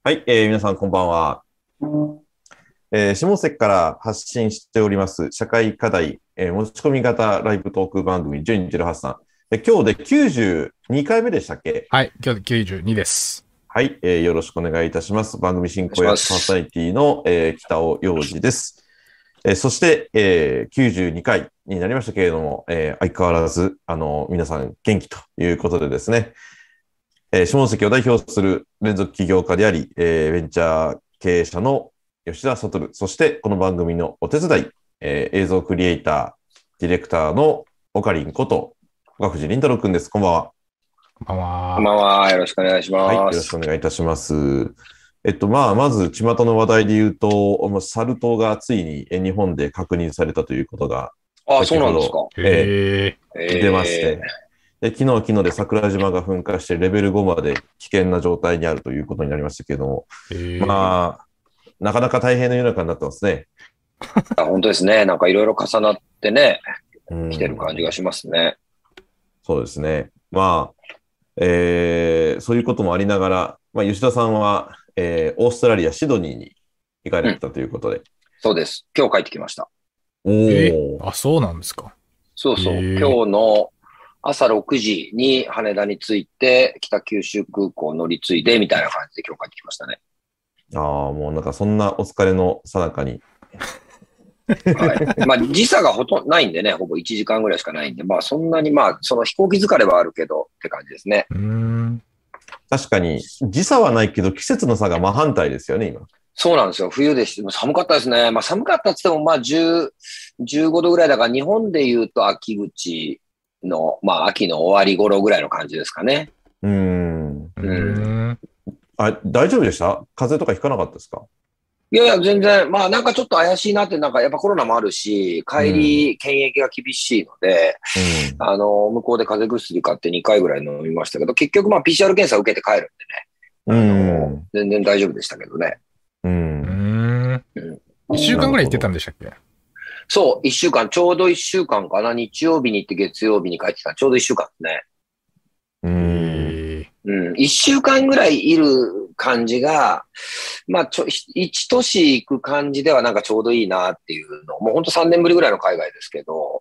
はい、皆さんこんばんは。下関から発信しております社会課題、持ち込み型ライブトーク番組1208さん。今日で92回目でしたっけ？ はい、今日で92です。 はい、よろしくお願いいたします。番組進お願いし行役パーソナます。 リティの、北尾陽二です。そして、92回になりましたけれども、相変わらず皆さん元気ということでですね、下関を代表する連続起業家であり、ベンチャー経営者の吉田悟、そしてこの番組のお手伝い、映像クリエイター、ディレクターのオカリンこと岡藤凛太郎くんです。こんばんは。 こんばんは。 こんばんは。よろしくお願いしはい、よまろしくおす。 願いいたします。まず、巷の話題で言うと、サル痘がついに日本で確認されたということが、 あ、そう先ほど、 なんですか。 へ出まして、昨日で桜島が噴火してレベル5まで危険な状態にあるということになりましたけども、まあ、なかなか大変な世の中になってますね。 本当ですね。なんかいろいろ重なってね、来てる感じがしますね。 そうですね。そういうこともありながら、吉田さんは、オーストラリア・シドニーに行かれてたということで。 そうです。今日帰ってきました。 おあ、そうなんですか。 そうそう。今日の朝6時に羽田に着いて、北九州空港乗り継いでみたいな感じで今日帰ってきましたね。 もうなんかそんなお疲れの最中に。 はい。まあ時差がほとんどないんでね、ほぼ1時間ぐらいしかないんで、まあそんなにその飛行機疲れはあるけどって感じですね。 確かに時差はないけど季節の差が真反対ですよね、今。 そうなんですよ。冬でして、寒かったですね。寒かったって言っても、15度ぐらいだから、日本で言うと秋口の、秋の終わり頃ぐらいの感じですかね。 大丈夫でした？風邪とかひかなかったですか？ いやいや、全然、なんかちょっと怪しいなって、なんかやっぱコロナもあるし、帰り、検疫が厳しいので、向こうで風邪薬買って2回ぐらい飲みましたけど、結局PCR 検査を受けて帰るんでね、全然大丈夫でしたけどね。 1週間ぐらい行ってたんでしたっけ？ そう、1週間、ちょうど1週間かな。日曜日に行って月曜日に帰ってきた。ちょうど1週間ですね。1週間ぐらいいる感じが、1都市行く感じではなんかちょうどいいなっていうの。もうほんと3年ぶりぐらいの海外ですけど、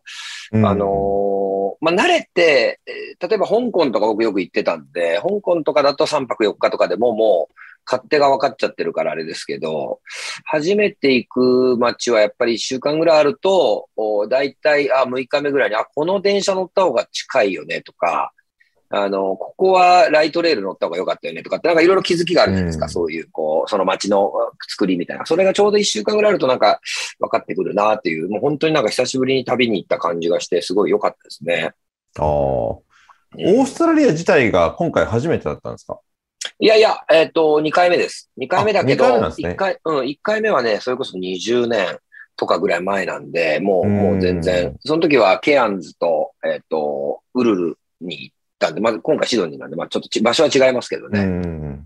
慣れて、例えば香港とか僕よく行ってたんで、香港とかだと3泊4日とかでもう勝手が分かっちゃってるからあれですけど、初めて行く街はやっぱり1週間ぐらいあると、だいたい6日目ぐらいに、この電車乗った方が近いよねとか、ここはライトレール乗った方が良かったよねとかって、なんかいろいろ気づきがあるじゃないですか。そういう、その街の作りみたいな。それがちょうど1週間ぐらいあるとなんか分かってくるなっていう、もう本当になんか久しぶりに旅に行った感じがして、すごい良かったですね。 オーストラリア自体が今回初めてだったんですか？ いやいや、2回目です。2回目だけど、 1 回目はね、それこそ20年とかぐらい前なんで、もう全然、その時はケアンズと、ウルルに行ったんで、今回シドニーなんで、ちょっと場所は違いますけどね。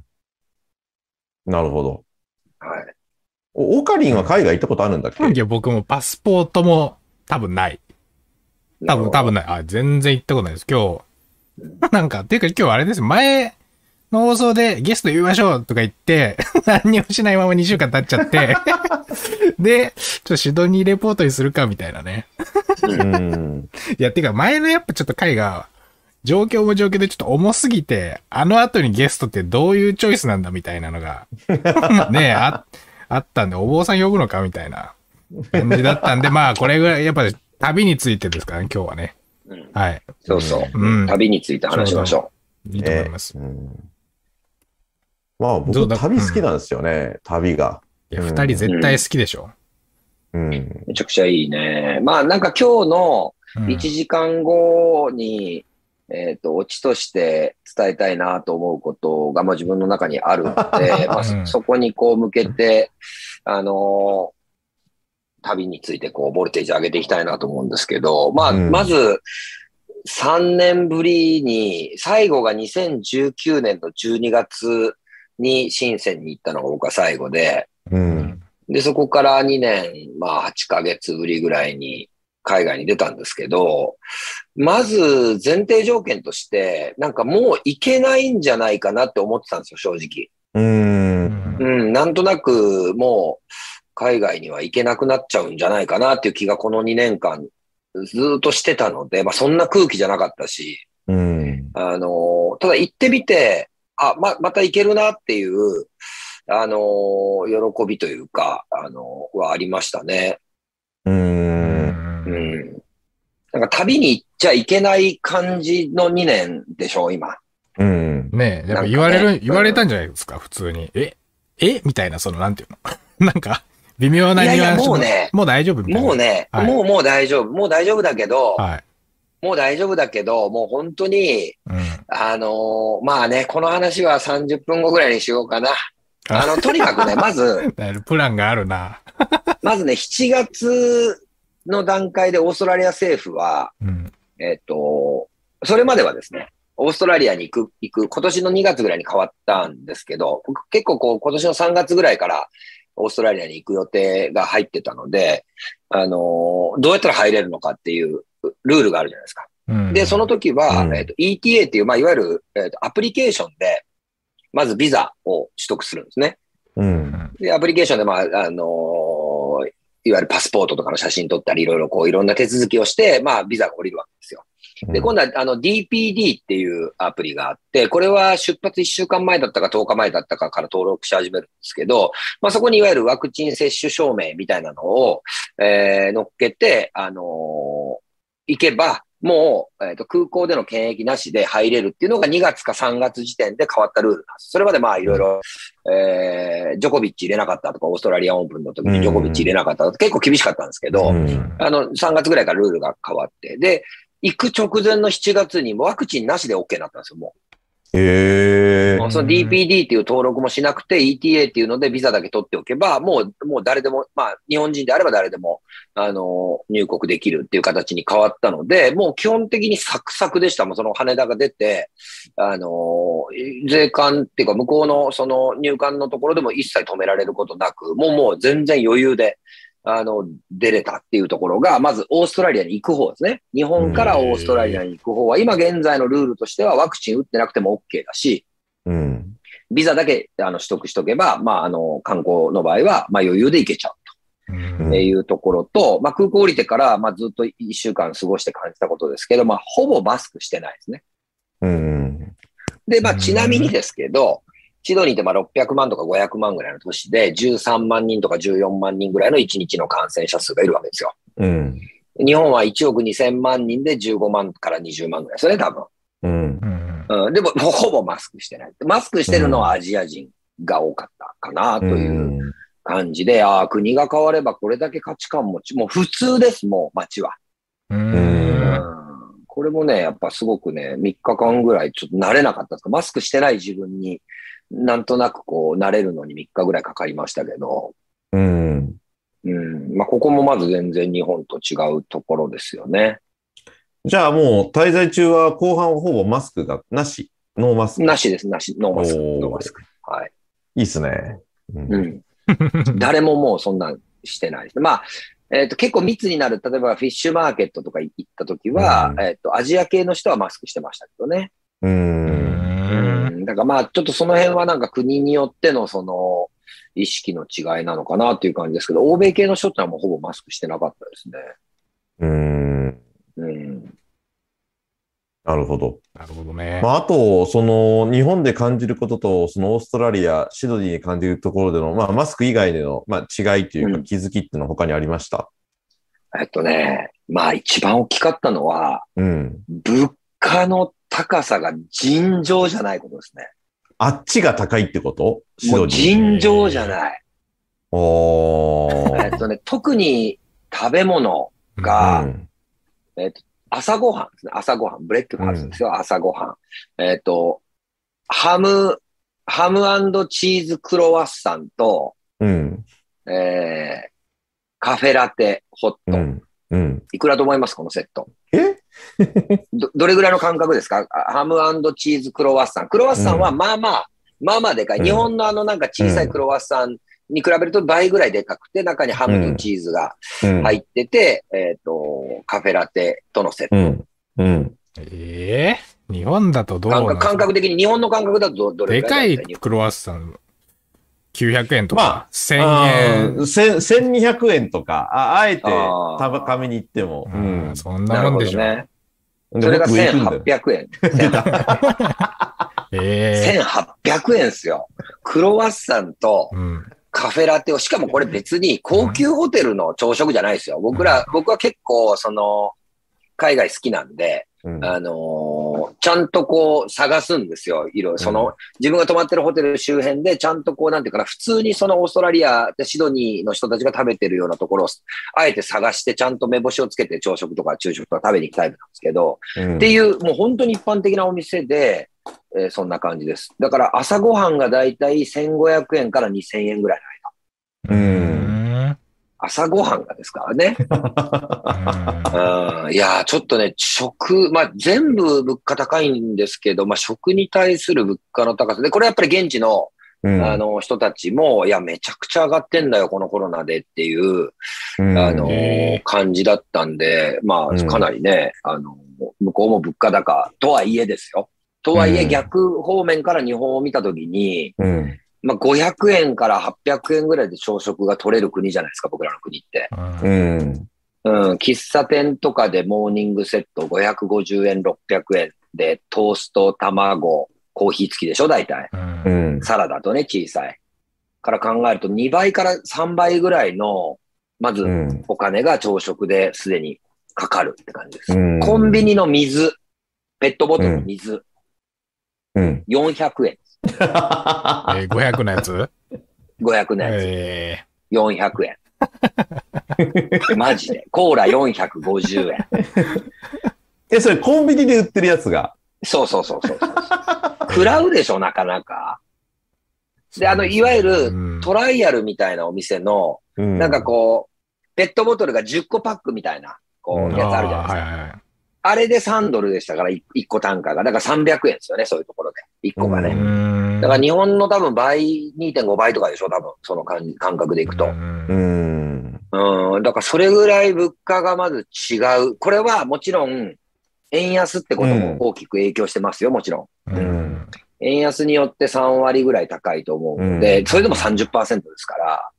なるほど。 はい。 オカリンは海外行ったことあるんだっけ？ いや、僕もパスポートも多分ない。多分ない。全然行ったことないです。今日。なんか、っていうか今日あれです。前の放送でゲスト呼びましょうとか言って、何にもしないまま2週間経っちゃって、で、ちょっとシドニーレポートにするかみたいなね。いや、てか前のやっぱちょっと回が、状況も状況でちょっと重すぎて、あの後にゲストってどういうチョイスなんだみたいなのが、ねあったんで、お坊さん呼ぶのかみたいな感じだったんで、これぐらい、やっぱ旅についてですからね、今日はね。はい。 そうそう。旅について話しましょう。いいと思います。 僕、旅好きなんですよね、旅が。 いや、2人絶対好きでしょ。 めちゃくちゃいいね。なんか今日の1時間後に、オチとして伝えたいなと思うことが、自分の中にあるので、そこに向けて、旅についてボルテージ上げていきたいなと思うんですけど、まず、3年ぶりに、最後が2019年の12月に深センに行ったのが僕は最後で、で、そこから2年、8ヶ月ぶりぐらいに海外に出たんですけど、まず前提条件として、なんかもう行けないんじゃないかなって思ってたんですよ、正直。 なんとなくもう海外には行けなくなっちゃうんじゃないかなっていう気がこの2年間ずっとしてたので、まあそんな空気じゃなかったし、 うん。 ただ行ってみて、また行けるなっていう、喜びというか、はありましたね。 うん。 なんか旅に行っちゃいけない感じの2年でしょ、今。 うん。 ねえ、やっぱ言われたんじゃないですか、普通に。みたいな、なんていうのなんか、微妙なニュアンス。 もうね、 もう大丈夫みたいな。 もうね、 はい、 もう大丈夫。もう大丈夫だけど、 はい、 もう大丈夫だけど、もう本当に、まあね、この話は30分後ぐらいにしようかな。とにかくね、まず、 プランがあるな。 まずね、7月の段階でオーストラリア政府は、それまではですね、オーストラリアに行く、今年の2月ぐらいに変わったんですけど、結構今年の3月ぐらいからオーストラリアに行く予定が入ってたので、どうやったら入れるのかっていうルールがあるじゃないですか。で、その時は、ETA っていう、まあ、いわゆる、アプリケーションで、まずビザを取得するんですね。で、アプリケーションで、まあ、いわゆるパスポートとかの写真撮ったり、いろんな手続きをして、まあ、ビザが降りるわけですよ。で、今度は、DPD っていうアプリがあって、これは出発1週間前だったか10日前だったかから登録し始めるんですけど、まあ、そこにいわゆるワクチン接種証明みたいなのを、乗っけて、行けば、もう、空港での検疫なしで入れるっていうのが2月か3月時点で変わったルールなんです。それまでまあいろいろ、ジョコビッチ入れなかったとか、オーストラリアオープンの時にジョコビッチ入れなかったとか、結構厳しかったんですけど、3月ぐらいからルールが変わって、で、行く直前の7月にワクチンなしで OK になったんですよ、もう。その DPD っていう登録もしなくて ETA っていうのでビザだけ取っておけば、もう誰でも、まあ日本人であれば誰でも、入国できるっていう形に変わったので、もう基本的にサクサクでした。もうその羽田が出て、税関っていうか向こうのその入管のところでも一切止められることなく、もう全然余裕で、出れたっていうところが、まずオーストラリアに行く方ですね。日本からオーストラリアに行く方は、今現在のルールとしてはワクチン打ってなくても OK だし、ビザだけ取得しとけば、まあ、観光の場合は、まあ余裕で行けちゃうというところと、まあ空港降りてから、まあずっと1週間過ごして感じたことですけど、まあほぼマスクしてないですね。で、まあちなみにですけど、シドニーってまあ600万とか500万ぐらいの都市で13万人とか14万人ぐらいの1日の感染者数がいるわけですよ。日本は1億2000万人で15万から20万ぐらいですよね、多分。でも、ほぼマスクしてない。マスクしてるのはアジア人が多かったかなという感じで、国が変わればこれだけ価値観もう普通です、もう街は。これもね、やっぱすごくね、3日間ぐらいちょっと慣れなかったですか。マスクしてない自分になんとなくこう慣れるのに3日ぐらいかかりましたけど、まあここもまず全然日本と違うところですよね。 じゃあもう滞在中は後半はほぼマスクがなし、ノーマスク。 なしです、なし、ノーマスク、ノーマスク。はい。 いいっすね。 誰ももうそんなんしてないです。まあ、結構密になる、例えばフィッシュマーケットとか行った時は、アジア系の人はマスクしてましたけどね。だからまあ、ちょっとその辺はなんか国によってのその意識の違いなのかなっていう感じですけど、欧米系の人ってのはもうほぼマスクしてなかったですね。 なるほど。 なるほどね。 まあ、あと、その、日本で感じることと、そのオーストラリア、シドニーに感じるところでの、まあ、マスク以外での、まあ、違いというか気づきっていうのは他にありました？ まあ、一番大きかったのは、物価の高さが尋常じゃないことですね。 あっちが高いってこと？ もう尋常じゃない。特に食べ物が、朝ごはんですね。朝ごはん。ブレックファーストですよ。朝ごはん。ハムチーズクロワッサンと、カフェラテ、ホット。いくらと思いますこのセット。どれぐらいの感覚ですか？ハム&チーズクロワッサン。クロワッサンはまあまあでかい。日本のなんか小さいクロワッサンに比べると倍ぐらいでかくて、中にハムとチーズが入ってて、カフェラテとのセット。 日本だとどうなんですか？ 感覚的に、日本の感覚だとどれぐらいでかいクロワッサン。 900円とまあか、1000円。 1200円とか、あえてあー高めに行っても。 そんなもんでしょ。 なるほどね。それが1800円。 出た。 1800円ですよ。クロワッサンとうん。 カフェラテを、しかもこれ別に高級ホテルの朝食じゃないですよ。僕は結構、海外好きなんで、 うんちゃんとこう探すんですよ。自分が泊まってるホテル周辺で、ちゃんとこう、なんていうかな、普通にそのオーストラリアでシドニーの人たちが食べてるようなところを、あえて探して、ちゃんと目星をつけて朝食とか昼食とか食べに行くタイプなんですけど、っていう、もう本当に一般的なお店で、そんな感じです。だから朝ごはんがだいたい1500円から2000円ぐらいの間。朝ごはんがですからね。いやー、ちょっとね、全部物価高いんですけど、食に対する物価の高さで、これやっぱり現地の、人たちも、いや、めちゃくちゃ上がってんだよ、このコロナでっていう、感じだったんで、かなりね、向こうも物価高とはいえですよ。とはいえ、逆方面から日本を見たときに、500円から800円ぐらいで朝食が取れる国じゃないですか、僕らの国って。喫茶店とかでモーニングセット550円、600円で、トースト、卵、コーヒー付きでしょ、大体。サラダとね、小さい。から考えると2倍から3倍ぐらいの、まずお金が朝食ですでにかかるって感じです。コンビニの水、ペットボトルの水、400円。 500のやつ ?500 のやつ。400円。マジで。コーラ450円。 それコンビニで売ってるやつが。 そう。食らうでしょ、なかなか。で、いわゆるトライアルみたいなお店の、なんかこう、ペットボトルが10個パックみたいな、こう、やつあるじゃないですか。あれで$3でしたから、1個単価が。だから300円ですよね、そういうところで。1個がね。だから日本の多分倍、2.5 倍とかでしょ、多分。その感覚でいくと。だからそれぐらい物価がまず違う。これはもちろん、円安ってことも大きく影響してますよ、もちろん。円安によって3割ぐらい高いと思うので、それでも 30% ですから。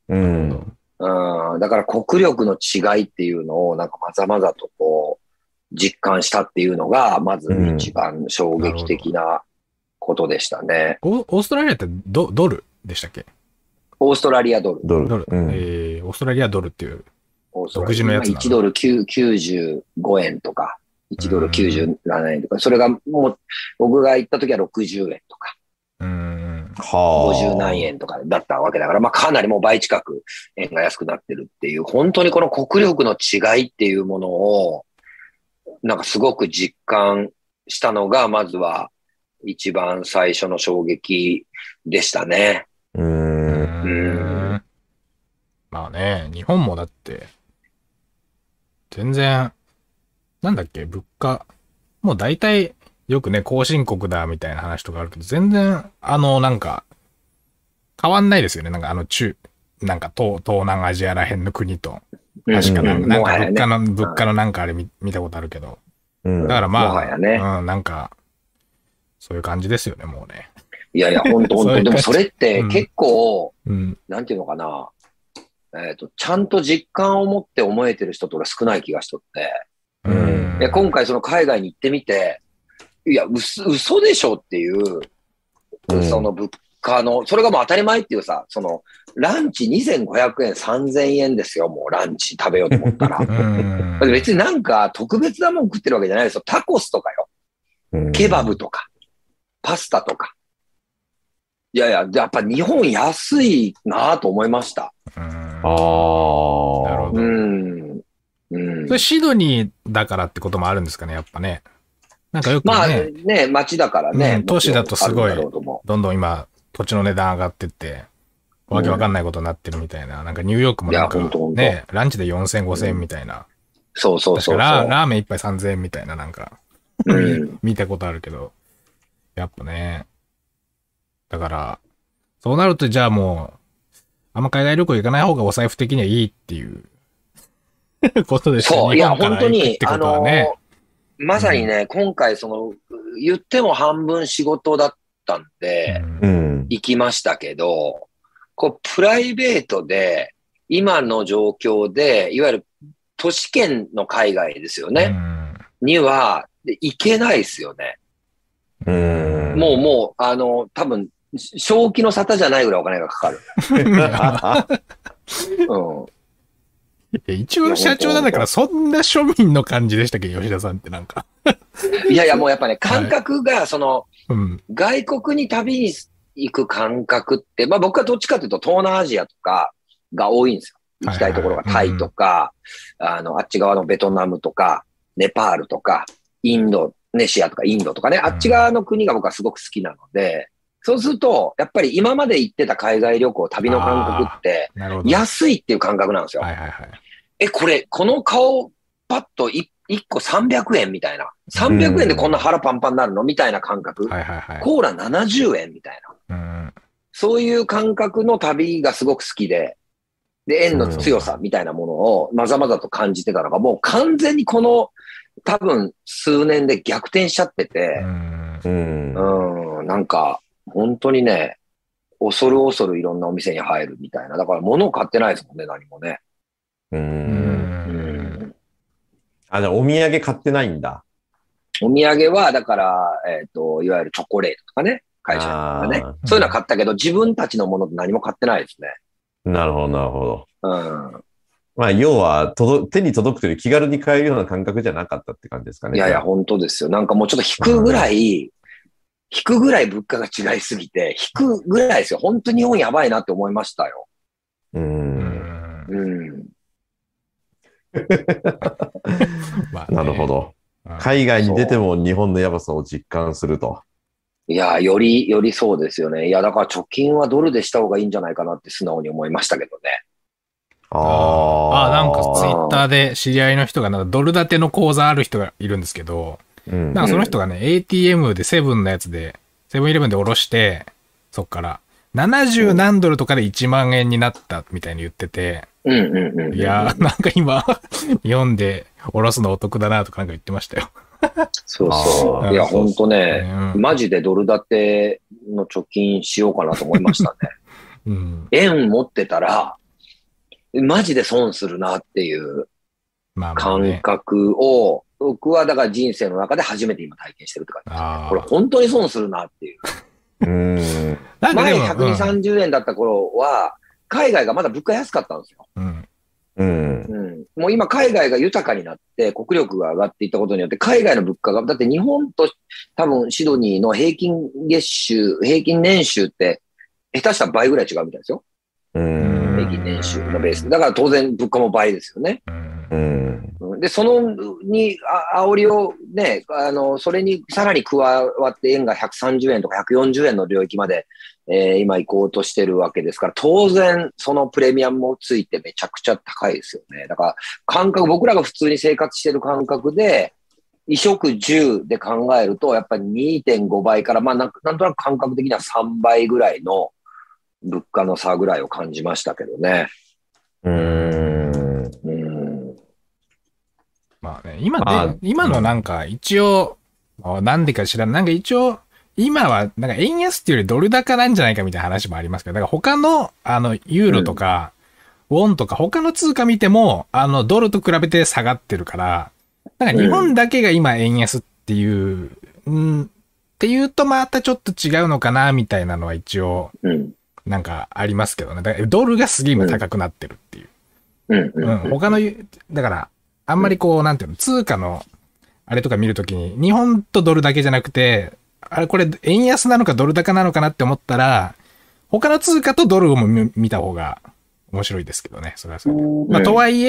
だから国力の違いっていうのをなんかまざまざとこう、実感したっていうのが、まず一番衝撃的なことでしたね。 オーストラリアってドルでしたっけ？ オーストラリアドル。 オーストラリアドルっていう独自のやつなの。 1ドル95円とか、1ドル97円とか、それがもう、僕が行った時は60円とか、50何円とかだったわけだから、かなりもう倍近く円が安くなってるっていう、本当にこの国力の違いっていうものを、なんかすごく実感したのが、まずは一番最初の衝撃でしたね。 まあね、日本もだって、全然、なんだっけ、物価、もう大体、よくね、後進国だみたいな話とかあるけど、全然、なんか、変わんないですよね。なんかなんか東南アジアら辺の国と。確かなんか物価のなんかあれ見たことあるけど。だからまあ、なんか、そういう感じですよね、もうね。 いや、本当でもそれって結構、なんていうのかな。ちゃんと実感を持って思えてる人とか少ない気がしとって。今回その海外に行ってみて、いや、嘘でしょっていう、その物価の、それがもう当たり前っていうさ、その、ランチ2500円、3000円ですよ、もうランチ食べようと思ったら。別になんか特別なもん食ってるわけじゃないですよ。タコスとかよ。ケバブとか、パスタとか。いや、やっぱ日本安いなぁと思いました。 なるほど。それシドニーだからってこともあるんですかね、やっぱね。なんかよくね。 街だからね。 都市だとすごい、どんどん今、土地の値段上がってって、わけわかんないことになってるみたいな。なんかニューヨークもなんかね、ランチで4000、5000みたいな。 そう。 確かラーメン一杯3000みたいななんか、見たことあるけど。やっぱね。だから、そうなるとじゃあもう、あんま海外旅行行かない方がお財布的にはいいっていうことですよね。 そう、いや、本当に、まさにね、今回言っても半分仕事だったんで、行きましたけど、 プライベートで、今の状況で、いわゆる都市圏の海外ですよね。には、行けないですよね。もう、多分、正気の沙汰じゃないぐらいお金がかかる。 一応社長なんだから、そんな庶民の感じでしたっけ、吉田さんってなんか。 いやいや、もうやっぱね、感覚が、外国に旅に行く感覚って、まあ僕はどっちかというと東南アジアとかが多いんですよ。行きたいところがタイとか、あっち側のベトナムとか、ネパールとか、インドネシアとかインドとかね、あっち側の国が僕はすごく好きなので、そうすると、やっぱり今まで行ってた海外旅行、旅の感覚って、安いっていう感覚なんですよ。この顔、パッと1個300円みたいな。300円でこんな腹パンパンになるのみたいな感覚。コーラ70円みたいな。そういう感覚の旅がすごく好きで、円の強さみたいなものをまざまざと感じてたのが、もう完全にこの多分数年で逆転しちゃってて、なんか本当にね、恐る恐るいろんなお店に入るみたいな。だから物を買ってないですもんね、何もね。 じゃあお土産買ってないんだ。 お土産は、だから、いわゆるチョコレートとかね、会社とかね。そういうのは買ったけど、自分たちのものって何も買ってないですね。 なるほど、なるほど。まあ、要は、手に届くという気軽に買えるような感覚じゃなかったって感じですかね。 いやいや、本当ですよ。なんかもうちょっと引くぐらい物価が違いすぎて、引くぐらいですよ。本当に日本やばいなって思いましたよ。 なるほど。海外に出ても日本のやばさを実感すると。 いや、よりそうですよね。いや、だから貯金はドルでした方がいいんじゃないかなって素直に思いましたけどね。 なんかツイッターで知り合いの人がなんかドル建ての口座ある人がいるんですけど、なんかその人がね、ATM でセブンのやつで、セブンイレブンで下ろして、そっから70何ドルとかで1万円になったみたいに言ってて、いやー、なんか今、日本で下ろすのお得だなとかなんか言ってましたよ。 そうそう。いや、ほんとね、マジでドル建ての貯金しようかなと思いましたね。円持ってたら、マジで損するなっていう感覚を、僕はだから人生の中で初めて今体験してるって感じですね。これ本当に損するなっていう。前120、30円だった頃は、海外がまだ物価安かったんですよ。もう今海外が豊かになって国力が上がっていったことによって海外の物価が、だって日本と多分シドニーの平均年収って下手したら倍ぐらい違うみたいですよ。平均年収のベースで。だから当然物価も倍ですよね。で、その煽りをね、それにさらに加わって円が130円とか140円の領域まで、今行こうとしてるわけですから、当然そのプレミアムもついてめちゃくちゃ高いですよね。だから僕らが普通に生活してる感覚で、衣食住で考えると、やっぱり 2.5 倍から、まあなんとなく感覚的には3倍ぐらいの物価の差ぐらいを感じましたけどね。 まあね、今のなんか一応、なんでか知らない。なんか一応、今はなんか円安っていうよりドル高なんじゃないかみたいな話もありますけど、だから他の、ユーロとか、ウォンとか他の通貨見ても、ドルと比べて下がってるから、なんか日本だけが今円安っていう、っていうとまたちょっと違うのかな、みたいなのは一応、なんかありますけどね。だからドルがすげえ今高くなってるっていう。他の、だから、あんまりこう、なんていうの、通貨の、あれとか見るときに、日本とドルだけじゃなくて、あれこれ円安なのかドル高なのかなって思ったら、他の通貨とドルをも見た方が面白いですけどね。それはそう。まあ、とはい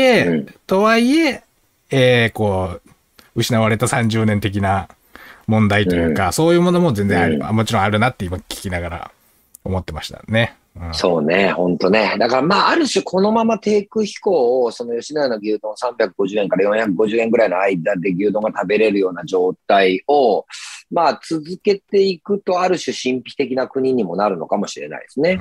え、こう、失われた30年的な問題というか、そういうものも全然ある、もちろんあるなって今聞きながら思ってましたね。 そうね、ほんとね。だからまあ、ある種このまま低空飛行を、その吉野家の牛丼350円から450円ぐらいの間で牛丼が食べれるような状態を、まあ、続けていくと、ある種神秘的な国にもなるのかもしれないですね。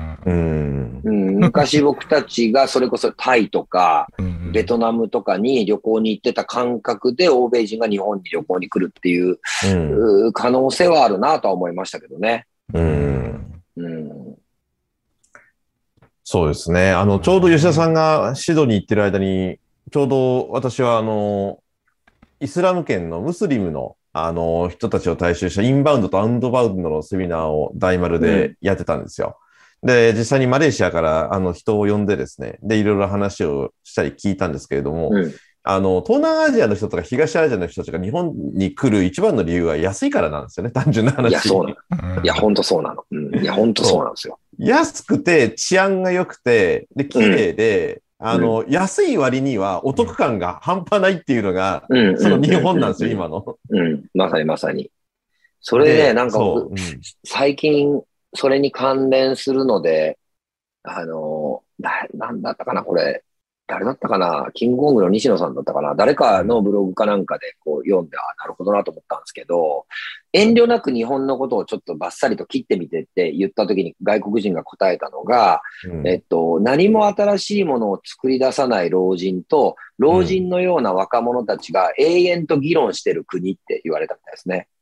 昔僕たちがそれこそタイとか、ベトナムとかに旅行に行ってた感覚で、欧米人が日本に旅行に来るっていう、可能性はあるなとは思いましたけどね。 そうですね。ちょうど吉田さんがシドニー行ってる間に、ちょうど私はイスラム圏のムスリムの、人たちを対象したインバウンドとアウトバウンドのセミナーを大丸でやってたんですよ。で、実際にマレーシアから、人を呼んでですね、で、いろいろ話をしたり聞いたんですけれども、東南アジアの人とか東アジアの人たちが日本に来る一番の理由は安いからなんですよね、単純な話。 いや、そうなの。いや、ほんとそうなの。いや、ほんとそうなんですよ。 安くて治安が良くて、で、綺麗で、安い割にはお得感が半端ないっていうのが、その日本なんですよ、今の。 まさにまさに。それね、なんか僕、最近、それに関連するので、なんだったかな、これ。誰だったかな、キングコングの西野さんだったかな、誰かのブログかなんかでこう読んで、なるほどなと思ったんですけど、遠慮なく日本のことをちょっとバッサリと切ってみてって言った時に外国人が答えたのが、何も新しいものを作り出さない老人と、老人のような若者たちが永遠と議論してる国って言われたみたいですね。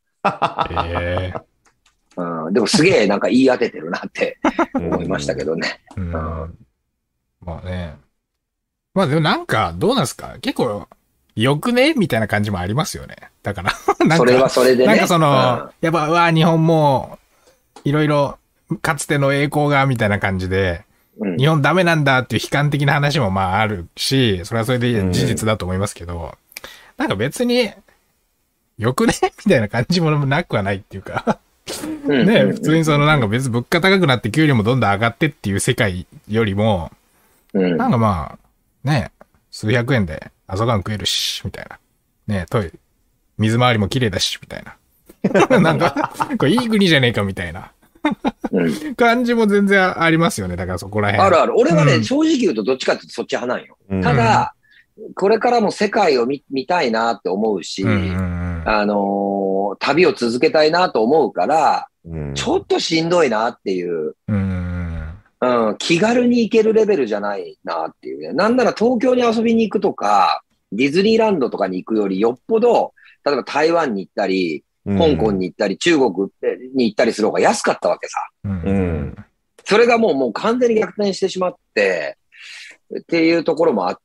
でもすげえなんか言い当ててるなって思いましたけどね。 まあね。まあでもなんか、どうなんすか結構、よくねみたいな感じもありますよね。だからなんか。 それはそれでね。 なんかやっぱ、日本も、いろいろ、かつての栄光が、みたいな感じで、日本ダメなんだっていう悲観的な話もまああるし、それはそれで事実だと思いますけど、なんか別に、よくねみたいな感じもなくはないっていうかね、普通になんか別に物価高くなって給料もどんどん上がってっていう世界よりも、なんかまあ、ね、数百円で朝ごはん食えるし、みたいな。ね、水回りも綺麗だし、みたいな。なんか、これいい国じゃねえか、みたいな。感じも全然ありますよね。だからそこら辺。 あるある。俺はね、正直言うとどっちかっていうとそっち派なんよ。ただ、これからも世界を見たいなって思うし、旅を続けたいなと思うから、ちょっとしんどいなっていう。気軽に行けるレベルじゃないなっていうね。なんなら東京に遊びに行くとか、ディズニーランドとかに行くよりよっぽど、例えば台湾に行ったり、香港に行ったり、中国に行ったりする方が安かったわけさ。それがもう完全に逆転してしまって、っていうところもあって、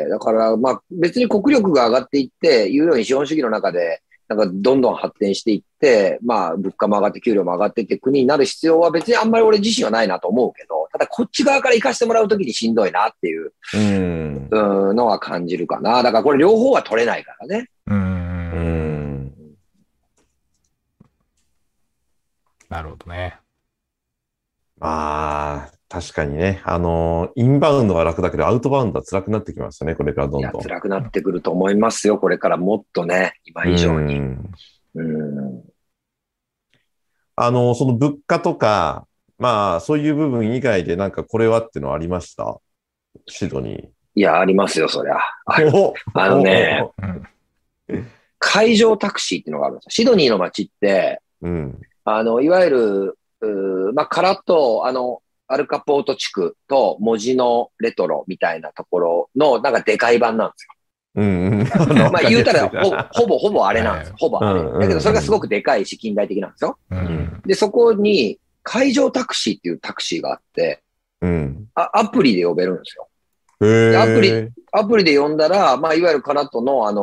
だからまあ別に国力が上がっていって、いうように資本主義の中で、なんかどんどん発展していって、まあ物価も上がって給料も上がっていって国になる必要は別にあんまり俺自身はないなと思うけど、ただこっち側から行かせてもらうときにしんどいなっていうのは感じるかな。だからこれ両方は取れないからね。 なるほどね。 まあ、確かにね。インバウンドは楽だけど、アウトバウンドは辛くなってきますよね、これからどんどん。 いや、辛くなってくると思いますよ、これからもっとね、今以上に。 その物価とか、まあ、そういう部分以外でなんかこれはっていうのはありましたシドニー。 いや、ありますよ、そりゃ。ね、海上タクシーっていうのがあるんですよ。シドニーの街って、いわゆる、まあ、カラッと、アルカポート地区と文字のレトロみたいなところの、なんかでかい版なんですよ。まあ言うたらほぼあれなんですよ。ほぼあれ。だけどそれがすごくでかいし近代的なんですよ。で、そこに海上タクシーっていうタクシーがあって、アプリで呼べるんですよ。アプリで呼んだら、まあいわゆるカラットの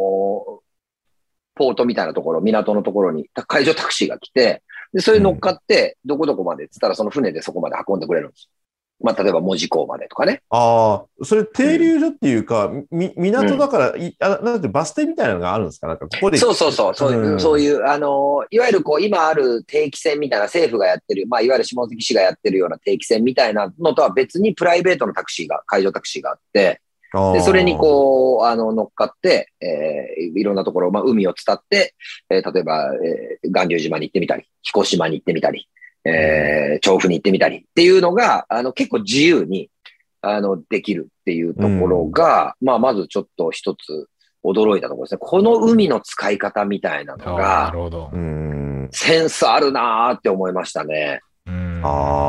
ポートみたいなところ、港のところに海上タクシーが来て、で、それに乗っかって、どこどこまでって言ったら、その船でそこまで運んでくれるんですよ。まあ、例えば門司港までとかね。 ああ、それ停留所っていうか、港だから、なんてバス停みたいなのがあるんですかなんかここで。 そういう、いわゆるこう、今ある定期船みたいな政府がやってる、まあ、いわゆる下関市がやってるような定期船みたいなのとは別にプライベートのタクシーが、海上タクシーがあって、で、それにこう、乗っかって、いろんなところ、まあ、海を伝って、例えば、巌流島に行ってみたり、彦島に行ってみたり、調布に行ってみたりっていうのが、結構自由に、できるっていうところが、まあ、まずちょっと一つ驚いたところですね。この海の使い方みたいなのが、センスあるなーって思いましたね。 な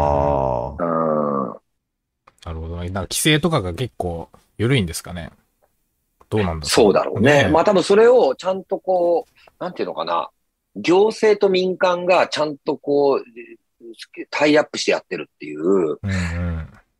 るほど。なんか規制とかが結構緩いんですかね。どうなんだろう。 そうだろうね。まあ多分それをちゃんとこう、なんていうのかな。行政と民間がちゃんとこう、タイアップしてやってるっていう。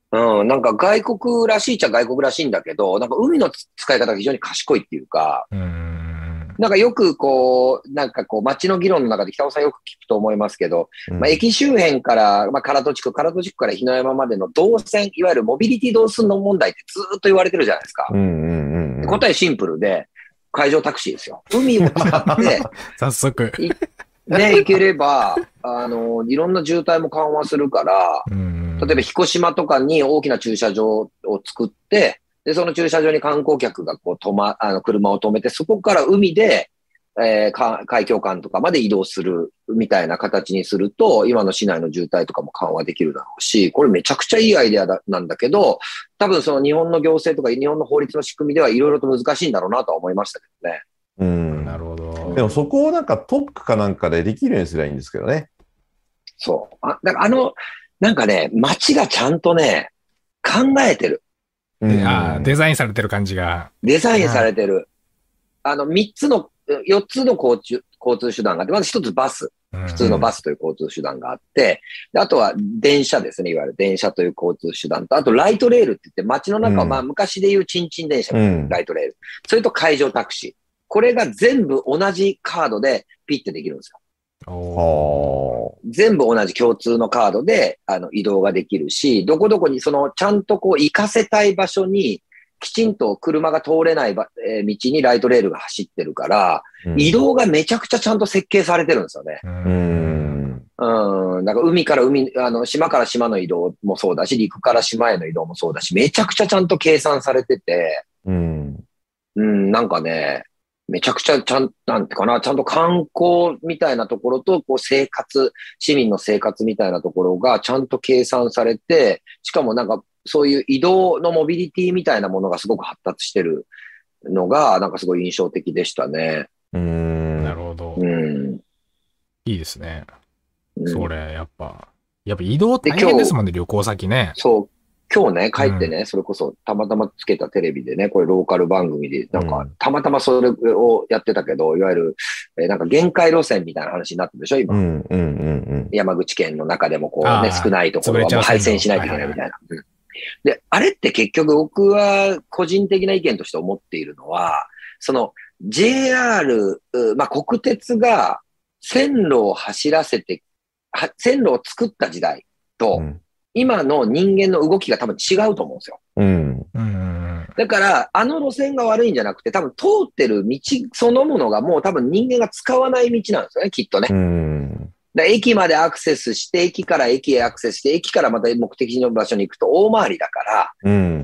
なんか外国らしいっちゃ外国らしいんだけど、なんか海の使い方が非常に賢いっていうか、なんかよくなんか街の議論の中で北尾さんよく聞くと思いますけど、駅周辺から、唐戸地区から日野山までの動線、いわゆるモビリティ動線の問題ってずっと言われてるじゃないですか。答えシンプルで、海上タクシーですよ。海を使って、 早速。 行ければ、いろんな渋滞も緩和するから、例えば彦島とかに大きな駐車場を作って、で、その駐車場に観光客が車を止めて、そこから海で、海峡間とかまで移動するみたいな形にすると、今の市内の渋滞とかも緩和できるだろうし、これめちゃくちゃいいアイデアなんだけど、多分その日本の行政とか日本の法律の仕組みではいろいろと難しいんだろうなとは思いましたけどね。 なるほど。 でもそこをなんか特区かなんかでできるようにすればいいんですけどね。 そう。だからなんかね、街がちゃんとね、考えてる。 デザインされてる感じが。 デザインされてる。4つの交通手段があって、まず1つバス。普通のバスという交通手段があって、であとは電車ですね。いわゆる電車という交通手段と、あとライトレールって言って街の中、昔でいうチンチン電車、ライトレール。それと海上タクシー。これが全部同じカードでピッてできるんですよ。全部同じ共通のカードで移動ができるし、どこどこにちゃんと行かせたい場所にきちんと車が通れない道にライトレールが走ってるから、移動がめちゃくちゃちゃんと設計されてるんですよね。なんか海から島から島の移動もそうだし、陸から島への移動もそうだし、めちゃくちゃちゃんと計算されてて、なんかね、めちゃくちゃなんてかな、ちゃんと観光みたいなところと、市民の生活みたいなところがちゃんと計算されて、しかもなんかそういう移動のモビリティみたいなものがすごく発達してるのが、なんかすごい印象的でしたね。 なるほど。いいですね。それ、やっぱ移動大変ですもんね、旅行先ね。 そう。今日ね、帰ってね、それこそたまたまつけたテレビでね、これローカル番組で、なんか、たまたまそれをやってたけど、いわゆる、なんか限界路線みたいな話になってるでしょ、今。山口県の中でも少ないところはもう廃線しないといけないみたいな。で、あれって結局僕は個人的な意見として思っているのは、JR、国鉄が線路を線路を作った時代と、今の人間の動きが多分違うと思うんですよ。だから、路線が悪いんじゃなくて、多分通ってる道そのものがもう多分人間が使わない道なんですよね、きっとね。駅までアクセスして、駅から駅へアクセスして、駅からまた目的地の場所に行くと大回りだから、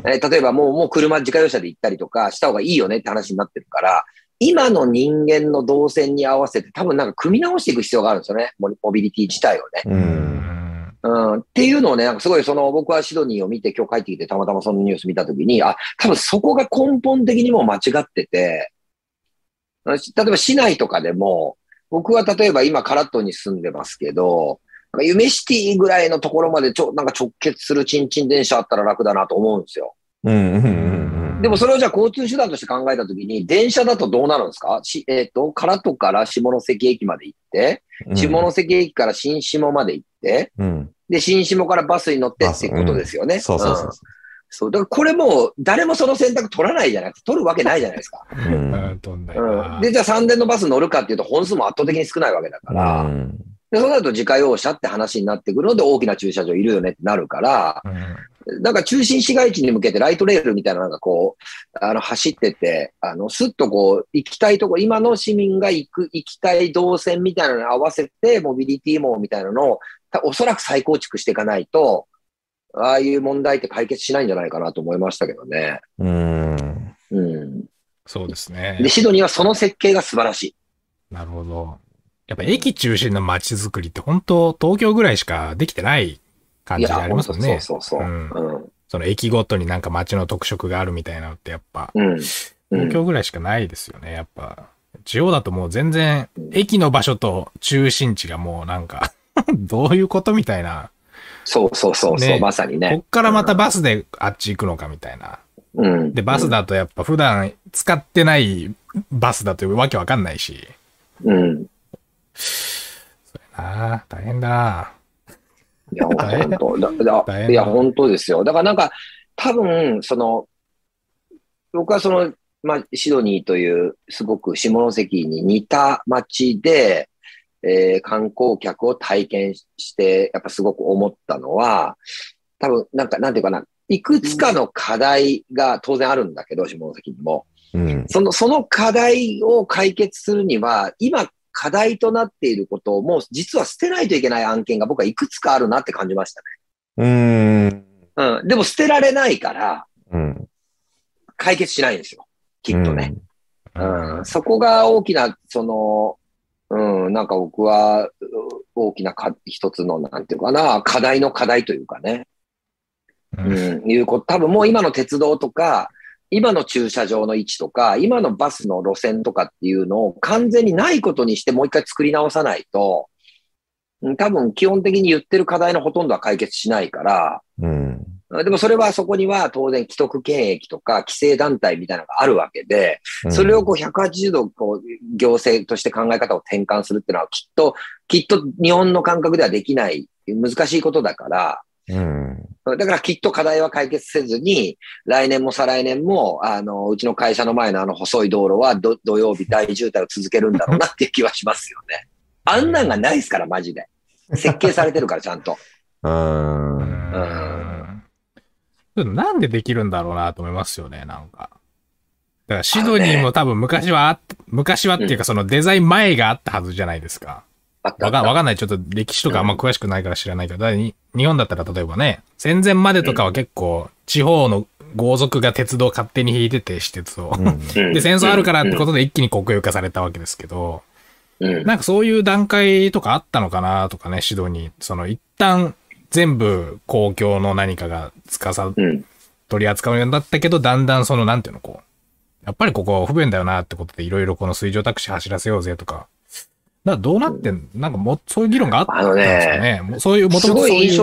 例えばもう車、自家用車で行ったりとかした方がいいよねって話になってるから、今の人間の動線に合わせて多分なんか組み直していく必要があるんですよね。モビリティ自体をね。っていうのをね、なんかすごい僕はシドニーを見て今日帰ってきてたまたまそのニュース見たときに、多分そこが根本的にも間違ってて、例えば市内とかでも、僕は例えば今カラットに住んでますけど、なんかユメシティぐらいのところまでなんか直結するチンチン電車あったら楽だなと思うんですよ。でもそれをじゃあ交通手段として考えたときに、電車だとどうなるんですか？カラットから下関駅まで行って、下関駅から新下まで行って、で、新下からバスに乗ってっていうことですよね。そう。だからこれもう誰もその選択取らないじゃなくて、取るわけないじゃないですか。で、じゃあ3電のバス乗るかっていうと本数も圧倒的に少ないわけだから、でそうなると自家用車って話になってくるので大きな駐車場いるよねってなるから、なんか中心市街地に向けてライトレールみたいなのが走ってて、スッと行きたいとこ、今の市民が行きたい動線みたいなのに合わせて、モビリティ網みたいなのを、おそらく再構築していかないと、ああいう問題って解決しないんじゃないかなと思いましたけどね。 そうですね。 で、シドニーはその設計が素晴らしい。 なるほど。やっぱ駅中心の街づくりって本当東京ぐらいしかできてない感じがありますよね。 そう。 その駅ごとになんか街の特色があるみたいなのってやっぱ、東京ぐらいしかないですよね。やっぱ、地方だともう全然、駅の場所と中心地がもうなんかどういうことみたいな。 そう、ね、まさにね。 こっからまたバスであっち行くのかみたいな。で、バスだとやっぱ普段使ってないバスだというわけわかんないし。そうやな、大変だな。 いや、 大変本当大変いや、本当ですよ。だからなんか、多分、僕はまあ、シドニーというすごく下関に似た街で、観光客を体験して、やっぱすごく思ったのは、多分、なんか、なんていうかな、いくつかの課題が当然あるんだけど、下関にも。 うん。 その課題を解決するには、今、課題となっていることをもう実は捨てないといけない案件が僕はいくつかあるなって感じましたうーん。 ね。うん。でも捨てられないから、 うん。 解決しないんですよ。きっとね。 うんうん。そこが大きな、なんか僕は大きな一つの、なんていうかな、課題の課題というかね。いうこと、多分もう今の鉄道とか、今の駐車場の位置とか、今のバスの路線とかっていうのを完全にないことにしてもう一回作り直さないと、多分基本的に言ってる課題のほとんどは解決しないから、 うん。 でもそれはそこには当然既得権益とか規制団体みたいなのがあるわけで、それをこう180度こう行政として考え方を転換するっていうのはきっと日本の感覚ではできない難しいことだから、 うん。 だからきっと課題は解決せずに、来年も再来年も、うちの会社の前の細い道路は土曜日大渋滞を続けるんだろうなっていう気はしますよね。あんなんがないですから、マジで。設計されてるから、ちゃんと。 なんでできるんだろうなと思いますよね、なんか。だからシドニーも多分昔はっていうかそのデザイン前があったはずじゃないですか。わかんない。ちょっと歴史とかあんま詳しくないから知らないけど、日本だったら例えばね、戦前までとかは結構地方の豪族が鉄道を勝手に引いてて、私鉄を。で、戦争あるからってことで一気に国有化されたわけですけど、なんかそういう段階とかあったのかなとかね、シドニー。一旦全部公共の何かが取り扱うようになったけど、だんだんなんていうのやっぱりここ不便だよなってことでいろいろこの水上タクシー走らせようぜとか、どうなってなんかそういう議論があったんですかね。そういう、もともとそういう、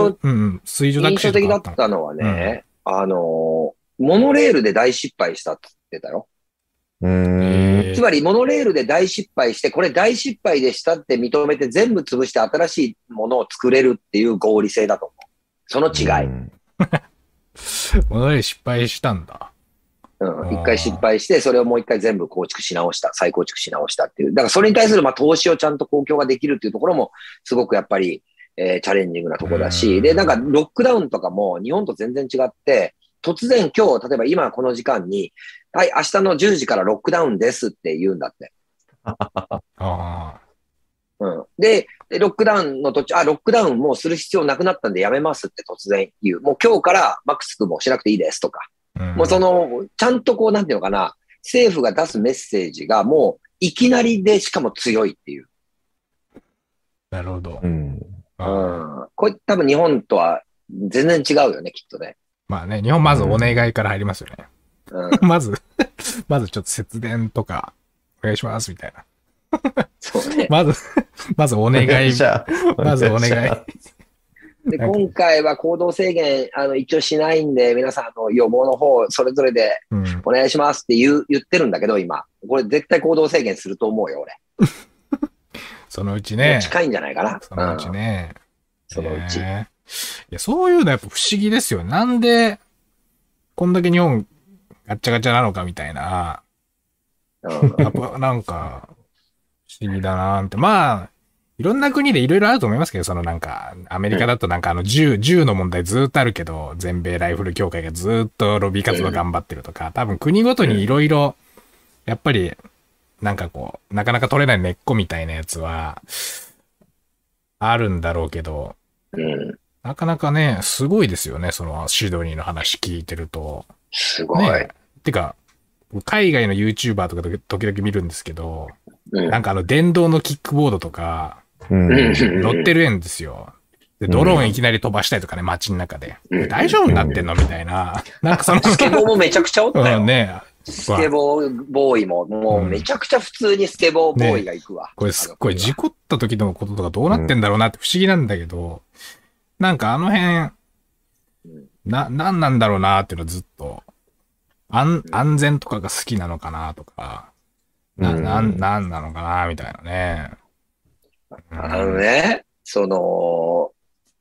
水上タクシーとか印象的だったのはね、モノレールで大失敗したって言ってたよ。つまり、モノレールで大失敗して、これ大失敗でしたって認めて全部潰して新しいものを作れるっていう合理性だと思う。その違い。 モノレール失敗したんだ。 一回失敗して、それをもう一回全部構築し直した、再構築し直したっていう。だからそれに対する投資をちゃんと公共ができるっていうところも、すごくやっぱり、チャレンジングなところだし、で、なんかロックダウンとかも日本と全然違って、突然今日、例えば今この時間に、はい、明日の10時からロックダウンですって言うんだって。で、ロックダウンの途中、ロックダウンもうする必要なくなったんでやめますって突然言う。もう今日からマスクもしなくていいですとか。もうちゃんとなんていうのかな、政府が出すメッセージがもういきなりでしかも強いっていう。 なるほど。 これ多分日本とは全然違うよね、きっとね。 まあね、日本まずお願いから入りますよね。まずちょっと節電とか、お願いします、みたいな。 そうね。 まずお願い。まずお願い。 で、今回は行動制限、一応しないんで、皆さん予防の方、それぞれでお願いしますって言ってるんだけど、今。これ絶対行動制限すると思うよ、俺。 そのうちね。 近いんじゃないかな。 そのうちね。 そのうち。 いや、そういうのやっぱ不思議ですよ。なんで、こんだけ日本ガッチャガチャなのかみたいな。やっぱなんか、不思議だなーって。まあ、いろんな国でいろいろあると思いますけど、なんか、アメリカだとなんか銃の問題ずーっとあるけど、全米ライフル協会がずーっとロビー活動頑張ってるとか、多分国ごとにいろいろ、やっぱり、なんかなかなか取れない根っこみたいなやつは、あるんだろうけど、なかなかね、すごいですよね、シドニーの話聞いてると。 すごい。 ね、てか、海外の YouTuber とか時々見るんですけど、なんか電動のキックボードとか、乗ってるんですよ。で、ドローンいきなり飛ばしたりとかね、街の中で。大丈夫になってんのみたいな。なんかスケボーもめちゃくちゃおったよ。 ね。 スケボーボーイも、もうめちゃくちゃ普通にスケボーボーイが行くわ。 これすっごい事故った時のこととかどうなってんだろうなって不思議なんだけど、なんか辺、なんなんだろうなっていうのずっと、安全とかが好きなのかなとか、なんなのかなみたいなね。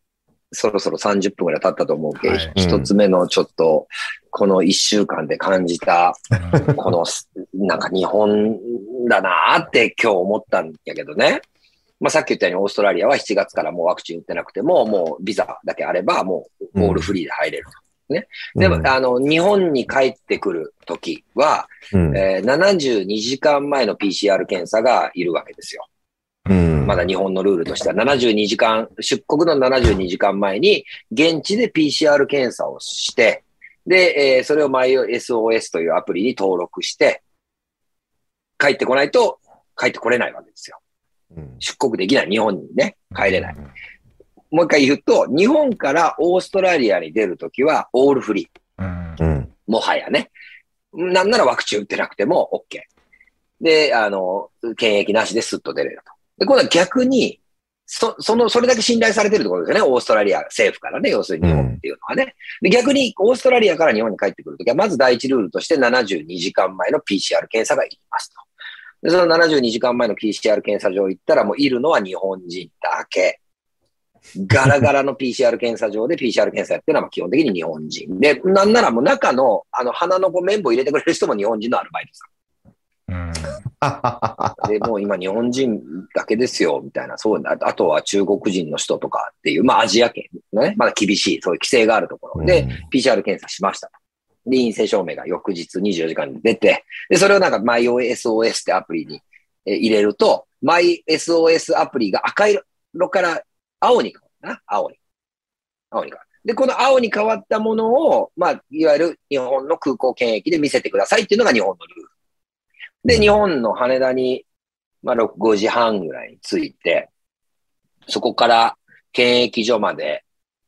そろそろ30分ぐらい経ったと思うけど、 はい一つ目のちょっと、この1週間で感じた、この、なんか日本だなーって今日思ったんやけどね。まあ、さっき言ったようにオーストラリアは7月からもうワクチン打ってなくても、もうビザだけあればもうオールフリーで入れると。ね。でも、日本に帰ってくるときは、72時間前の PCR 検査がいるわけですよ。まだ日本のルールとしては72時間、出国の72時間前に現地で PCR 検査をして、で、それをMySOS というアプリに登録して、帰ってこないと帰ってこれないわけですよ。出国できない。日本にね、帰れない。もう一回言うと、日本からオーストラリアに出るときはオールフリー。もはやね。なんならワクチン打ってなくても OK。で、検疫なしでスッと出れると。で、今度は逆に、それだけ信頼されてるところですよね。オーストラリア政府からね。要するに日本っていうのはね。で、逆にオーストラリアから日本に帰ってくるときは、まず第一ルールとして72時間前の PCR 検査がいりますと。で、その72時間前の PCR 検査場行ったらもういるのは日本人だけ。ガラガラの PCR 検査場で PCR 検査やってるのは基本的に日本人。で、なんならもう中の、鼻の綿棒入れてくれる人も日本人のアルバイトさん。で、もう今日本人だけですよ、みたいな。そう、あとは中国人の人とかっていう、まあアジア圏のね、まだ厳しい、そういう規制があるところで、PCR 検査しましたと。で、陰性証明が翌日24時間で出て、で、それをなんか MySOS ってアプリに入れると、MySOS アプリが赤色から青に変わるな。青に変わる。で、この青に変わったものを、まあ、いわゆる日本の空港検疫で見せてくださいっていうのが日本のルール。で、日本の羽田に、まあ、5時半ぐらいに着いて、そこから検疫所まで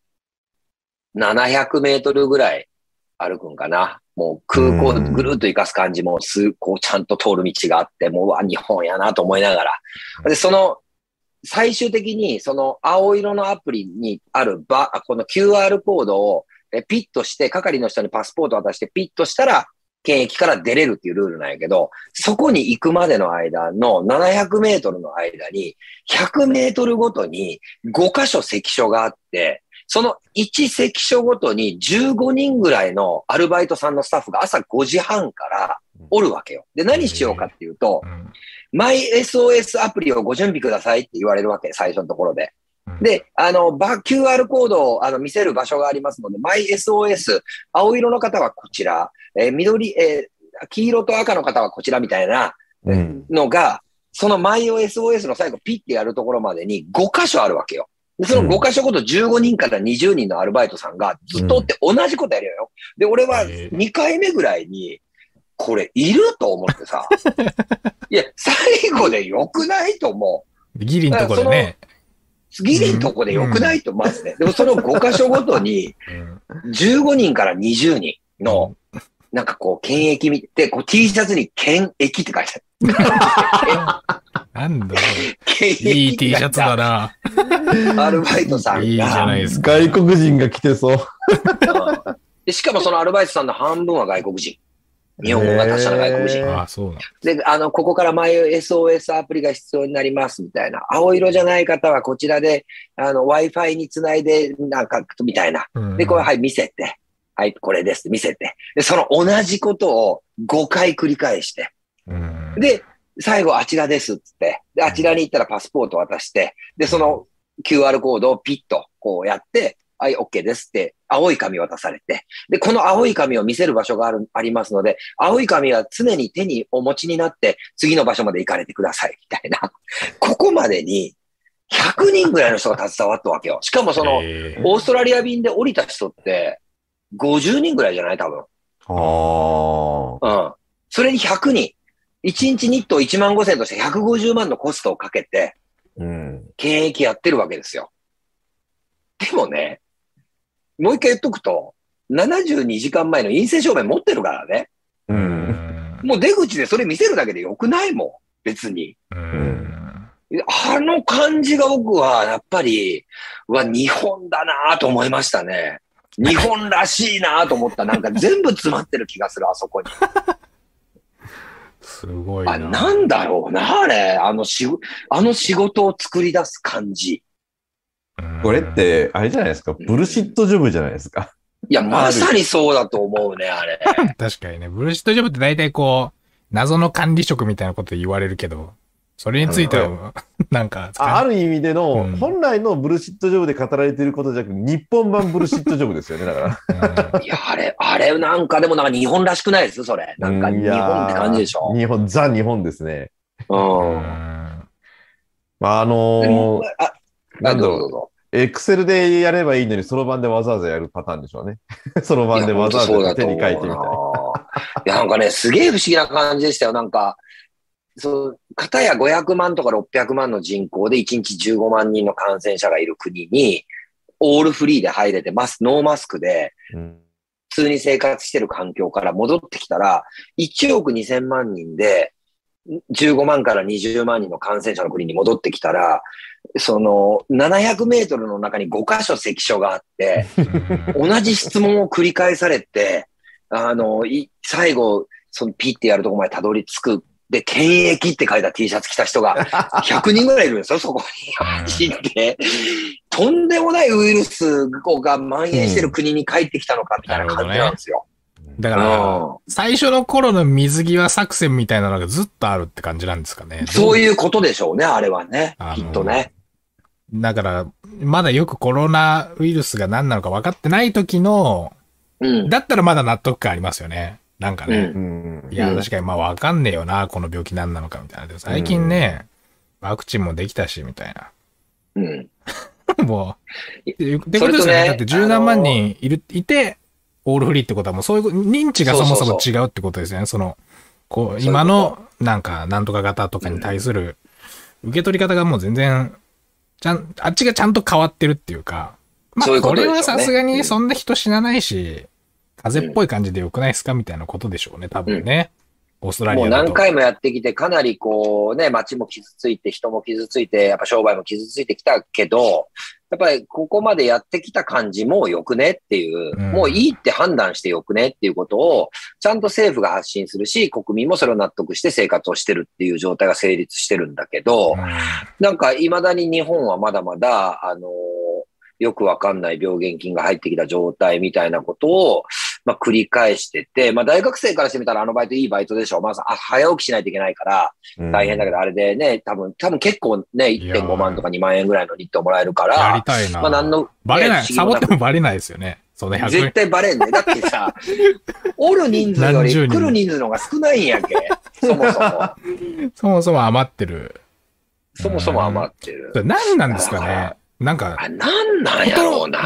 700メートルぐらい歩くんかな。もう空港ぐるっと行かす感じもこうちゃんと通る道があって、もう日本やなと思いながら。で、最終的にその青色のアプリにあるこの QR コードをピッとして、係の人にパスポート渡してピッとしたら、検疫から出れるっていうルールなんやけど、そこに行くまでの間の700メートルの間に、100メートルごとに5箇所関所があって、その1関所ごとに15人ぐらいのアルバイトさんのスタッフが朝5時半からおるわけよ。で、何しようかっていうと、MySOS アプリをご準備くださいって言われるわけ、最初のところで。で、QR コードを見せる場所がありますので、MySOS、青色の方はこちら、黄色と赤の方はこちらみたいなのが、その MySOS の最後ピッてやるところまでに5箇所あるわけよ。で、その5箇所ごと15人から20人のアルバイトさんがずっとおって同じことやるよ。で、俺は2回目ぐらいに、これいると思ってさ。いや、最後で良くないと思う。ギリのとこでね。 ギリのとこで良くないと思いますね。でもその5箇所ごとに、15人から20人の、なんかこう、検疫見て、こう T シャツに検疫って書いてある。 なんだろう。いい T シャツだな。 アルバイトさんが。 いいじゃないですか。 外国人が来てそう。 でしかもそのアルバイトさんの半分は外国人。日本語が達者な外国人。 ああ、そうなんで、ここからMySOS アプリが必要になりますみたいな。青色じゃない方はこちらで、Wi-Fi につないで、なんか、みたいな。で、これ、はい、見せて。はい、これです。見せて。で、その同じことを5回繰り返して。で、最後、あちらですっつって。で、あちらに行ったらパスポート渡して。で、その QR コードをピッとこうやって、はい、OK ですって、青い紙渡されて。で、この青い紙を見せる場所がありますので、青い紙は常に手にお持ちになって、次の場所まで行かれてください、みたいな。ここまでに、100人ぐらいの人が携わったわけよ。しかもその、オーストラリア便で降りた人って、50人ぐらいじゃない多分。うん。それに100人。1日日当1万5千として150万のコストをかけて、検疫やってるわけですよ。でもね、もう一回言っとくと、72時間前の陰性証明持ってるからね。もう出口でそれ見せるだけでよくないもん。別に。あの感じが僕はやっぱり、日本だなと思いましたね。日本らしいなと思った。なんか全部詰まってる気がする、あそこに。 すごいな。 なんだろうな、あれ。あの仕事を作り出す感じ。 これって、あれじゃないですか、ブルシットジョブじゃないですか。 いや、まさにそうだと思うね、あれ。 確かにね、ブルシットジョブって大体こう、謎の管理職みたいなこと言われるけど、それについては、なんか、 ある意味での、 うん、 本来のブルシットジョブで語られていることじゃなくて、日本版ブルシットジョブですよね、だから。 いや、あれなんかでもなんか日本らしくないですそれ。なんか日本って感じでしょ。 ザ・日本ですね。 うん。 まあ、なんだろう。エクセルでやればいいのに、そろばんでわざわざやるパターンでしょうね。そろばんでわざわざ手に書いてみたい。いや、なんかね、すげえ不思議な感じでしたよ。なんか、片や500万とか600万の人口で1日15万人の感染者がいる国に、オールフリーで入れてノーマスクで、普通に生活してる環境から戻ってきたら、1億2000万人で、15万から20万人の感染者の国に戻ってきたら、700メートルの中に5カ所関所があって、同じ質問を繰り返されて、最後、ピッてやるとこまでたどり着く。で、検疫って書いた T シャツ着た人が100人ぐらいいるんですよ、そこに走って。とんでもないウイルスが蔓延してる国に帰ってきたのかみたいな感じなんですよ。 だから、最初の頃の水際作戦みたいなのがずっとあるって感じなんですかね。 そういうことでしょうね、あれはね。きっとね。 だから、まだよくコロナウイルスが何なのか分かってない時の、だったらまだ納得感ありますよね。なんかね。いや、確かにまあ分かんねえよな、この病気何なのかみたいな。で最近ね、ワクチンもできたし、みたいな。もう、ってことですよね。だって十何万人いて、オールフリーってことはもうそういう認知がそもそも違うってことですよね。今のなんとか型とかに対する受け取り方がもう全然、あっちがちゃんと変わってるっていうか、まあこれはさすがにそんな人死なないし、風邪っぽい感じでよくないですかみたいなことでしょうね、多分ね。オーストラリアだと。 もう何回もやってきて、かなり街も傷ついて、人も傷ついて、やっぱ商売も傷ついてきたけど、やっぱりここまでやってきた感じもうよくねっていう、もういいって判断してよくねっていうことを、ちゃんと政府が発信するし、国民もそれを納得して生活をしてるっていう状態が成立してるんだけど、なんか未だに日本はまだまだ、よくわかんない病原菌が入ってきた状態みたいなことを、繰り返してて、大学生からしてみたらあのバイトいいバイトでしょ。早起きしないといけないから大変だけど、あれでね、多分結構ね、1.5 万とか2万円ぐらいの日当もらえるから。 やりたいな。バレない。サボってもバレないですよね。 絶対バレんね。だってさ、おる人数より来る人数の方が少ないんやけ。そもそも。 そもそも余ってる。 そもそも余ってる。 何なんですかね。なんなんやろうな。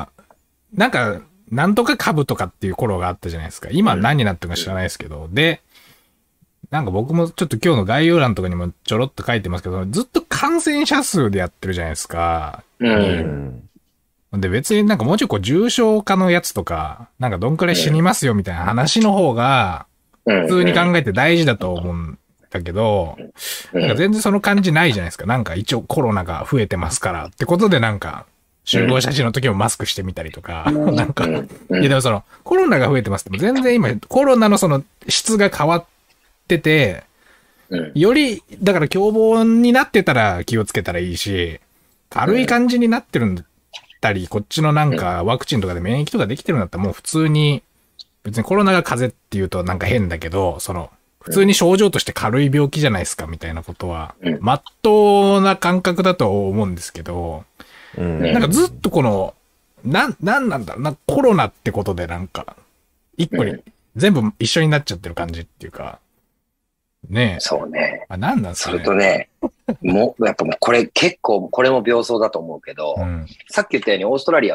なんとか株とかっていう頃があったじゃないですか。今何になってるか知らないですけど。で、なんか僕もちょっと今日の概要欄とかにもちょろっと書いてますけど、ずっと感染者数でやってるじゃないですか。で、別になんかもうちょい重症化のやつとか、なんかどんくらい死にますよみたいな話の方が、普通に考えて大事だと思うんだけど、なんか全然その感じないじゃないですか。なんか一応コロナが増えてますからってことでなんか、集合写真の時もマスクしてみたりとか、なんか、いやでもコロナが増えてますって、全然今コロナの質が変わってて、より、だから凶暴になってたら気をつけたらいいし、軽い感じになってるんだったり、こっちのなんかワクチンとかで免疫とかできてるんだったらもう普通に、別にコロナが風邪って言うとなんか変だけど、普通に症状として軽い病気じゃないですかみたいなことは、まっとうな感覚だと思うんですけど、なんかずっとなんだろうな、コロナってことでなんか、一個に全部一緒になっちゃってる感じっていうか、ねえ。 そうね。 なんなんですかね。 それとね、やっぱこれ結構、これも病巣だと思うけど、さっき言ったようにオーストラリアって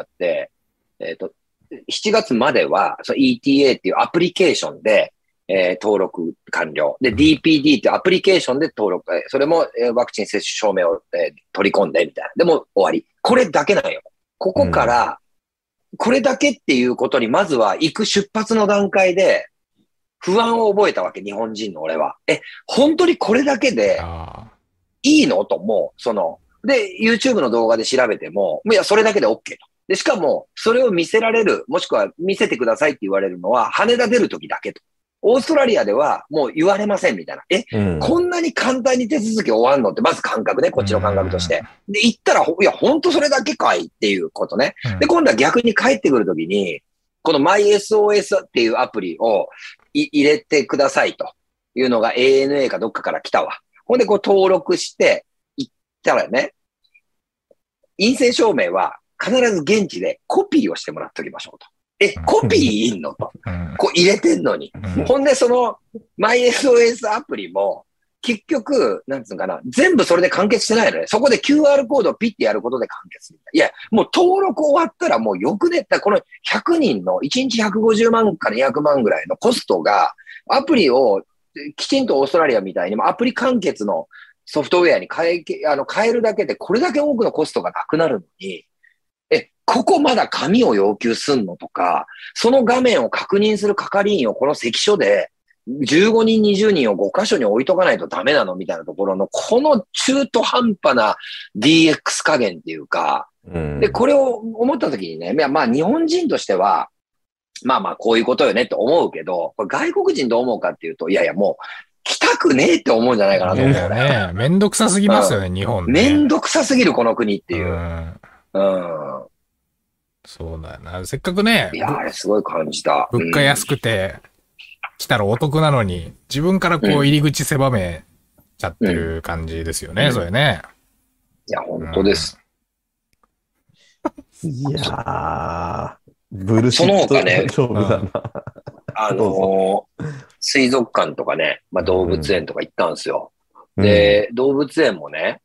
、7月までは、ETA っていうアプリケーションで、登録完了。で、DPD っていうアプリケーションで登録。それも、ワクチン接種証明を、取り込んでみたいな。でも終わり。これだけなんよ。ここから、これだけっていうことに、まずは行く出発の段階で、不安を覚えたわけ、日本人の俺は。本当にこれだけで、いいのともう、で、YouTube の動画で調べても、いや、それだけで OK と。で、しかも、それを見せられる、もしくは見せてくださいって言われるのは、羽田出るときだけと。 オーストラリアではもう言われませんみたいな。こんなに簡単に手続き終わんのって、まず感覚ね、こっちの感覚として。で、言ったら、いや、ほんとそれだけかいっていうことね。で、今度は逆に帰ってくるときに、この MySOS っていうアプリを入れてくださいというのが ANA かどっかから来たわ。ほんで、こう登録して、行ったらね、陰性証明は必ず現地でコピーをしてもらっておきましょうと。コピーいんのと。こう入れてんのに。ほんで、その MySOS アプリも、結局、なんつうのかな、全部それで完結してないのね。そこで QR コードをピッてやることで完結する。いや、もう登録終わったらもうよくねった、この100人の1日150万から200万ぐらいのコストが、アプリをきちんとオーストラリアみたいにアプリ完結のソフトウェアに変えるだけでこれだけ多くのコストがなくなるのに、ここまだ紙を要求すんのとか、その画面を確認する係員をこの関所で15人、20人を5箇所に置いとかないとダメなのみたいなところの、この中途半端な DX 加減っていうか、で、これを思った時にね、まあ日本人としては、まあこういうことよねって思うけど、これ外国人どう思うかっていうと、いやいやもう来たくねえって思うんじゃないかなと思うね。めんどくさすぎますよね、日本ね。 めんどくさすぎるこの国っていう。 そうだよな。せっかくね。 いや、あれすごい感じた。 物価安くて、来たらお得なのに、自分からこう入り口狭めちゃってる感じですよね、それね。 いや、本当です。 いやー、ブルシット勝負だな。水族館とかね、動物園とか行ったんですよ。で、動物園もね、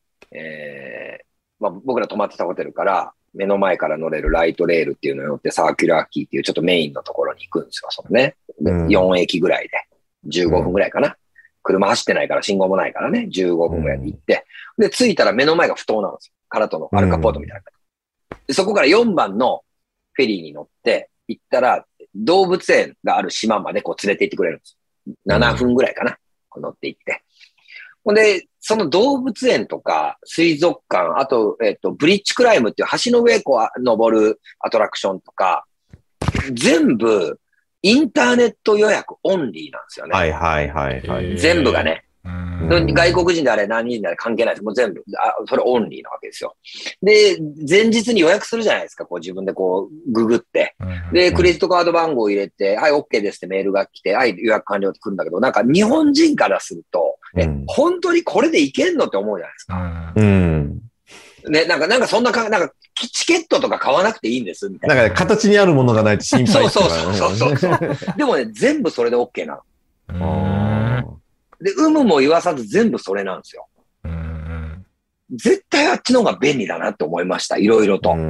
僕ら泊まってたホテルから、目の前から乗れるライトレールっていうのに乗ってサーキュラーキーっていうちょっとメインのところに行くんですよ、そのね。4駅ぐらいで、15分ぐらいかな。車走ってないから信号もないからね、15分ぐらいで行って。で、着いたら目の前が埠頭なんですよ。カラトのアルカポートみたいな。で、そこから4番のフェリーに乗って行ったら、動物園がある島までこう連れて行ってくれるんですよ。7分ぐらいかな。乗って行って。ほんで、その動物園とか水族館、あと、ブリッジクライムっていう橋の上こう登るアトラクションとか、全部インターネット予約オンリーなんですよね。 はい。 全部がね。外国人であれ何人であれ関係ないです。もう全部、それオンリーなわけですよ。で、前日に予約するじゃないですか。こう自分でこうググって。で、クレジットカード番号を入れて、はい、OK ですってメールが来て、はい、予約完了って来るんだけど、なんか日本人からすると、本当にこれでいけんのって思うじゃないですか。ね、なんかそんななんかチケットとか買わなくていいんですみたいな。 なんか形にあるものがないと心配そう。でもね、全部それで OK なの。で、有無も言わさず全部それなんですよ。絶対あっちの方が便利だなって思いました。いろいろと。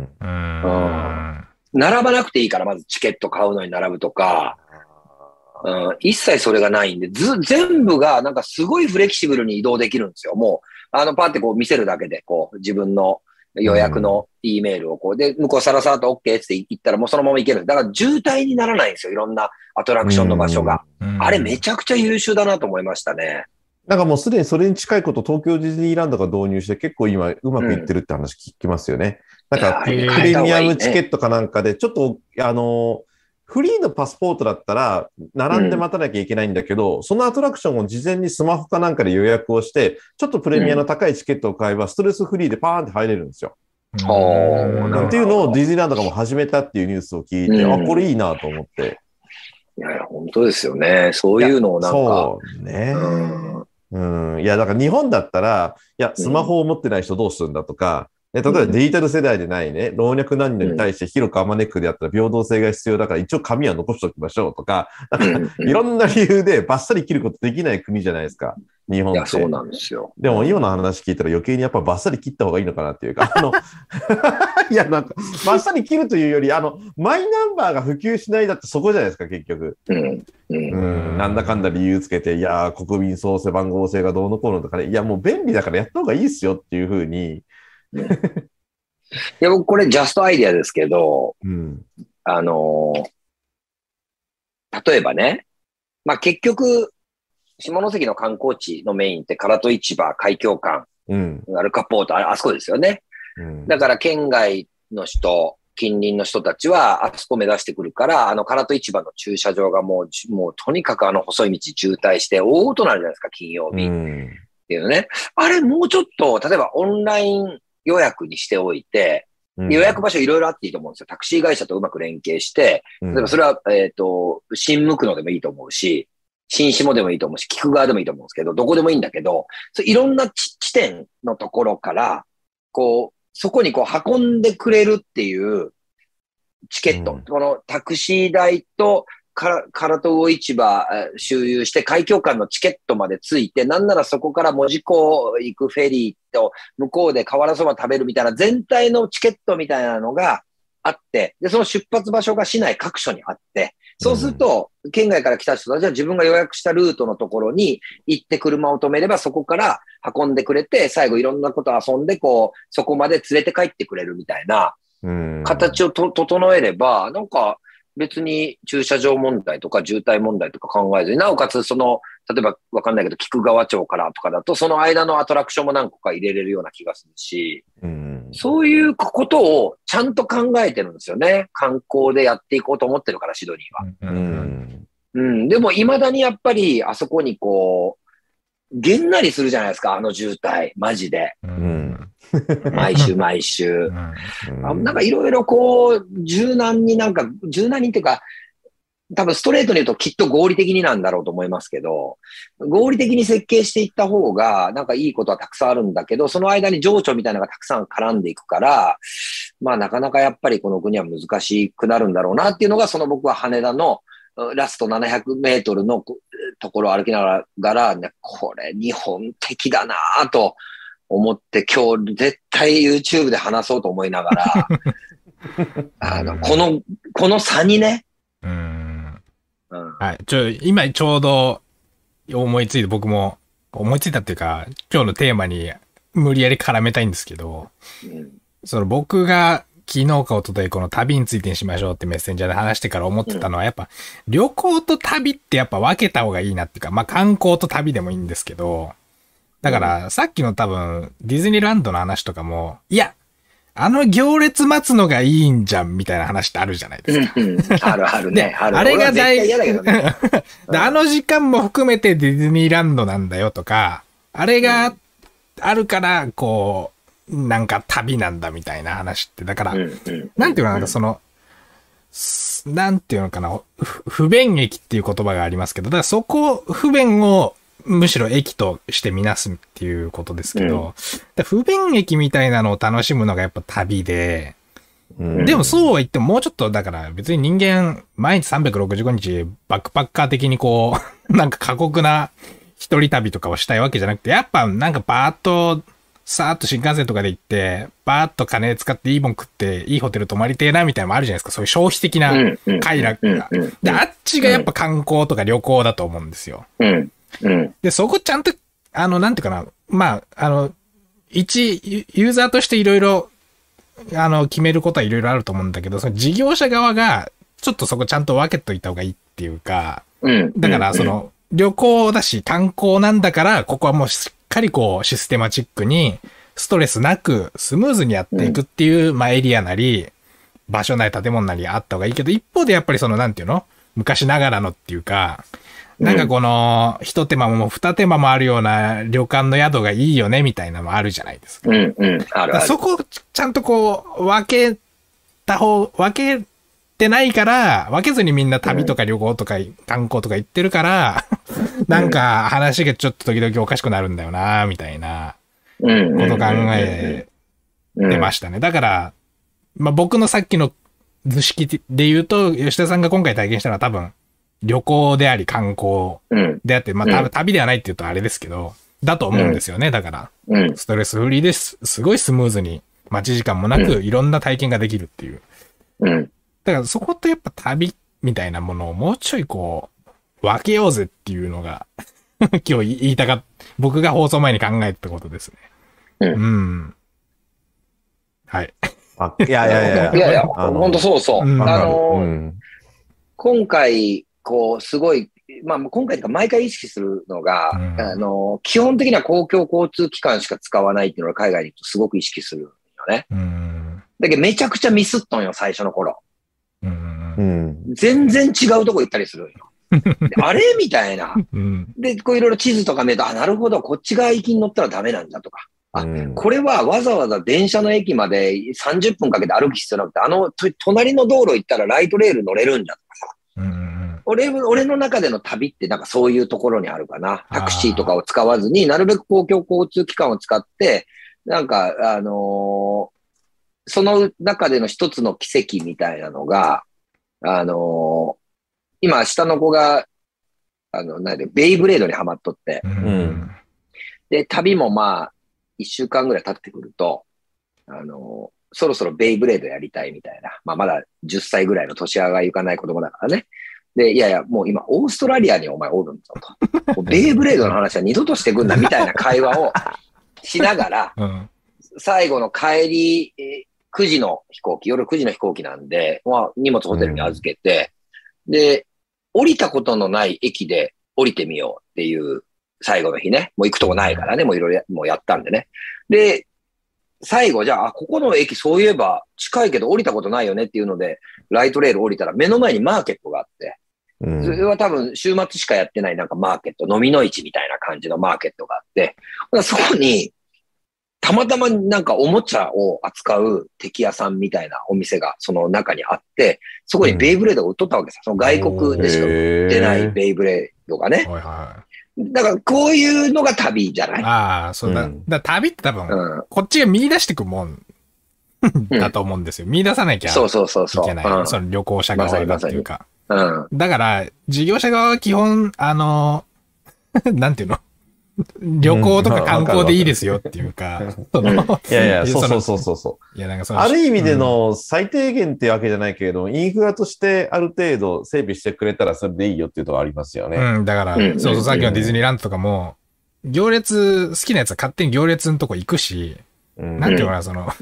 並ばなくていいから、まずチケット買うのに並ぶとか、一切それがないんで、全部がなんかすごいフレキシブルに移動できるんですよ。もう、パってこう見せるだけで、こう、自分の予約の E メールをこう、で、向こうさらさらと OK って言ったらもうそのまま行ける。だから渋滞にならないんですよ。いろんなアトラクションの場所が。あれめちゃくちゃ優秀だなと思いましたね。 なんかもうすでにそれに近いこと東京ディズニーランドが導入して結構今うまくいってるって話聞きますよね。なんかプレミアムチケットかなんかでちょっとフリーのパスポートだったら並んで待たなきゃいけないんだけど、そのアトラクションを事前にスマホかなんかで予約をしてちょっとプレミアの高いチケットを買えばストレスフリーでパーンって入れるんですよ。っていうのをディズニーランドがもう始めたっていうニュースを聞いて、これいいなと思って。 いや、本当ですよね。そういうのをなんか。 そうね。いや、だから日本だったら、いや、スマホを持ってない人どうするんだとか、例えばデジタル世代でないね、老若男女に対して広くあまねくであったら平等性が必要だから一応紙は残しておきましょうとか、なんかいろんな理由でバッサリ切ることできない国じゃないですか。日本って。いや、 そうなんですよ。 でも今の話聞いたら余計にやっぱバッサリ切った方がいいのかなっていうか、いや、なんか、バッサリ切るというより、マイナンバーが普及しないだってそこじゃないですか、結局。なんだかんだ理由つけて、いや、国民創生番号制がどうのこうのとかね、いや、もう便利だからやった方がいいっすよっていうふうに。 いや、僕これジャストアイデアですけど、例えばね、まあ、結局、下関の観光地のメインって唐戸市場、海峡館、アルカポート、あそこですよね。だから県外の人近隣の人たちは、あそこ目指してくるから、唐戸市場の駐車場がもうとにかく細い道渋滞して大ごとになるじゃないですか、金曜日っていうね。あれ、もうちょっと、例えばオンライン予約にしておいて、予約場所いろいろあっていいと思うんですよ。タクシー会社とうまく連携して、例えばそれは、新向野でもいいと思うし、新下でもいいと思うし、菊川でもいいと思うんですけど、どこでもいいんだけど、いろんな地点のところから、そこに運んでくれるっていうチケット。このタクシー代と、唐戸魚市場周遊して海峡間のチケットまでついて、なんならそこから門司港行くフェリーと向こうで瓦そば食べるみたいな全体のチケットみたいなのがあって、で、その出発場所が市内各所にあって、そうすると、県外から来た人たちは自分が予約したルートのところに行って車を止めればそこから運んでくれて、最後いろんなこと遊んで、そこまで連れて帰ってくれるみたいな形を整えれば、なんか、別に駐車場問題とか渋滞問題とか考えずに、なおかつ例えばわかんないけど、菊川町からとかだと、その間のアトラクションも何個か入れれるような気がするし、そういうことをちゃんと考えてるんですよね。観光でやっていこうと思ってるから、シドニーは。でも未だにやっぱり、あそこにげんなりするじゃないですか、渋滞、マジで。毎週。なんかいろいろ柔軟にっていうか、多分ストレートに言うときっと合理的になんだろうと思いますけど、合理的に設計していった方が、なんかいいことはたくさんあるんだけど、その間に情緒みたいなのがたくさん絡んでいくから、まあなかなかやっぱりこの国は難しくなるんだろうなっていうのが、僕は羽田のラスト700メートルのところを歩きながら、ね、これ日本的だなぁと思って今日絶対 YouTube で話そうと思いながら、この差にね。 はい。今ちょうど思いついて僕も思いついたっていうか、今日のテーマに無理やり絡めたいんですけど、僕が昨日か一昨日この旅についてにしましょうってメッセンジャーで話してから思ってたのは、やっぱ旅行と旅ってやっぱ分けた方がいいなっていうか、まあ観光と旅でもいいんですけど、だからさっきの多分ディズニーランドの話とかも、いや、行列待つのがいいんじゃんみたいな話ってあるじゃないですか。 あるあるね。 あれが嫌だけどね。 時間も含めてディズニーランドなんだよとか、あれがあるから、なんか旅なんだみたいな話って、だから、なんていうのかな、なんていうのかな、不便駅っていう言葉がありますけど、だからそこ、不便をむしろ駅としてみなすっていうことですけど、不便駅みたいなのを楽しむのがやっぱ旅で、でもそうは言ってももうちょっとだから別に人間毎日365日バックパッカー的になんか過酷な一人旅とかをしたいわけじゃなくて、やっぱなんかバーッとさーっと新幹線とかで行って、バーッと金使っていいもん食って、いいホテル泊まりてえなみたいなのもあるじゃないですか。そういう消費的な快楽が。で、あっちがやっぱ観光とか旅行だと思うんですよ。で、そこちゃんと、なんていうかな、まあ、一ユーザーとしていろいろ、決めることはいろいろあると思うんだけど、その事業者側が、ちょっとそこちゃんと分けといた方がいいっていうか、だから旅行だし観光なんだから、ここはもうしっかりシステマチックに、ストレスなく、スムーズにやっていくっていう、まあエリアなり、場所なり建物なりあった方がいいけど、一方でやっぱりなんていうの？昔ながらのっていうか、なんか一手間も二手間もあるような旅館の宿がいいよね、みたいなのもあるじゃないですか。 ある。 そこ、ちゃんと分けてないから、分けずにみんな旅とか旅行とか観光とか行ってるから、なんか話がちょっと時々おかしくなるんだよな、みたいなこと考えてましたね。だから、まあ、僕のさっきの図式で言うと、吉田さんが今回体験したのは多分、旅行であり観光であって、まあ、旅ではないって言うとあれですけど、だと思うんですよね。だから、ストレスフリーです。すごいスムーズに待ち時間もなくいろんな体験ができるっていう。だからそことやっぱ旅みたいなものをもうちょい分けようぜっていうのが今日言いたかった。僕が放送前に考えたことですね。はい。 いや、 本当そうそう。今回、すごい、まあ、今回とか毎回意識するのが、基本的には公共交通機関しか使わないっていうのを海外に行くとすごく意識するよね。 だけどめちゃくちゃミスっとんよ、最初の頃。 うん。 全然違うとこ行ったりするんよ。あれみたいな。で、こういろいろ地図とか見ると、あ、なるほど、こっち側行きに乗ったらダメなんだとか。あ、これはわざわざ電車の駅まで30分かけて歩く必要なくて、隣の道路行ったらライトレール乗れるんだとかさ。俺の中での旅ってなんかそういうところにあるかな。タクシーとかを使わずに、なるべく公共交通機関を使って、なんか、その中での一つの奇跡みたいなのが、今、下の子が、ベイブレードにハマっとって、で、旅もまあ、一週間ぐらい経ってくると、そろそろベイブレードやりたいみたいな。まあ、まだ10歳ぐらいの年上がいかない子供だからね。で、いやいや、もう今、オーストラリアにお前おるんだと。ベイブレードの話は二度としてくんな、みたいな会話をしながら、最後の帰り、9時の飛行機、夜9時の飛行機なんで、まあ、荷物ホテルに預けて、で、降りたことのない駅で降りてみようっていう最後の日ね。もう行くとこないからね。もういろいろもうやったんでね。で、最後じゃあ、ここの駅そういえば近いけど降りたことないよねっていうので、ライトレール降りたら目の前にマーケットがあって、それは多分週末しかやってないなんかマーケット、飲みの市みたいな感じのマーケットがあって、そこに、たまたまなんかおもちゃを扱う敵屋さんみたいなお店がその中にあって、そこにベイブレードが売っとったわけですよ。その外国でしか売ってないベイブレードがね。だからこういうのが旅じゃない？ ああ、そうだ。だ旅って多分、こっちが見出してくもんだと思うんですよ。見出さなきゃいけない。その旅行者側がっていうか。だから、事業者側は基本、なんていうの？旅行とか観光でいいですよっていうか。 いやいや、そう。いや、なんかある意味での最低限ってわけじゃないけれど、インフラとしてある程度整備してくれたらそれでいいよっていうところありますよね。 だから、そう、さっきのディズニーランドとかも、行列、好きなやつは勝手に行列のとこ行くし、なんていうのかな、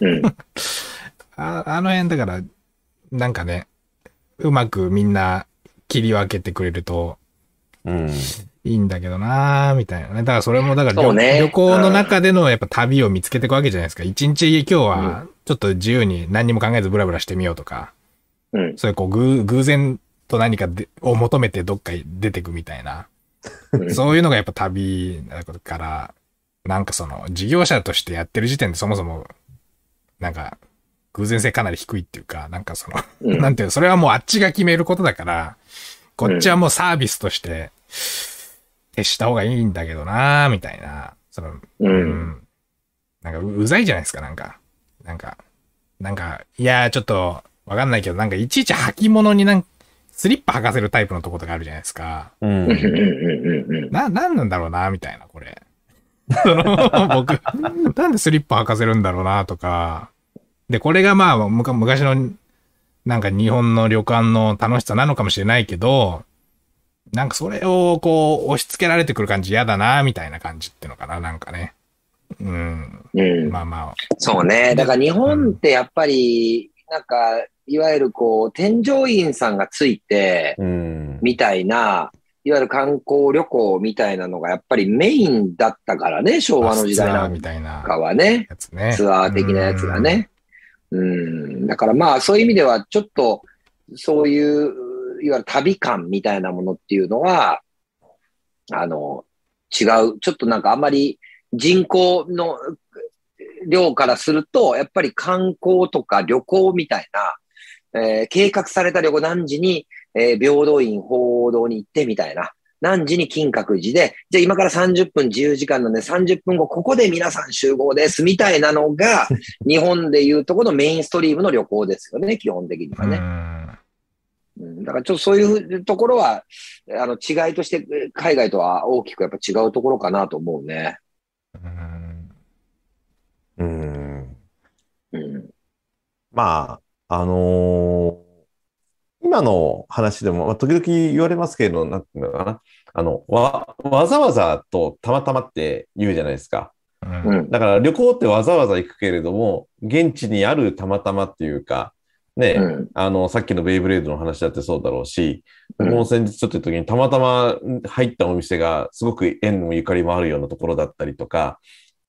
あの辺だから、なんかね、うまくみんな切り分けてくれると、いいんだけどなーみたいなね。だからそれも、だから旅行の中でのやっぱ旅を見つけていくわけじゃないですか。一日今日はちょっと自由に何にも考えずブラブラしてみようとか。それこう偶然と何かを求めてどっか出てくみたいな。そういうのがやっぱ旅だから、なんかその事業者としてやってる時点でそもそも、なんか偶然性かなり低いっていうか、なんかその、なんていうの、それはもうあっちが決めることだから、こっちはもうサービスとして、徹した方がいいんだけどなーみたいな。なんかうざいじゃないですか、なんか、いやーちょっとわかんないけど、なんかいちいち履物にスリッパ履かせるタイプのとことかあるじゃないですか。なんなんだろうなーみたいな、これ。僕、なんでスリッパ履かせるんだろうなとか。で、これがまあ、昔の、なんか日本の旅館の楽しさなのかもしれないけど、なんかそれをこう押し付けられてくる感じ嫌だなみたいな感じってのかな、なんかね。まあまあ。 そうね。だから日本ってやっぱり、なんか、いわゆるこう、添乗員さんがついて、みたいな、いわゆる観光旅行みたいなのがやっぱりメインだったからね、昭和の時代なんかはね。ツアー的なやつがね。だからまあそういう意味ではちょっと、そういう、いわゆる旅感みたいなものっていうのは、違う。ちょっとなんかあんまり人口の量からすると、やっぱり観光とか旅行みたいな、計画された旅行何時に、平等院報道に行ってみたいな。何時に金閣寺で、じゃあ今から30分自由時間なんで30分後ここで皆さん集合ですみたいなのが、日本でいうとこのメインストリームの旅行ですよね、基本的にはね。だからちょっとそういうところは、違いとして海外とは大きくやっぱ違うところかなと思うね。 まあ、今の話でも、まあ、時々言われますけれど、なんていうのかな。わざわざとたまたまって言うじゃないですか。だから旅行ってわざわざ行くけれども、現地にあるたまたまっていうか、ね、さっきのベイブレードの話だってそうだろうし、僕も先日ちょっと言った時にたまたま入ったお店がすごく縁もゆかりもあるようなところだったりとか、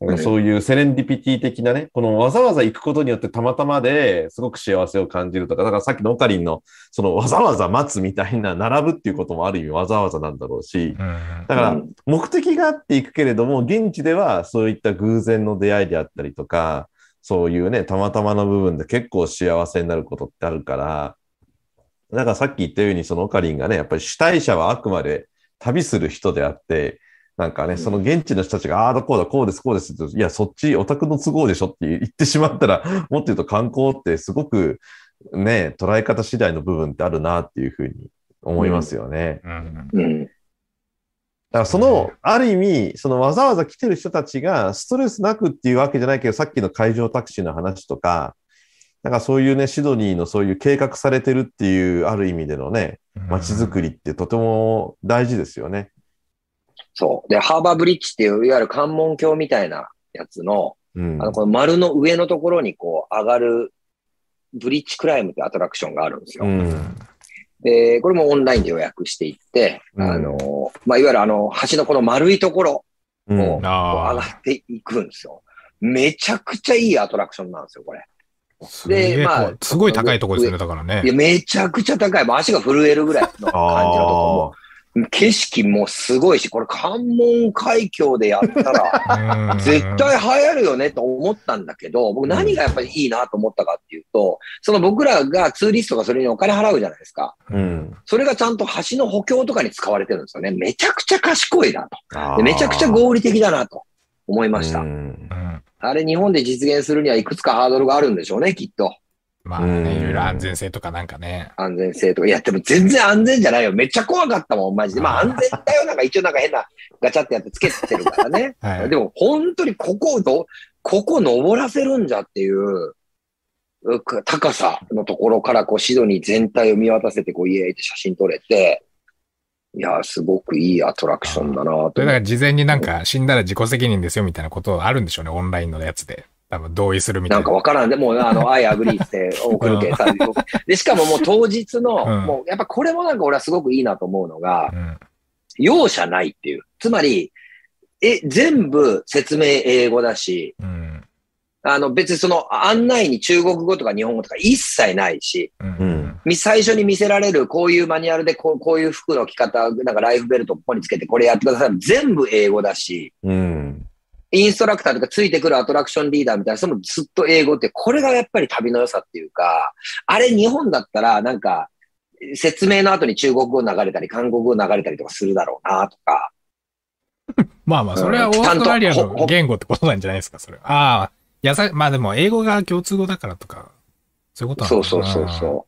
そういうセレンディピティ的なね、このわざわざ行くことによってたまたまですごく幸せを感じるとか、だからさっきのオカリンのそのわざわざ待つみたいな並ぶっていうこともある意味わざわざなんだろうし、だから目的があっていくけれども、現地ではそういった偶然の出会いであったりとか、そういうね、たまたまの部分で結構幸せになることってあるから、だからさっき言ったようにそのオカリンがね、やっぱり主体者はあくまで旅する人であって、なんかね、その現地の人たちが、ああだこうだ、こうです、こうですって、いや、そっち、オタクの都合でしょって言ってしまったら、もっと言うと観光ってすごくね、捉え方次第の部分ってあるなっていうふうに思いますよね。だからその、ある意味、そのわざわざ来てる人たちがストレスなくっていうわけじゃないけど、さっきの海上タクシーの話とか、なんかそういうね、シドニーのそういう計画されてるっていう、ある意味でのね、街づくりってとても大事ですよね。 そう。で、ハーバーブリッジっていう、いわゆる関門橋みたいなやつの、この丸の上のところにこう上がる、ブリッジクライムってアトラクションがあるんですよ。で、これもオンラインで予約していって、いわゆる橋のこの丸いところを上がっていくんですよ。めちゃくちゃいいアトラクションなんですよ、これ。 で、すごい高いところですよね、だからね。 いや、めちゃくちゃ高い。足が震えるぐらいの感じのところ。景色もすごいし、これ関門海峡でやったら、絶対流行るよねと思ったんだけど、僕何がやっぱりいいなと思ったかっていうと、その僕らがツーリストがそれにお金払うじゃないですか。それがちゃんと橋の補強とかに使われてるんですよね。めちゃくちゃ賢いなと。でめちゃくちゃ合理的だなと思いました。あれ日本で実現するにはいくつかハードルがあるんでしょうね、きっと。 まあね、いろいろ安全性とかなんかね。 安全性とか。いや、でも全然安全じゃないよ。めっちゃ怖かったもん、マジで。まあ安全だよ。なんか一応なんか変なガチャってやってつけてるからね。でも本当にここ登らせるんじゃっていう高さのところからこうシドニー全体を見渡せてこうイエーイって写真撮れて、いや、すごくいいアトラクションだなと。 それだから事前になんか死んだら自己責任ですよみたいなことあるんでしょうね、オンラインのやつで。多分同意するみたいな。 なんかわからんで、もうI agree って送るけさ。で、しかももう当日の、もうやっぱこれもなんか俺はすごくいいなと思うのが、容赦ないっていう。つまり、全部説明英語だし、別にその案内に中国語とか日本語とか一切ないし、最初に見せられるこういうマニュアルでこういう服の着方、なんかライフベルトここにつけてこれやってください。全部英語だし、インストラクターとかついてくるアトラクションリーダーみたいな、それもずっと英語って、これがやっぱり旅の良さっていうか、あれ日本だったらなんか、説明の後に中国語流れたり、韓国語流れたりとかするだろうなとか。 まあまあ、それはオーストラリアの言語ってことなんじゃないですか、それ。ああ、まあでも英語が共通語だからとか、そういうことなのかな。 そう。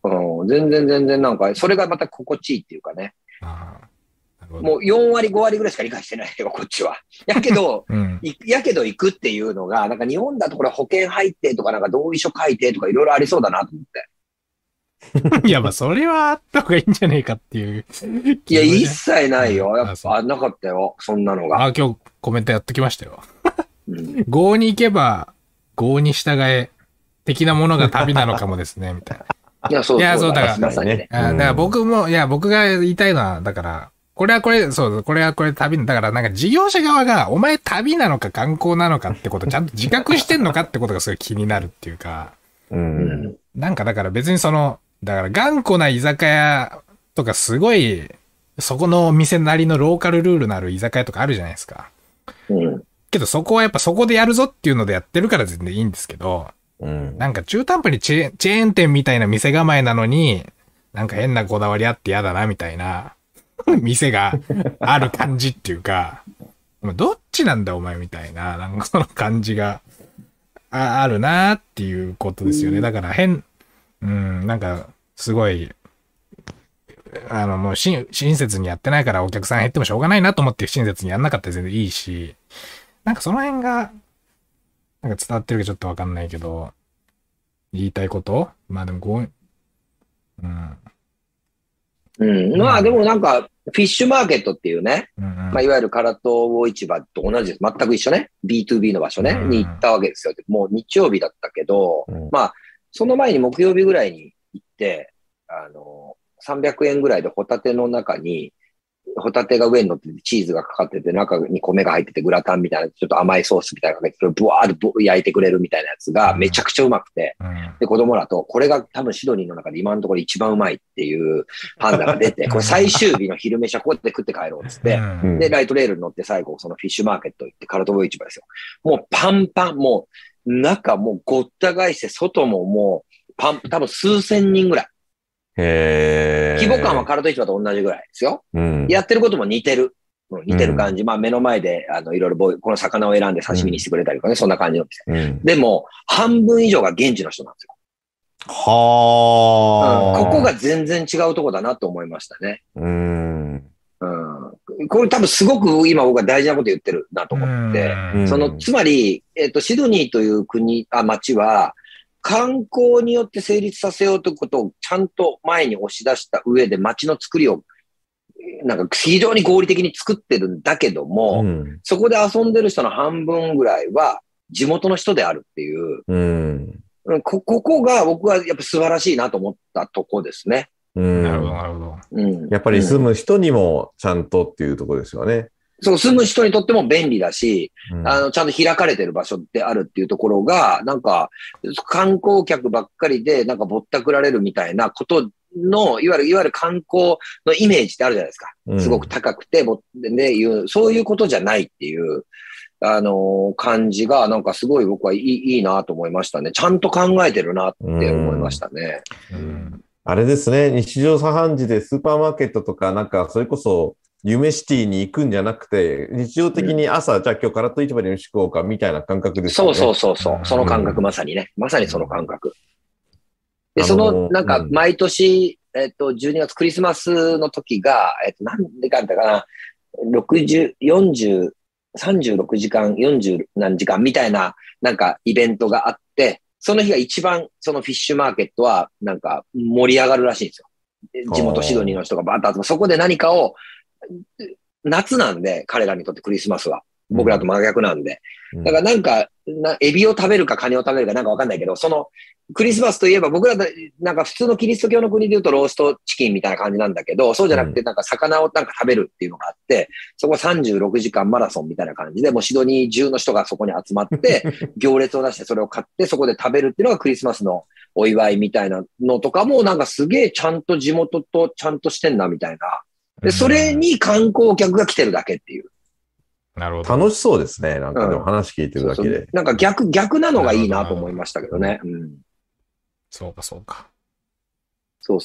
全然なんか、それがまた心地いいっていうかね。もう4割5割ぐらいしか理解してないよ、こっちは。やけど行くっていうのが、なんか日本だとこれ保険入ってとか、なんか同意書書いてとかいろいろありそうだなと思って。 いや、まあそれはあった方がいいんじゃねえかっていう。 いや、一切ないよ。やっぱなかったよ、そんなのが。 今日コメントやっときましたよ。郷に行けば、郷に従え、的なものが旅なのかもですね、みたいな。 いや、そうだから、だから僕が言いたいのは、だから、これはこれ旅だからなんか事業者側がお前旅なのか観光なのかってことちゃんと自覚してんのかってことがすごい気になるっていうか、なんかだから別にだから頑固な居酒屋とかすごい、そこの店なりのローカルルールのある居酒屋とかあるじゃないですか。けどそこはやっぱそこでやるぞっていうのでやってるから全然いいんですけど、なんか中途半端にチェーン店みたいな店構えなのに、なんか変なこだわりあって嫌だなみたいな。店がある感じっていうか、どっちなんだお前みたいな、なんかその感じがあるなっていうことですよね。だからなんかすごい、もう親切にやってないからお客さん減ってもしょうがないなと思って親切にやんなかったら全然いいし、なんかその辺が、なんか伝わってるかちょっとわかんないけど、言いたいことまあでもまあでもなんか、フィッシュマーケットっていうね、まあいわゆる唐戸魚市場と同じです。全く一緒ね。B2B の場所ね、に行ったわけですよ。もう日曜日だったけど、まあ、その前に木曜日ぐらいに行って、300円ぐらいでホタテの中に、 ホタテが上に乗ってて、チーズがかかってて、中に米が入ってて、グラタンみたいな、ちょっと甘いソースみたいなのかけて、それをブワーって焼いてくれるみたいなやつが、めちゃくちゃうまくて、で、子供らと、これが多分シドニーの中で今のところ一番うまいっていう判断が出て、これ最終日の昼飯はここで食って帰ろうっつって、で、ライトレールに乗って最後、そのフィッシュマーケット行って、カラトボ市場ですよ。もうパンパン、もう、中もうごった返して、外ももう、多分数千人ぐらい。規模感はカラト市場と同じぐらいですよ。やってることも似てる。似てる感じ。まあ目の前で、いろいろこの魚を選んで刺身にしてくれたりとかね、そんな感じの店。でも、半分以上が現地の人なんですよ。ここが全然違うとこだなと思いましたね。これ多分すごく今僕は大事なこと言ってるなと思って、つまり、シドニーという街は、観光によって成立させようということをちゃんと前に押し出した上で街の作りをなんか非常に合理的に作ってるんだけども、そこで遊んでる人の半分ぐらいは地元の人であるっていう、ここが僕はやっぱ素晴らしいなと思ったとこですね。 なるほど、なるほど。やっぱり住む人にもちゃんとっていうところですよね。 そう、住む人にとっても便利だし、ちゃんと開かれてる場所であるっていうところが、なんか、観光客ばっかりで、なんかぼったくられるみたいなことの、いわゆる観光のイメージってあるじゃないですか。すごく高くて、そういうことじゃないっていう、感じが、なんかすごい僕はいいなと思いましたね。ちゃんと考えてるなって思いましたね。 あれですね、日常茶飯事でスーパーマーケットとか、なんかそれこそ、夢シティに行くんじゃなくて、日常的に朝、じゃあ今日カラット市場で飯食おうかみたいな感覚ですよね。 そう。その感覚まさにね。まさにその感覚。で、なんか毎年、12月クリスマスの時が、なんでかんだかな、36時間、40何時間みたいな、なんかイベントがあって、その日が一番、そのフィッシュマーケットは、なんか盛り上がるらしいんですよ。地元シドニーの人がバーッと集まる。そこで何かを、夏なんで、彼らにとってクリスマスは。僕らと真逆なんで。だからなんか、エビを食べるかカニを食べるかなんかわかんないけど、その、クリスマスといえば僕らなんか普通のキリスト教の国で言うとローストチキンみたいな感じなんだけど、そうじゃなくてなんか魚をなんか食べるっていうのがあって、そこ36時間マラソンみたいな感じで、もうシドニー中の人がそこに集まって、行列を出してそれを買ってそこで食べるっていうのがクリスマスのお祝いみたいなのとかもなんかすげえちゃんと地元とちゃんとしてんなみたいな。で、それに観光客が来てるだけっていう。 なるほど。 楽しそうですね。なんかでも話聞いてるだけで。 なんか逆なのがいいなと思いましたけどね。 そうか、そうか。 そう。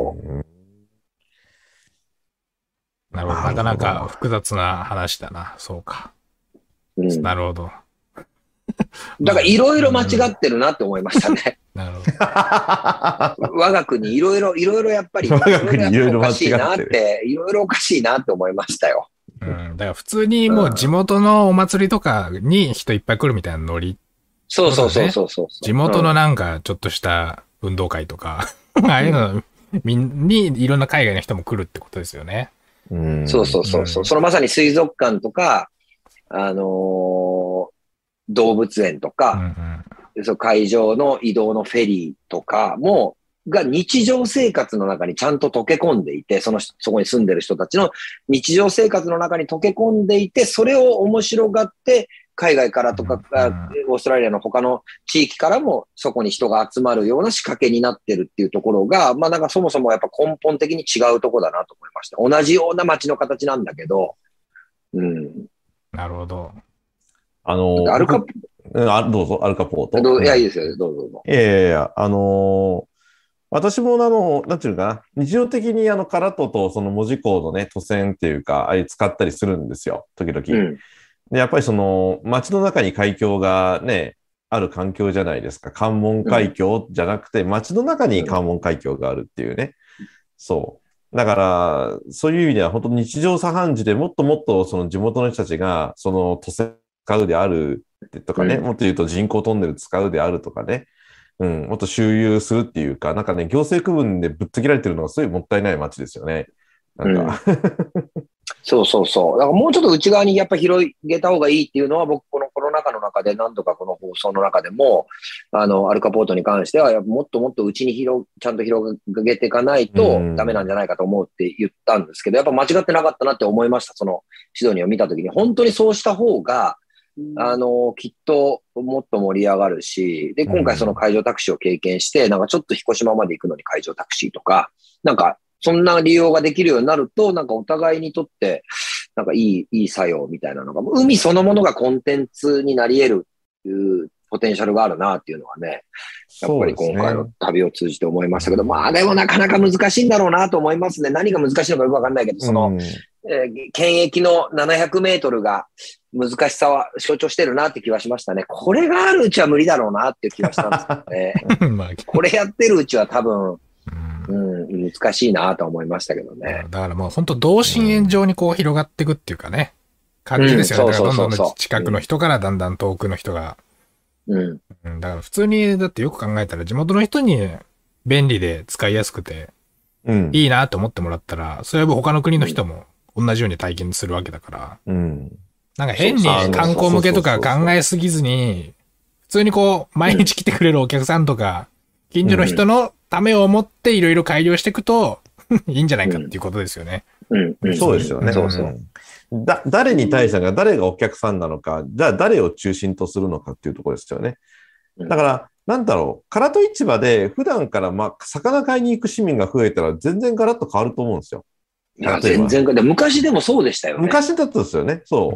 なるほど。なかなか複雑な話だな。そうか。なるほど。 だからいろいろ間違ってるなって思いましたね。 なるほど。 我が国いろいろやっぱり、 我が国いろいろ間違ってる。 いろいろおかしいなって思いましたよ。 だから普通にもう地元のお祭りとかに人いっぱい来るみたいなノリ。 そう。 地元のなんかちょっとした運動会とか、ああいうのにいろんな海外の人も来るってことですよね。 そう。そのまさに水族館とか、動物園とか、その会場の移動のフェリーとかが日常生活の中にちゃんと溶け込んでいて、そこに住んでる人たちの日常生活の中に溶け込んでいて、それを面白がって、海外からとか、オーストラリアの他の地域からもそこに人が集まるような仕掛けになってるっていうところが、まあなんかそもそもやっぱ根本的に違うところだなと思いました。同じような街の形なんだけど、 なるほど。 アルカポどうぞ、アルカポート。 いや、いいですよ、どうぞ。 いや、私もなんていうかな、日常的にカラトとその文字コードね、都線っていうか、あれ使ったりするんですよ、時々。で、やっぱりその、街の中に海峡がね、ある環境じゃないですか。関門海峡じゃなくて、街の中に関門海峡があるっていうね。そう。だから、そういう意味では、本当日常茶飯事でもっともっとその地元の人たちが、その都線使うであるとかね、もっと言うと人工トンネル使うであるとかね。もっと周遊するっていうか、なんかね、行政区分でぶっつけられてるのがすごいもったいない街ですよね。なんかそうそうそう。だからもうちょっと内側にやっぱ広げた方がいいっていうのは、僕このコロナ禍の中で何度かこの放送の中でも、アルカポートに関しては、もっともっと内にちゃんと広げていかないとダメなんじゃないかと思うって言ったんですけど、やっぱ間違ってなかったなって思いました。そのシドニーを見たときに、本当にそうした方が、きっともっと盛り上がるし、で、今回その海上タクシーを経験して、なんかちょっと彦島まで行くのに海上タクシーとか、なんか、そんな利用ができるようになると、なんかお互いにとって、なんかいい作用みたいなのが、海そのものがコンテンツになり得るっていうポテンシャルがあるなっていうのはね、やっぱり今回の旅を通じて思いましたけど、まあでもなかなか難しいんだろうなと思いますね。何が難しいのかよくわかんないけど、その、検疫の700メートルが難しさは象徴してるなって気はしましたね。これがあるうちは無理だろうなっていう気はしたんですけどね。これやってるうちは多分、難しいなと思いましたけどね。 だからもう本当同心円状にこう広がっていくっていうかね、感じですよね。だからどんどん近くの人からだんだん遠くの人が。だから普通に、だってよく考えたら地元の人に便利で使いやすくて、いいなと思ってもらったら、それは他の国の人も同じように体験するわけだから、なんか変に観光向けとか考えすぎずに、普通にこう、毎日来てくれるお客さんとか、近所の人のためを思っていろいろ改良していくと、いいんじゃないかっていうことですよね。 そうですよね。誰に対してが誰がお客さんなのか、じゃあ誰を中心とするのかっていうところですよね。だから、なんだろう、唐戸市場で普段から魚買いに行く市民が増えたら全然ガラッと変わると思うんですよ。 いや、全然、昔でもそうでしたよね。 昔だったんですよね。そう。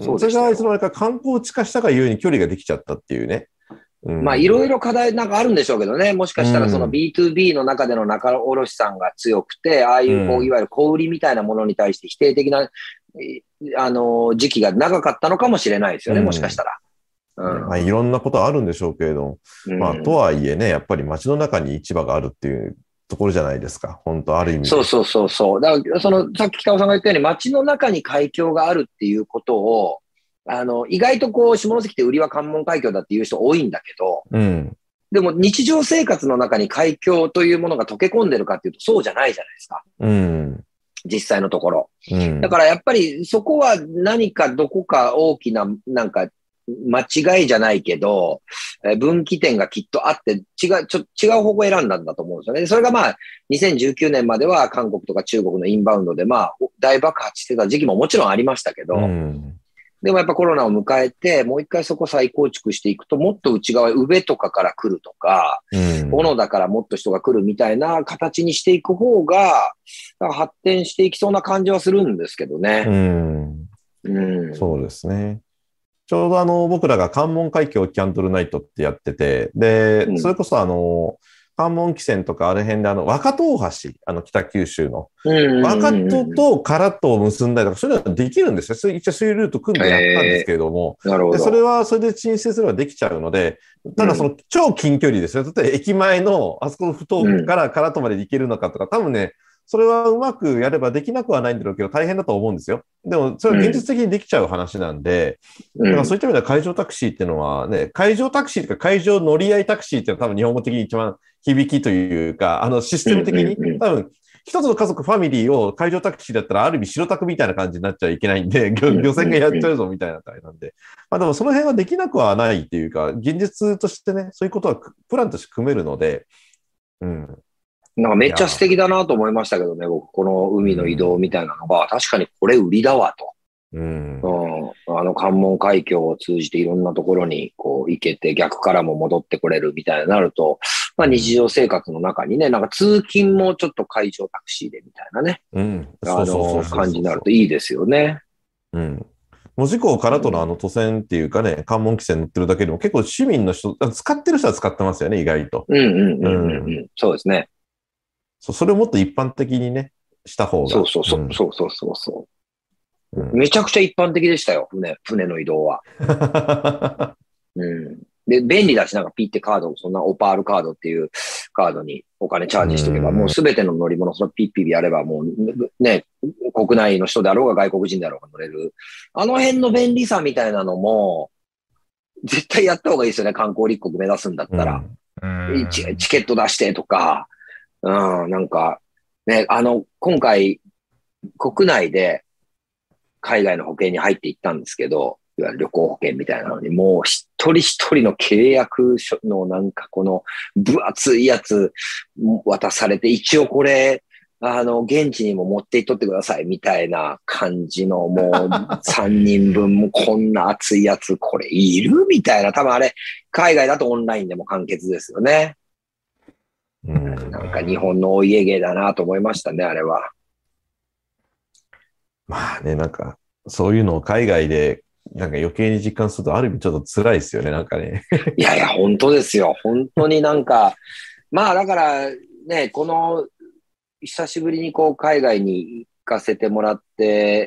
それが、観光地化したがゆえに距離ができちゃったっていうね。 まあ、いろいろ課題なんかあるんでしょうけどね。もしかしたらその B2B の中での仲卸さんが強くて、ああいうこう、いわゆる小売りみたいなものに対して否定的な、時期が長かったのかもしれないですよね、もしかしたら。 まあ、いろんなことあるんでしょうけれども、まあ、とはいえね、やっぱり街の中に市場があるっていうところじゃないですか。本当ある意味。 そう。だから、さっき北尾さんが言ったように、街の中に海峡があるっていうことを、意外とこう、下関って売りは関門海峡だっていう人多いんだけど、でも日常生活の中に海峡というものが溶け込んでるかっていうと、そうじゃないじゃないですか。実際のところ。だからやっぱりそこは何かどこか大きな、なんか、間違いじゃないけど、分岐点がきっとあって、違う方向を選んだんだと思うんですよね。それがまあ、2019年までは韓国とか中国のインバウンドでまあ、大爆発してた時期ももちろんありましたけど、でもやっぱコロナを迎えて、もう一回そこ再構築していくと、もっと内側、宇部とかから来るとか、小野田からもっと人が来るみたいな形にしていく方が、発展していきそうな感じはするんですけどね。 そうですね。ちょうど僕らが関門海峡キャンドルナイトってやってて、で、それこそ関門汽船とかあれ辺で若戸大橋、北九州の。若戸と唐戸を結んだりとか、そういうのができるんですよ。一応そういうルート組んでやったんですけれども。でそれはそれで申請すればできちゃうので、ただその超近距離ですよ。例えば駅前のあそこの不遠くから唐戸まで行けるのかとか、多分ね、それはうまくやればできなくはないんだろうけど、大変だと思うんですよ。でも、それは現実的にできちゃう話なんで、だからそういった意味では海上タクシーっていうのはね、海上タクシーとか海上乗り合いタクシーっていうのは多分日本語的に一番響きというか、システム的に多分、一つの家族、ファミリーを海上タクシーだったらある意味白タクみたいな感じになっちゃいけないんで、漁船がやっちゃうぞみたいな感じなんで。まあでもその辺はできなくはないっていうか、現実としてね、そういうことはプランとして組めるので、 なんかめっちゃ素敵だなと思いましたけどね、僕、この海の移動みたいなのが、確かにこれ売りだわと。関門海峡を通じていろんなところにこう行けて、逆からも戻ってこれるみたいになると、まあ日常生活の中にね、なんか通勤もちょっと海上タクシーでみたいなね、感じになるといいですよね。 門司港からとの都線っていうかね、関門汽船乗ってるだけでも結構市民の人、使ってる人は使ってますよね、意外と。 そうですね。 それをもっと一般的にね、した方が。 そう。めちゃくちゃ一般的でしたよ、船の移動は。で、便利だし、なんかピッてカード、そんなオパールカードっていうカードにお金チャージしておけば、もうすべての乗り物、そのピッピやれば、もうね、国内の人であろうが外国人であろうが乗れる。あの辺の便利さみたいなのも、絶対やった方がいいですよね、観光立国目指すんだったら。チケット出してとか、なんか、ね、今回、国内で、 海外の保険に入っていったんですけど、いわゆる旅行保険みたいなのに、もう一人一人の契約書のなんかこの分厚いやつ渡されて、一応これ、現地にも持っていっとってくださいみたいな感じのもう3人分もこんな熱いやつ、これいるみたいな。多分あれ、海外だとオンラインでも完結ですよね。なんか日本のお家芸だなと思いましたね、あれは。 まあね、なんか、そういうのを海外で、なんか余計に実感すると、ある意味ちょっと辛いですよね、なんかね。 いやいや、本当ですよ。本当になんか、まあだからね、この、久しぶりにこう海外に行かせてもらって、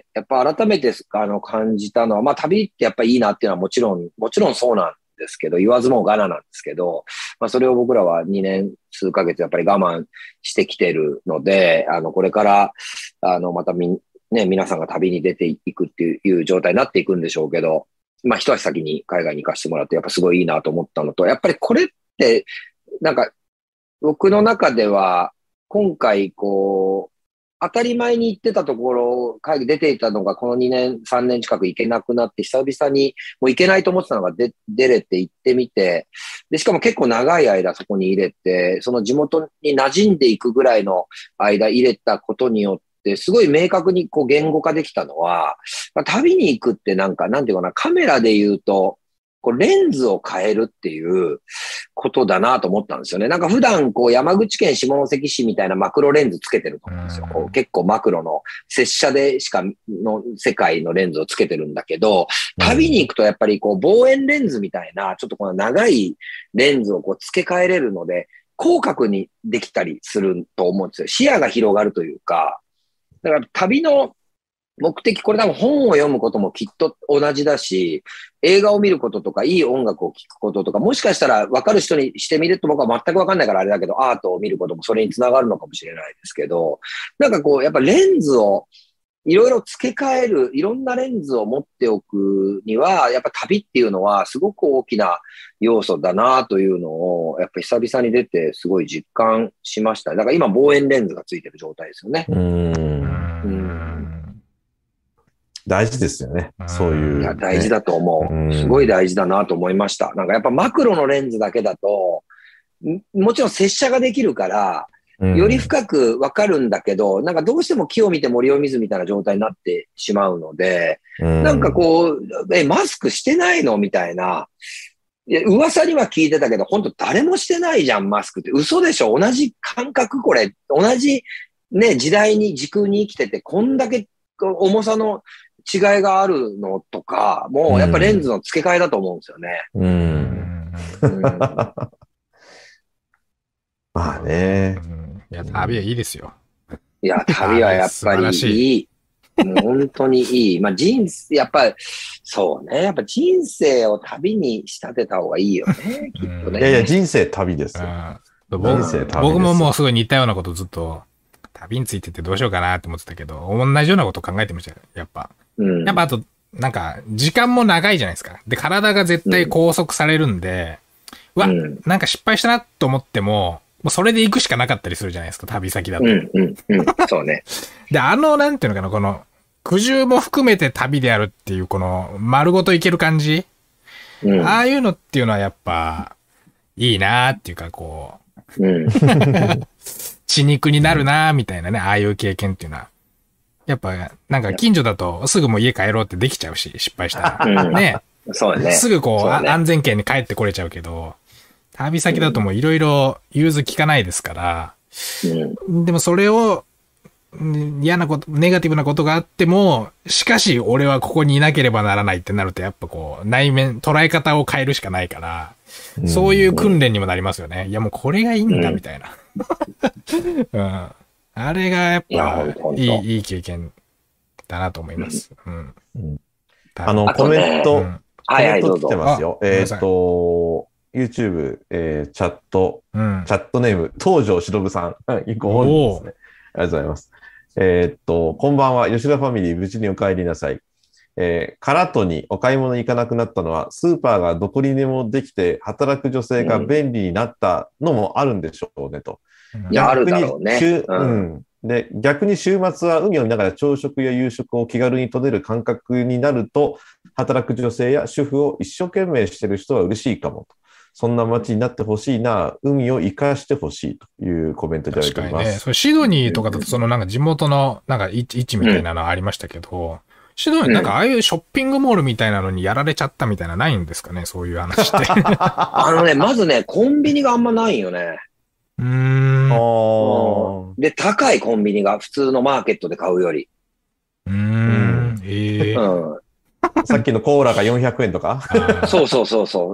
やっぱ改めて感じたのは、まあ旅ってやっぱいいなっていうのはもちろんそうなんですけど、言わずもがななんですけど、まあそれを僕らは2年数ヶ月やっぱり我慢してきてるので、これから、また皆さんが旅に出ていくっていう状態になっていくんでしょうけど、まあ一足先に海外に行かせてもらって、やっぱすごいいいなと思ったのと、やっぱりこれって、なんか僕の中では、今回、こう、当たり前に行ってたところ、会議出ていたのが、この2年、3年近く行けなくなって、久々にもう行けないと思ってたのが出れて行ってみて、で、しかも結構長い間そこに入れて、その地元に馴染んでいくぐらいの間入れたことによって、すごい明確にこう言語化できたのは、まあ、旅に行くってなんか、なんていうかな、カメラで言うと、こうレンズを変えるっていうことだなと思ったんですよね。なんか普段こう山口県下関市みたいなマクロレンズつけてると思うんですよ。こう結構マクロの拙者でしかの世界のレンズをつけてるんだけど、旅に行くとやっぱりこう望遠レンズみたいなちょっとこの長いレンズをこう付け替えれるので広角にできたりすると思うんですよ。視野が広がるというか、だから旅の目的、これ多分本を読むこともきっと同じだし、映画を見ることとか、いい音楽を聴くこととか、もしかしたら分かる人にしてみると僕は全く分かんないからあれだけど、アートを見ることもそれにつながるのかもしれないですけど、なんかこう、やっぱレンズをいろいろ付け替える、いろんなレンズを持っておくには、やっぱ旅っていうのはすごく大きな要素だなというのを、やっぱり久々に出てすごい実感しました。だから今望遠レンズがついてる状態ですよね。 大事ですよね。そういう、ね。 いや、大事だと思う。すごい大事だなと思いました。なんかやっぱマクロのレンズだけだと、もちろん拙者ができるから、より深くわかるんだけど、なんかどうしても木を見て森を見ずみたいな状態になってしまうので、なんかこう、マスクしてないのみたいな。いや、噂には聞いてたけど、本当誰もしてないじゃん、マスクって。嘘でしょ？同じ感覚これ。同じね、時代に、時空に生きてて、こんだけ重さの違いがあるのとか、もうやっぱレンズの付け替えだと思うんですよね。 まあね。 いや、旅はいいですよ。 いや、旅はやっぱりいい。もう本当にいい。まあ人生、やっぱり、そうね。やっぱ人生を旅に仕立てた方がいいよね、きっとね。 いやいや、人生旅ですよ。 僕ももうすごい似たようなことずっと、旅についててどうしようかなって思ってたけど、同じようなこと考えてましたよ、やっぱ。やっぱあと、なんか、時間も長いじゃないですか。で、体が絶対拘束されるんで、なんか失敗したなと思っても、もうそれで行くしかなかったりするじゃないですか、旅先だと。 そうね。 で、なんていうのかな、この、苦渋も含めて旅であるっていう、この、丸ごと行ける感じ、ああいうのっていうのはやっぱ、いいなーっていうか、こう、血肉になるなーみたいなね、ああいう経験っていうのは。やっぱ、なんか近所だとすぐもう家帰ろうってできちゃうし、失敗したら。ね。 そうね。 すぐこう、安全圏に帰ってこれちゃうけど、旅先だともういろいろ融通きかないですから、でもそれを、嫌なこと、ネガティブなことがあっても、しかし俺はここにいなければならないってなると、やっぱこう、内面、捉え方を変えるしかないから、そういう訓練にもなりますよね。いやもうこれがいいんだ、みたいな。あれがやっぱいい経験だなと思います。 コメント来てますよ。YouTube、チャットネーム、東條忍さん。ご本人ですね。ありがとうございます。こんばんは。吉田ファミリー、無事にお帰りなさい。カラトにお買い物に行かなくなったのは、スーパーがどこにでもできて、働く女性が便利になったのもあるんでしょうね、と。 いや、あるだろうね。 で、逆に週末は海を見ながら朝食や夕食を気軽に取れる感覚になると、働く女性や主婦を一生懸命してる人は嬉しいかもと。そんな街になってほしいな、海を生かしてほしいというコメントいただいております。 確かにね。それシドニーとかだとそのなんか地元のなんか位置みたいなのありましたけど、シドニーなんかああいうショッピングモールみたいなのにやられちゃったみたいなないんですかね、そういう話って。 まずね、コンビニがあんまないよね。で、高いコンビニが普通のマーケットで買うより。 さっきのコーラが400円とかそう。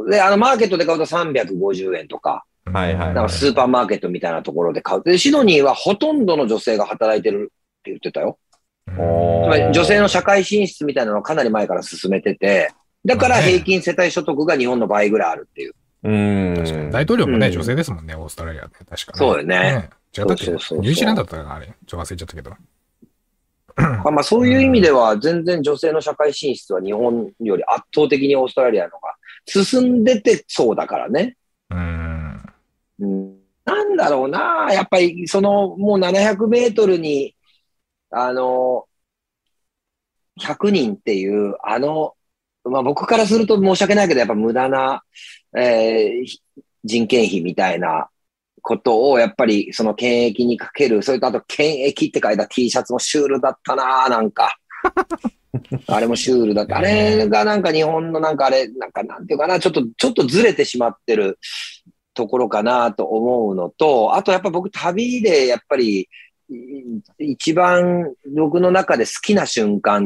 で、マーケットで買うと350円とか。なんかスーパーマーケットみたいなところで買う。で、シドニーはほとんどの女性が働いてるって言ってたよ。つまり女性の社会進出みたいなのをかなり前から進めてて、だから平均世帯所得が日本の倍ぐらいあるっていう。 確かに。大統領もね、女性ですもんね、オーストラリアって。確かに。 そうよね。 違ったっけ？ニュージーランドだったかな、あれ。ちょっと忘れちゃったけど。 まあそういう意味では、全然女性の社会進出は日本より圧倒的にオーストラリアの方が進んでてそうだからね。なんだろうな、やっぱりそのもう700メートルに、100人っていう、まあ僕からすると申し訳ないけど、やっぱ無駄な、人件費みたいなことを、やっぱりその検疫にかける、それとあと検疫って書いた T シャツもシュールだったな、なんか。あれもシュールだった。あれがなんか日本のなんかあれ、なんかなんていうかな、ちょっとずれてしまってるところかなと思うのと、あとやっぱ僕旅でやっぱり一番僕の中で好きな瞬間って、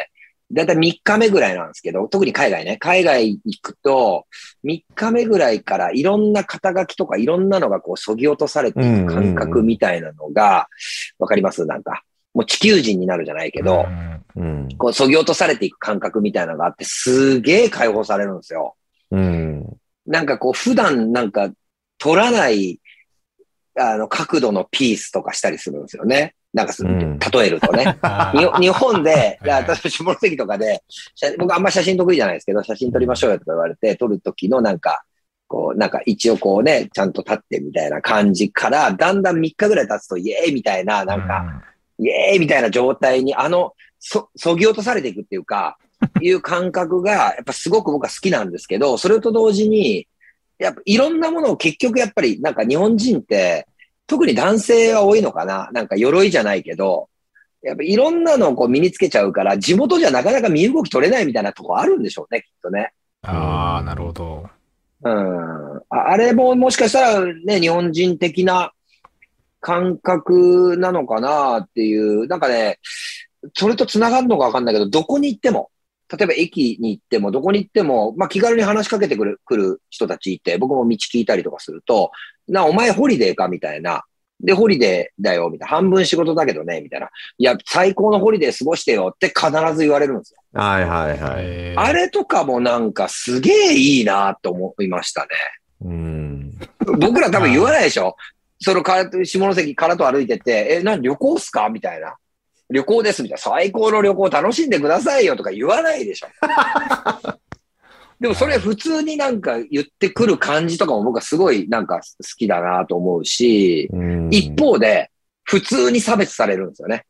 だいたい3日目ぐらいなんですけど、特に海外ね、海外行くと、3日目ぐらいからいろんな肩書きとかいろんなのがこう、削ぎ落とされていく感覚みたいなのが、わかりますなんか。もう地球人になるじゃないけど、こう、削ぎ落とされていく感覚みたいなのがあって、すげえ解放されるんですよ。なんかこう、普段なんか取らない、角度のピースとかしたりするんですよね。なんか例えるとね。日本で、私、下関とかで、僕あんま写真得意じゃないですけど、写真撮りましょうよとか言われて、撮るときのなんか、こう、なんか一応こうね、ちゃんと立ってみたいな感じから、だんだん3日ぐらい経つと、イエーイみたいな、なんか、イエーイみたいな状態に、そぎ落とされていくっていうか、いう感覚が、やっぱすごく僕は好きなんですけど、それと同時に、やっぱいろんなものを結局やっぱり、なんか日本人って、特に男性が多いのかななんか鎧じゃないけど、やっぱいろんなのをこう身につけちゃうから、地元じゃなかなか身動き取れないみたいなとこあるんでしょうね、きっとね。 ああ、なるほど。 あれももしかしたらね、日本人的な感覚なのかなっていう、なんかね、それと繋がるのかわかんないけど、どこに行っても、例えば駅に行っても、どこに行っても、まあ、気軽に話しかけてくる人たちいて、僕も道聞いたりとかすると、お前ホリデーかみたいな。で、ホリデーだよ、みたいな。半分仕事だけどね、みたいな。いや、最高のホリデー過ごしてよって必ず言われるんですよ。 はいはいはい。 あれとかもなんかすげえいいなと思いましたね。僕ら多分言わないでしょ。下関からと歩いてて、旅行っすかみたいな。旅行ですみたいな。最高の旅行楽しんでくださいよとか言わないでしょ。でもそれ普通になんか言ってくる感じとかも僕はすごいなんか好きだなと思うし、一方で普通に差別されるんですよね。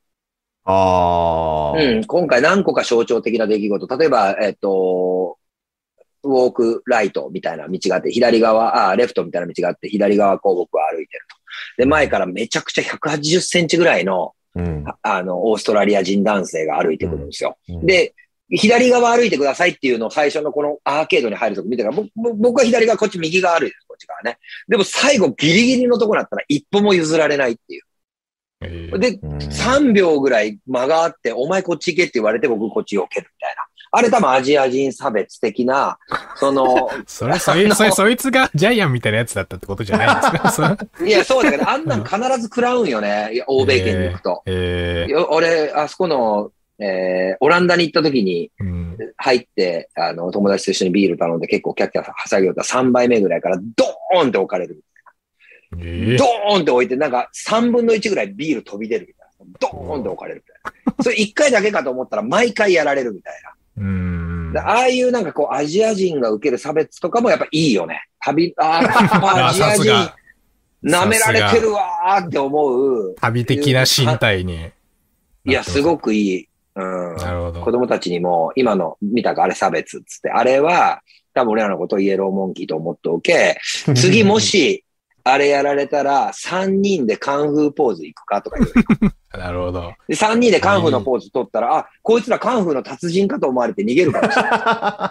今回何個か象徴的な出来事。例えば、ウォークライトみたいな道があって、左側、レフトみたいな道があって、左側こう僕は歩いてると。で、前からめちゃくちゃ180センチぐらいの、オーストラリア人男性が歩いてくるんですよ。で、左側歩いてくださいっていうのを最初のこのアーケードに入るとこ見てから、僕は左側、こっち右側歩いてる、こっち側ね。でも最後ギリギリのところだったら一歩も譲られないっていう。で、3秒ぐらい間があって、お前こっち行けって言われて僕こっち避けるみたいな。あれ多分アジア人差別的な、 そいつがジャイアンみたいなやつだったってことじゃないですかいや、そうだけど、あんなん必ず食らうんよね。欧米圏に行くと。俺、あそこの、オランダに行った時に、入って、友達と一緒にビール頼んで結構キャッキャはしゃぎよった3杯目ぐらいからドーンって置かれるみたいな。ドーンって置いて、なんか3分の1ぐらいビール飛び出るみたいな。ドーンって置かれるみたいな。それ1回だけかと思ったら毎回やられるみたいな。ああいうなんかこうアジア人が受ける差別とかもやっぱいいよね。アジア人、 舐められてるわーって思う。 旅的な身体に。 いや、すごくいい。うん。 なるほど。 子供たちにも、今の見たかあれ差別っつって、あれは、多分俺らのことをイエローモンキーと思っておけ、次もし、あれやられたら、3人でカンフーポーズ行くかとか言う。 なるほど。 で、3人でカンフーのポーズ取ったら、あ、こいつらカンフーの達人かと思われて逃げるかもしれない。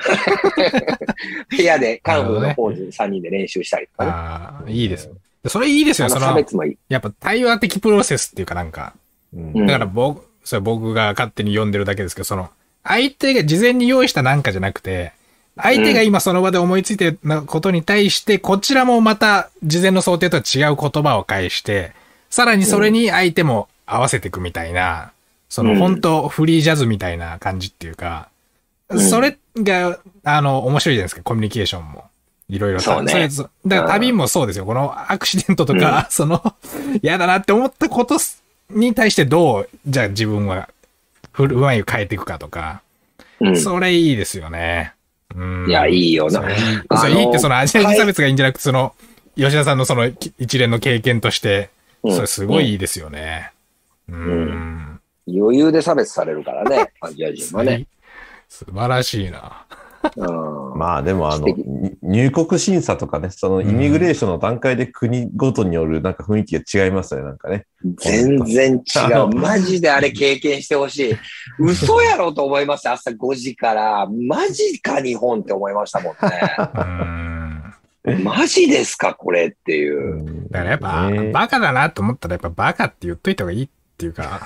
部屋でカンフーのポーズ3人で練習したりとかね。 ああ、いいです。それいいですよ、 差別もいい。 やっぱ対話的プロセスっていうかなんか、だからそれ僕が勝手に読んでるだけですけど、相手が事前に用意したなんかじゃなくて、相手が今その場で思いついてることに対して、こちらもまた事前の想定とは違う言葉を返して、さらにそれに相手も合わせていくみたいな、本当フリージャズみたいな感じっていうか、それが、面白いじゃないですか、コミュニケーションも。いろいろと。 そうね。 だから旅もそうですよ。このアクシデントとか、嫌だなって思ったことに対してじゃあ自分は振る舞いを変えていくかとか、それいいですよね。 いや、いいよな。 それいいってアジア人差別がいいんじゃなくて、吉田さんの一連の経験として、それすごいいいですよね。 余裕で差別されるからね、アジア人はね。 素晴らしいな。 まあでも入国審査とかね、イミグレーションの段階で国ごとによるなんか雰囲気が違いますね、なんかね。 全然違う。マジであれ経験してほしい。嘘やろと思いました、朝5時から。マジか日本って思いましたもんね。マジですかこれっていう。 だからやっぱ、バカだなと思ったらやっぱバカって言っといた方がいいっていうか、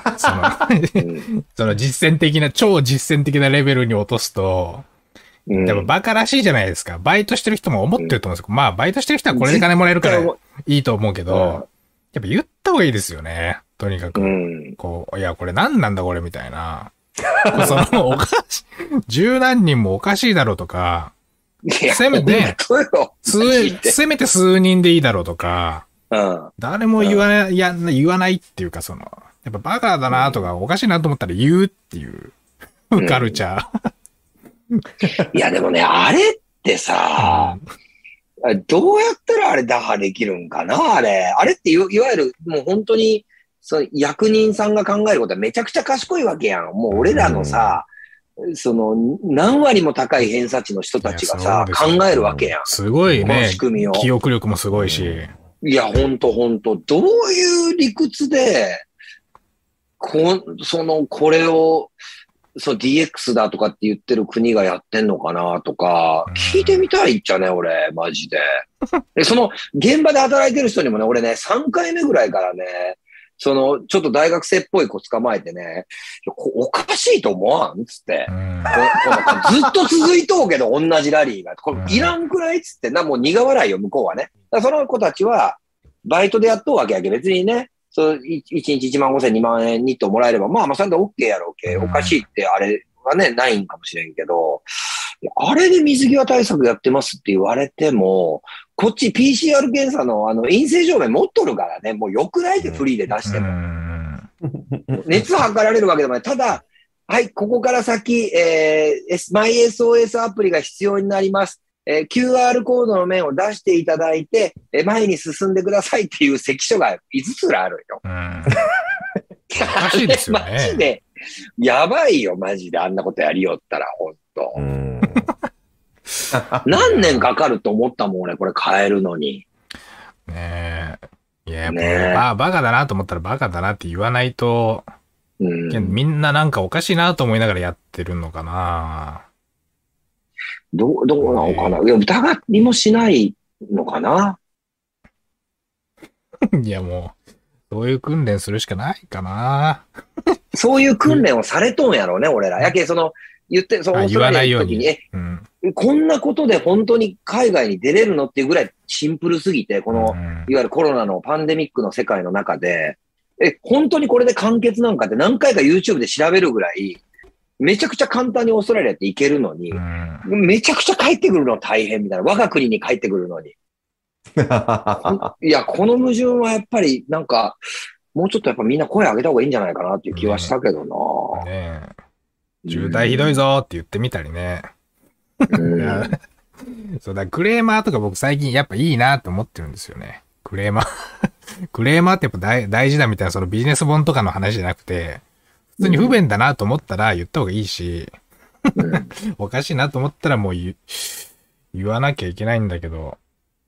実践的な、超実践的なレベルに落とすと、やっぱバカらしいじゃないですか。バイトしてる人も思ってると思うんですけど、まあバイトしてる人はこれで金もらえるからいいと思うけど、やっぱ言った方がいいですよね。とにかく。いや、これ何なんだこれみたいな。おかしい。十何人もおかしいだろうとか、せめて数人でいいだろうとか、誰も言わないっていうか、やっぱバカだなとかおかしいなと思ったら言うっていうカルチャー。 いや、でもね、あれってさ、どうやったらあれ打破できるんかなあれっていわゆる、もう本当に、役人さんが考えることはめちゃくちゃ賢いわけやん。もう俺らのさ、何割も高い偏差値の人たちがさ、考えるわけやん。 すごいね。 この仕組みを。 記憶力もすごいし。 いや、ほんと。どういう理屈で、これを、DX だとかって言ってる国がやってんのかなとか、聞いてみたいっちゃね、俺、マジで。現場で働いてる人にもね、俺ね、3回目ぐらいからね、ちょっと大学生っぽい子捕まえてね、おかしいと思わんつって。ずっと続いとうけど、同じラリーが。これいらんくらいつって、もう苦笑いよ、向こうはね。その子たちは、バイトでやっとうわけやけど、別にね、1日1万5千2万円にともらえれば、まあ、それで OK やろうけ。おかしいってあれはね、ないんかもしれんけど、あれで水際対策やってますって言われても、こっち PCR 検査の陰性証明持っとるからね、もう良くないでフリーで出しても。熱測られるわけでもない。ただ、はい、ここから先、MySOS アプリが必要になります。QR コードの面を出していただいて、前に進んでくださいっていう関所が5つぐらいあるよ。 おかしいですよね。 マジで、やばいよ、マジで。あんなことやりよったら、ほんと。何年かかると思ったもん、俺、これ変えるのに。 ねえ。いや、やっぱバカだなと思ったらバカだなって言わないと、みんななんかおかしいなと思いながらやってるのかな。 どうなのかな、いや、疑いもしないのかな。 いや、もう、そういう訓練するしかないかな。 そういう訓練をされとんやろうね、俺ら。やけ、言って、 言わないように。 こんなことで本当に海外に出れるのっていうぐらいシンプルすぎて、いわゆるコロナのパンデミックの世界の中で、本当にこれで完結なんかって何回か YouTube で調べるぐらい、めちゃくちゃ簡単にオーストラリアって行けるのに、めちゃくちゃ帰ってくるの大変みたいな。我が国に帰ってくるのに。いや、この矛盾はやっぱりなんか、もうちょっとやっぱみんな声上げた方がいいんじゃないかなっていう気はしたけどな。 ねえ。渋滞ひどいぞって言ってみたりね。そうだ、クレーマーとか僕最近やっぱいいなって思ってるんですよね。 クレーマークレーマーってやっぱ大事だみたいな、そのビジネス本とかの話じゃなくて、普通に不便だなと思ったら言った方がいいし、おかしいなと思ったらもう言わなきゃいけないんだけど、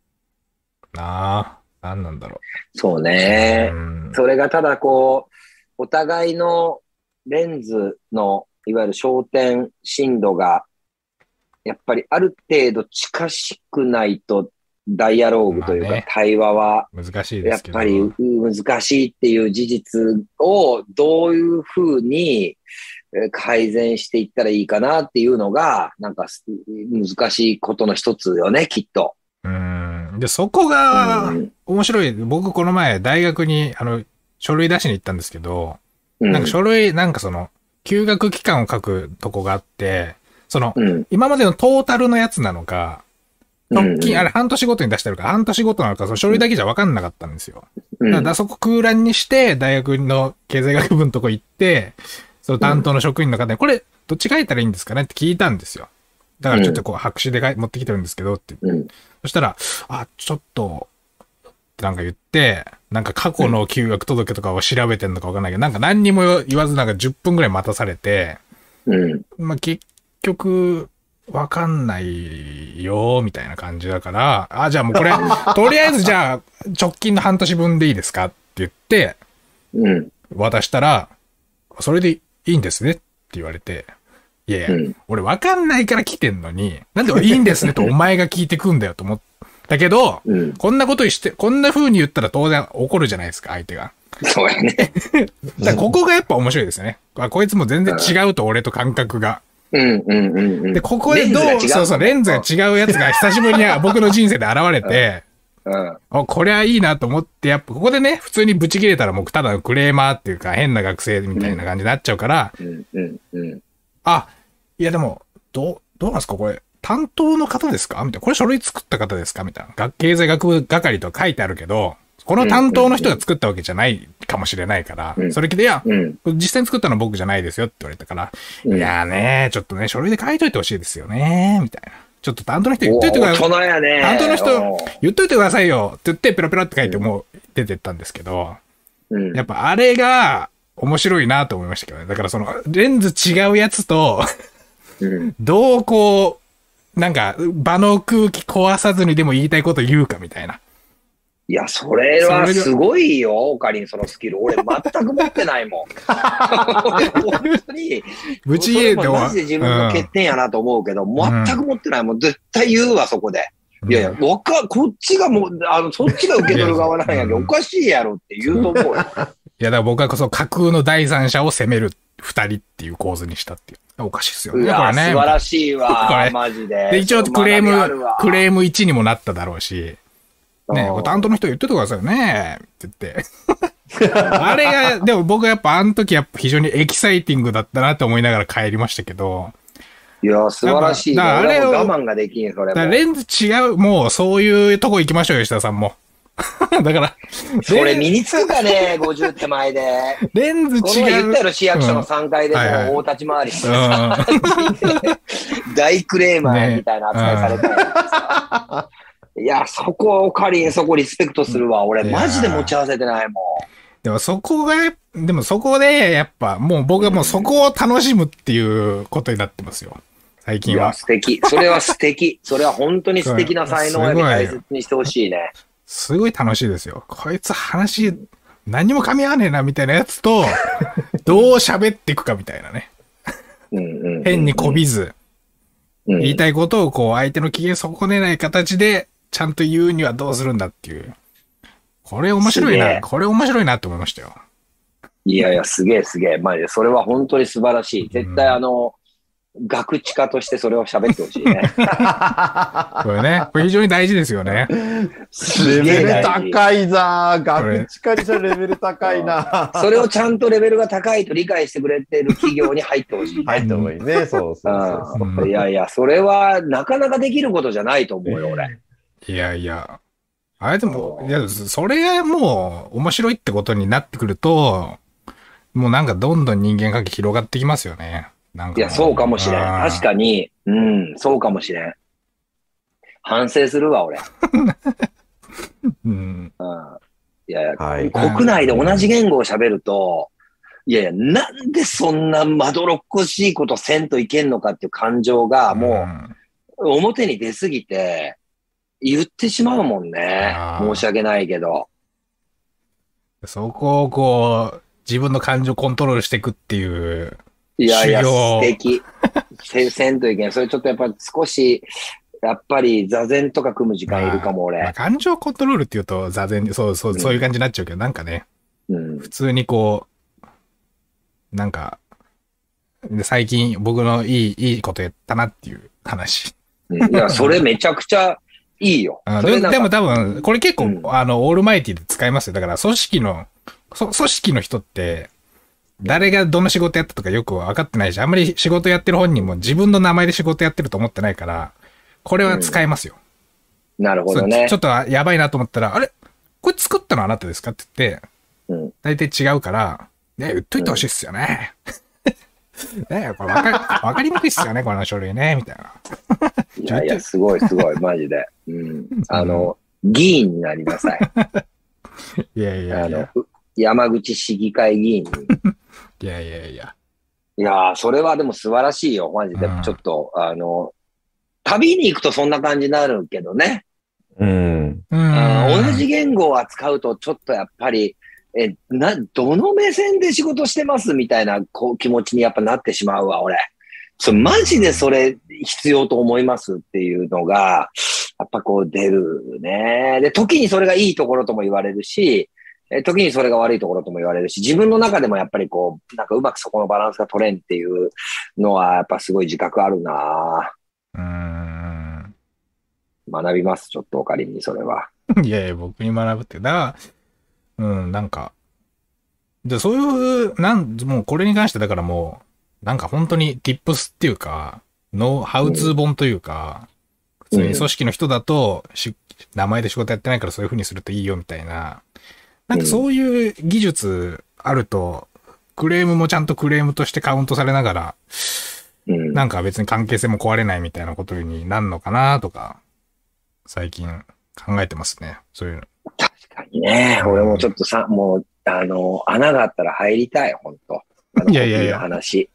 なんなんだろそうう。 ね。それがただこう、お互いのレンズの、いわゆる焦点深度が、やっぱりある程度近しくないと、ダイアローグというか対話は、 難しいですけど。 やっぱり難しいっていう事実をどういうふうに改善していったらいいかなっていうのが、なんか難しいことの一つよね、きっと。 で、そこが面白い。僕この前大学に書類出しに行ったんですけど、なんか書類、なんかその、休学期間を書くとこがあって、その、今までのトータルのやつなのか、直近、あれ半年ごとに出してるから、半年ごとなのか、その書類だけじゃ分かんなかったんですよ。だからそこ空欄にして、大学の経済学部のとこ行って、その担当の職員の方に、これ、どっち書いたらいいんですかねって聞いたんですよ。だからちょっとこう、白紙で持ってきてるんですけど、って言って。そしたら、ちょっと、なんか言って、なんか過去の休学届とかを調べてんのか分かんないけど、なんか何にも言わずなんか10分くらい待たされて、まあ結局、わかんないよ、みたいな感じだから、じゃあもうこれ、とりあえずじゃあ、直近の半年分でいいですかって言って、渡したら、それでいいんですねって言われて、いやいや、俺わかんないから来てんのに、なんでいいんですねとお前が聞いてくんだよと思ったけど、こんなことして、こんな風に言ったら当然怒るじゃないですか、相手が。 そうやね。 だからここがやっぱ面白いですよね。こいつも全然違うと、俺と感覚が。で、ここでそうそう、レンズが違うやつが久しぶりに僕の人生で現れて、これはいいなと思って、やっぱここでね、普通にブチ切れたらもうただのクレーマーっていうか変な学生みたいな感じになっちゃうから、いやでも、どうなんですかこれ、担当の方ですかみたいな。これ書類作った方ですかみたいな。経済学部係と書いてあるけど、この担当の人が作ったわけじゃないかもしれないから、それで、いや、実際に作ったのは僕じゃないですよって言われたから、いやーね、ちょっとね、書類で書いといてほしいですよね、みたいな。ちょっと担当の人言っといてください。担当の人言っといてくださいよって言って、ペロペロって書いてもう出てったんですけど、やっぱあれが面白いなと思いましたけどね。だからその、レンズ違うやつと、どうこう、なんか場の空気壊さずにでも言いたいこと言うかみたいな。 いや、それはすごいよ、オカリン、そのスキル。俺、全く持ってないもん。俺、本当に。 ぶち家では。 マジで自分の欠点やなと思うけど、全く持ってないもん。絶対言うわ、そこで。いやいや、こっちがもう、そっちが受け取る側なんやけど、おかしいやろって言うと思うよ。 いや、だから僕はこそ架空の第三者を責める二人っていう構図にしたっていう。おかしいっすよね。これね。 素晴らしいわ、マジで。 で、一応クレーム1にもなっただろうし。ねえ、担当の人言っててくださいよねって言って。あれが、でも僕はやっぱあの時非常にエキサイティングだったなって思いながら帰りましたけど。 いや、素晴らしい、ね。あれを我慢ができん、それも。 レンズ違う、もうそういうとこ行きましょうよ、吉田さんも。だから。 それ身につくかね、50手前で。 レンズ違う。 この言ったやろ、市役所の3階でも大立ち回りして、大クレーマーみたいな扱いされたやつ。いや、そこリスペクトするわ。俺、マジで持ち合わせてないもん。 でもそこで、やっぱ、もう僕はもうそこを楽しむっていうことになってますよ。最近は。いや、 素敵。それは素敵。それは本当に素敵な才能を大切にしてほしいね。 すごい楽しいですよ。こいつ話、何も噛み合わねえな、みたいなやつと、どう喋っていくかみたいなね。変にこびず、言いたいことをこう、相手の機嫌損ねない形で、ちゃんと言うにはどうするんだっていう。これ面白いな。これ面白いなって思いましたよ。 いやいや、すげえ。マジで、それは本当に素晴らしい。絶対学知家としてそれを喋ってほしいね。 これね。これ非常に大事ですよね。 レベル高いな学知家にじゃレベル高いなそれをちゃんとレベルが高いと理解してくれてる企業に入ってほしい、ね。 入ってほしいね。そう。 いやいや、それはなかなかできることじゃないと思うよ、俺。 いやいや。あれでも、いや、それがもう面白いってことになってくると、もうなんかどんどん人間関係広がってきますよね。なんかいや、そうかもしれん。確かに、そうかもしれん。反省するわ、俺。 うん。 いやいや、 はい。 国内で同じ言語を喋ると、いやいや、なんでそんなまどろっこしいことせんといけんのかっていう感情がもう表に出すぎて言ってしまうもんね。申し訳ないけど。 そこをこう、自分の感情をコントロールしていくっていう、修いやいや、素行。 敵。せんといけん。それちょっとやっぱ少し、やっぱり座禅とか組む時間いるかも、俺。 感情コントロールって言うと座禅、そういう感じになっちゃうけど、なんかね、普通にこう、なんか、最近僕のいいことやったなっていう話。 いや、それめちゃくちゃいいよ。 でも多分、これ結構、オールマイティで使いますよ。だから、組織の人って、誰がどの仕事やったとかよく分かってないし、あんまり仕事やってる本人も自分の名前で仕事やってると思ってないから、これは使えますよ。 なるほどね。 ちょっとやばいなと思ったら、あれこれ作ったのあなたですかって言って、大体違うから、ね、言っといてほしいっすよね。ねこれわかりにくいっすよね、この書類ね、みたいな。 いやいや、すごい、マジで。議員になりなさい。 いやいや。 山口市議会議員に。 いやいやいや。 いやそれはでも素晴らしいよ、マジで。ちょっと、旅に行くとそんな感じになるけどね。同じ言語を扱うとちょっとやっぱり、どの目線で仕事してますみたいな気持ちにやっぱなってしまうわ、俺。マジでそれ必要と思いますっていうのが、やっぱこう出るね。で、時にそれがいいところとも言われるし、時にそれが悪いところとも言われるし、自分の中でもやっぱりこう、なんかうまくそこのバランスが取れんっていうのは、やっぱすごい自覚あるな学びます、ちょっとお仮にそれは。 いやいや、僕に学ぶって。だから、なんか、そういう、もうこれに関してだからもう、なんか本当に tips っていうか、ハウツー本というか、普通に組織の人だと、名前で仕事やってないからそういう風にするといいよみたいな、なんかそういう技術あると、クレームもちゃんとクレームとしてカウントされながら、なんか別に関係性も壊れないみたいなことになるのかなとか、最近考えてますね。そういうの。 確かにね。俺もちょっともう、穴があったら入りたい、本当いやいやいや。 話。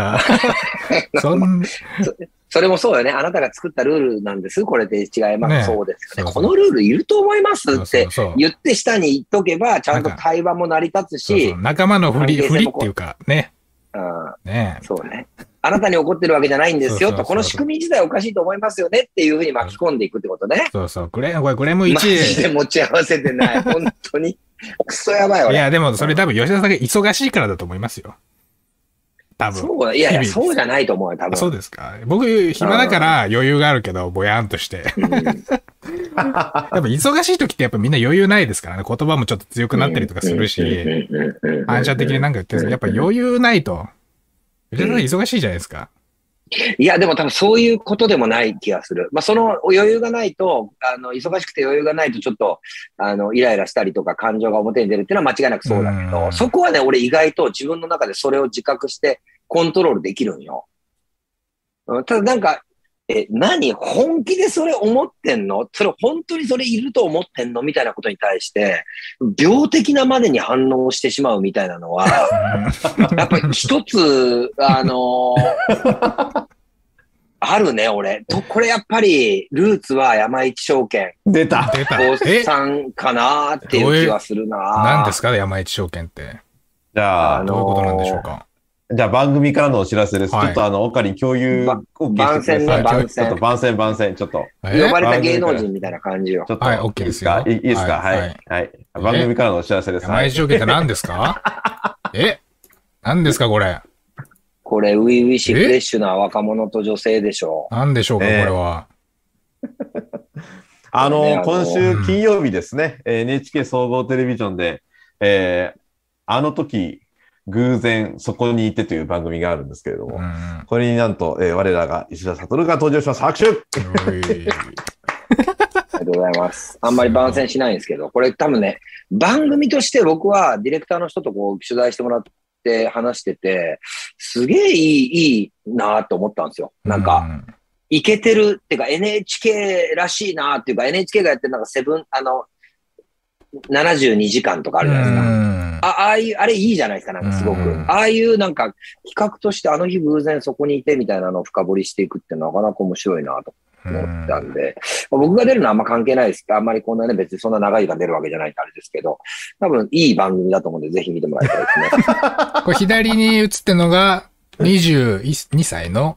それもそうよね。あなたが作ったルールなんです。これで違います。ね、そうですよね。このルールいると思いますって言って下に言っとけば、ちゃんと対話も成り立つし。 仲間の振りっていうか、ね。 ねそうね。あなたに怒ってるわけじゃないんですよと、この仕組み自体おかしいと思いますよねっていうふうに巻き込んでいくってことね。 クレーム1 マジで持ち合わせてない。本当に。クソやばいわ。 いや、でもそれ多分吉田さんが忙しいからだと思いますよ。多分。 そう、いやいや、そうじゃないと思うよ、多分。 そうですか。僕、暇だから余裕があるけど、ぼやんとして。やっぱ忙しい時ってやっぱみんな余裕ないですからね。言葉もちょっと強くなったりとかするし、反射的になんか言ってるんですけど、やっぱ余裕ないと、吉田さん忙しいじゃないですか。 いや、でも多分そういうことでもない気がする。まあ、その余裕がないと、忙しくて余裕がないとちょっと、イライラしたりとか感情が表に出るっていうのは間違いなくそうだけど、そこはね、俺意外と自分の中でそれを自覚してコントロールできるんよ。ただなんか、何本気でそれ思ってんのそれ本当にそれいると思ってんのみたいなことに対して、病的なまでに反応してしまうみたいなのは、やっぱり一つ、あるね、俺。これやっぱり、ルーツは山一証券。 出た。 さんかなっていう気はするな。 何ですか山一証券って。 じゃあ、 どういうことなんでしょうか。 じゃあ番組からのお知らせです。はい、ちょっとオカリン共有を番宣ね、番宣。 ちょっと番宣、ちょっと。 呼ばれた芸能人みたいな感じよ。 ちょっと。はい、OK ですか。いいですかはい。番組からのお知らせです。 山一証券って何ですか何ですかこれ。 これ、ウィウィシフレッシュな若者と女性でしょう。 何でしょうか、これは。 今週金曜日ですね、NHK 総合テレビジョンで、あの時、偶然そこにいてという番組があるんですけれども、これになんと、我らが石田悟が登場します。拍手ありがとうございます。あんまり番宣しないんですけど、これ多分ね、番組として僕はディレクターの人とこう取材してもらって話してて、すげえいいなと思ったんですよ。なんか、いけてるっていうか NHK らしいなっていうか NHK がやってるなんか 72時間とかあるじゃないですか。ああいう、あれいいじゃないですか、なんかすごく。ああいうなんか企画としてあの日偶然そこにいてみたいなのを深掘りしていくってなかなか面白いなと思ったんで、僕が出るのはあんま関係ないです。あんまりこんなね、別にそんな長い時間出るわけじゃないんであれですけど、多分いい番組だと思うんで、ぜひ見てもらいたいですね。 これ左に映ってるのが22歳の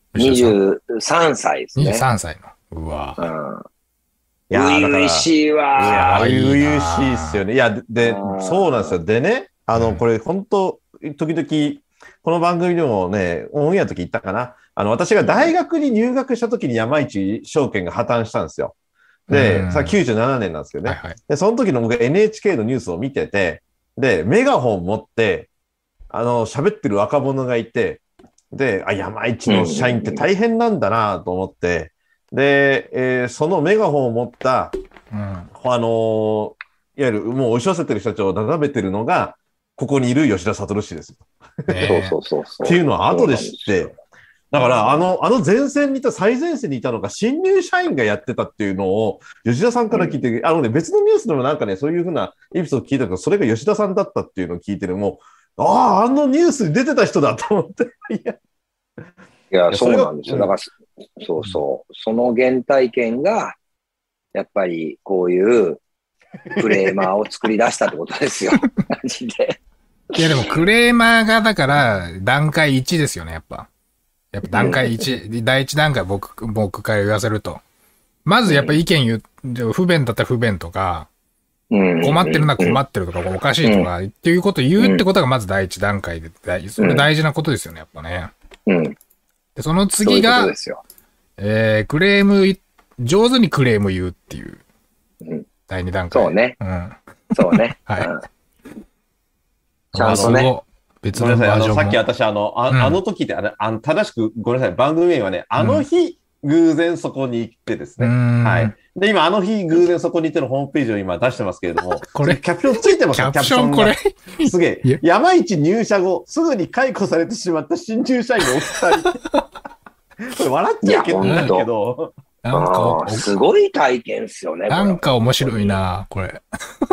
23歳ですね。 23歳の。うわいや初々しいわ。 いや、初々しいっすよね。いや、で、そうなんですよ。でね、これ本当、時々、この番組でもね、オンエアの時言ったかな。私が大学に入学した時に山一証券が破綻したんですよ。で、さ、97年なんですけどね。で、その時の僕 NHK のニュースを見てて、で、メガホン持って、喋ってる若者がいて、で、山一の社員って大変なんだなと思って、で、そのメガホンを持った、いわゆるもう押し寄せてる人たちを眺めてるのが、ここにいる吉田悟氏ですよ。 そう。 っていうのは後で知って、だから、前線にいた、最前線にいたのが、新入社員がやってたっていうのを、吉田さんから聞いて、別のニュースでもなんかね、そういうふうなエピソード聞いたけど、それが吉田さんだったっていうのを聞いてる、もう、あのニュースに出てた人だと思って。 いや、そうなんですよ。だから、その原体験が、やっぱりこういうクレーマーを作り出したってことですよ。マジで。 いやでもクレーマーがだから段階1ですよね、やっぱ段階1、第1段階僕から言わせると。まずやっぱ意見不便だったら不便とか、困ってるな困ってるとか、おかしいとか、っていうことを言うってことがまず第1段階で、それ大事なことですよね、やっぱね。で、その次が、クレーム、上手にクレーム言うっていう。第2段階。 そうね。そうね。 はい。 ちゃんとね。 別のバージョンも。さっき私、あの時って、正しくごめんなさい、番組名はね、あの日、偶然そこに行ってですね。はい。で、今、あの日、偶然そこに行ってのホームページを今出してますけれども、これ、キャプションついてますよ、 キャプションこれ。 すげえ。山一入社後、すぐに解雇されてしまった新入社員のお二人。これ、笑っちゃいけないんだけど。 なんか、すごい体験っすよね。 なんか面白いな、これ。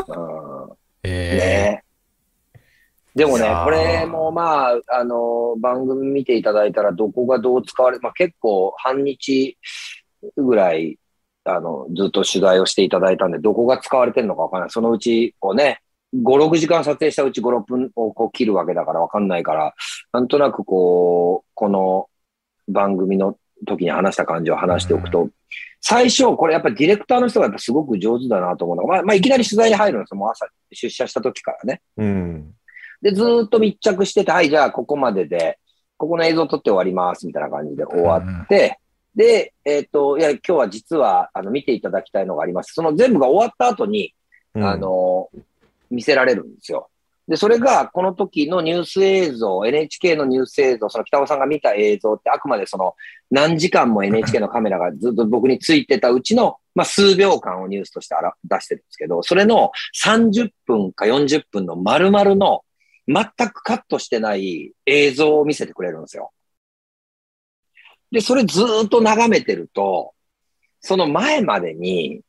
ね。でもね、これもまあ、番組見ていただいたらどこがどう使われ、まあ結構半日ぐらい、ずっと取材をしていただいたんで、どこが使われてるのかわからない。そのうち、こうね、5、6時間撮影したうち5、6分をこう切るわけだからわかんないから、なんとなくこう、この番組の時に話した感じを話しておくと、最初、これやっぱりディレクターの人がやっぱすごく上手だなと思うのが、まあいきなり取材に入るんですよ。もう朝出社した時からね。で、ずーっと密着してて、はい、じゃあここまでで、ここの映像撮って終わります、みたいな感じで終わって、で、いや、今日は実は、見ていただきたいのがあります。その全部が終わった後に、見せられるんですよ。で、それが、この時のニュース映像、NHK のニュース映像、その北尾さんが見た映像って、あくまでその、何時間も NHK のカメラがずっと僕についてたうちの、まあ、数秒間をニュースとして出してるんですけど、それの30分か40分の丸々の、全くカットしてない映像を見せてくれるんですよ。で、それずーっと眺めてると、その前までに、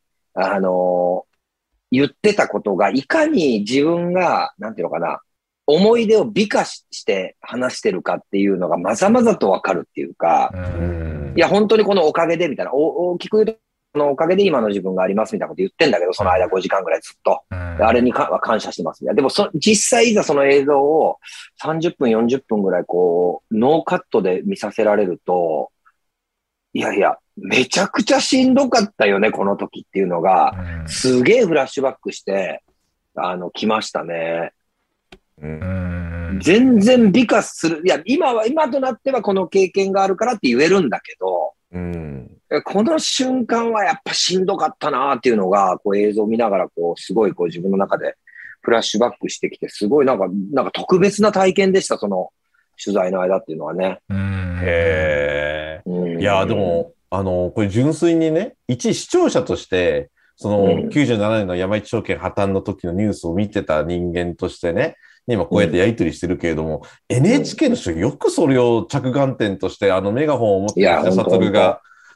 言ってたことが、いかに自分が、なんていうのかな、思い出を美化して話してるかっていうのがまざまざとわかるっていうか、いや、本当にこのおかげで、みたいな、大きく言うと、このおかげで今の自分がありますみたいなこと言ってんだけど、その間5時間ぐらいずっと。あれには感謝してます。でも実際いざその映像を30分、40分ぐらいこう、ノーカットで見させられると、いやいや、めちゃくちゃしんどかったよね、この時っていうのが、すげえフラッシュバックして、来ましたね。全然美化する。いや、今となってはこの経験があるからって言えるんだけど、この瞬間はやっぱしんどかったなっていうのが、こう映像を見ながら、こう、すごいこう自分の中でフラッシュバックしてきて、すごいなんか特別な体験でした、その取材の間っていうのはね。 へー。いや、でも、これ純粋にね、一視聴者として、その97年の山一証券破綻の時のニュースを見てた人間としてね、今こうやってやりとりしてるけれども、NHK の人よくそれを着眼点として、メガホンを持って吉田悟が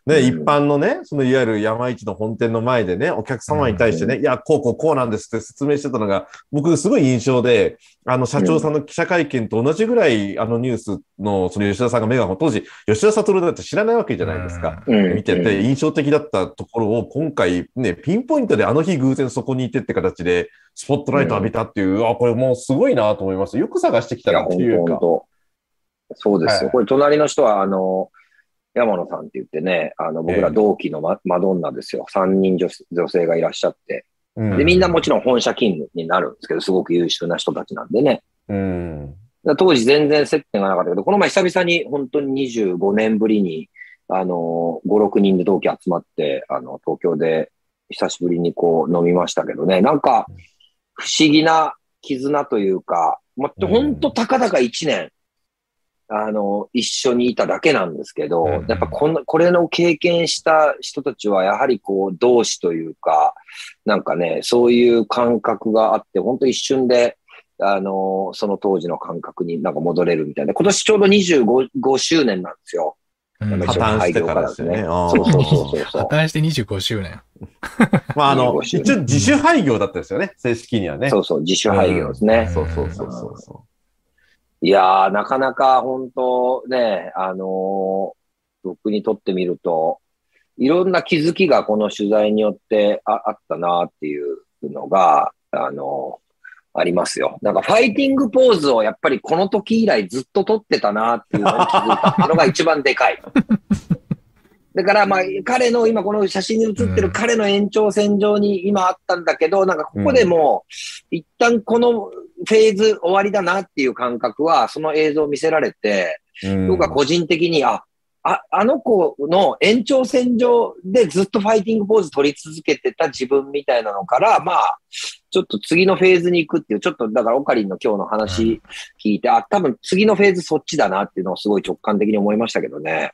ね、一般のね、そのいわゆる山一の本店の前でね、お客様に対してね、いや、こうなんですって説明してたのが、僕すごい印象で、社長さんの記者会見と同じぐらい、ニュースの、その吉田さんがメガホン、当時、吉田悟だって知らないわけじゃないですか。見てて、印象的だったところを、今回ね、ピンポイントであの日偶然そこにいてって形で、スポットライト浴びたっていう、これもうすごいなと思います。よく探してきたなっていうか。 そうですよ。これ、隣の人は、山野さんって言ってね、僕ら同期のマドンナですよ。3人女性がいらっしゃって。で、みんなもちろん本社勤務になるんですけど、すごく優秀な人たちなんでね。当時全然接点がなかったけど、この前久々に本当に25年ぶりに、5、6人で同期集まって、東京で久しぶりにこう飲みましたけどね。なんか、不思議な絆というか、本当たかだか1年、一緒にいただけなんですけど、やっぱこれの経験した人たちはやはりこう同志というか、なんかね、そういう感覚があって、本当一瞬で、その当時の感覚になんか戻れるみたいな。今年ちょうど25周年なんですよ。 破綻してからですね。 そう。 破綻して25周年。 一応自主廃業だったですよね、正式にはね。 そう、自主廃業ですね。 そう。 いやー、なかなか本当ね、僕にとってみると、いろんな気づきがこの取材によってあったなっていうのが、ありますよ。なんかファイティングポーズをやっぱりこの時以来ずっと撮ってたなっていうのを気づいたっていうのが一番でかい。だから彼の今この写真に写ってる彼の延長線上に今あったんだけど、なんかここでも一旦このフェーズ終わりだなっていう感覚はその映像を見せられて、僕は個人的にあの子の延長線上でずっとファイティングポーズ取り続けてた自分みたいなのから、ちょっと次のフェーズに行くっていう、ちょっとだからオカリンの今日の話聞いて、多分次のフェーズそっちだなっていうのをすごい直感的に思いましたけどね。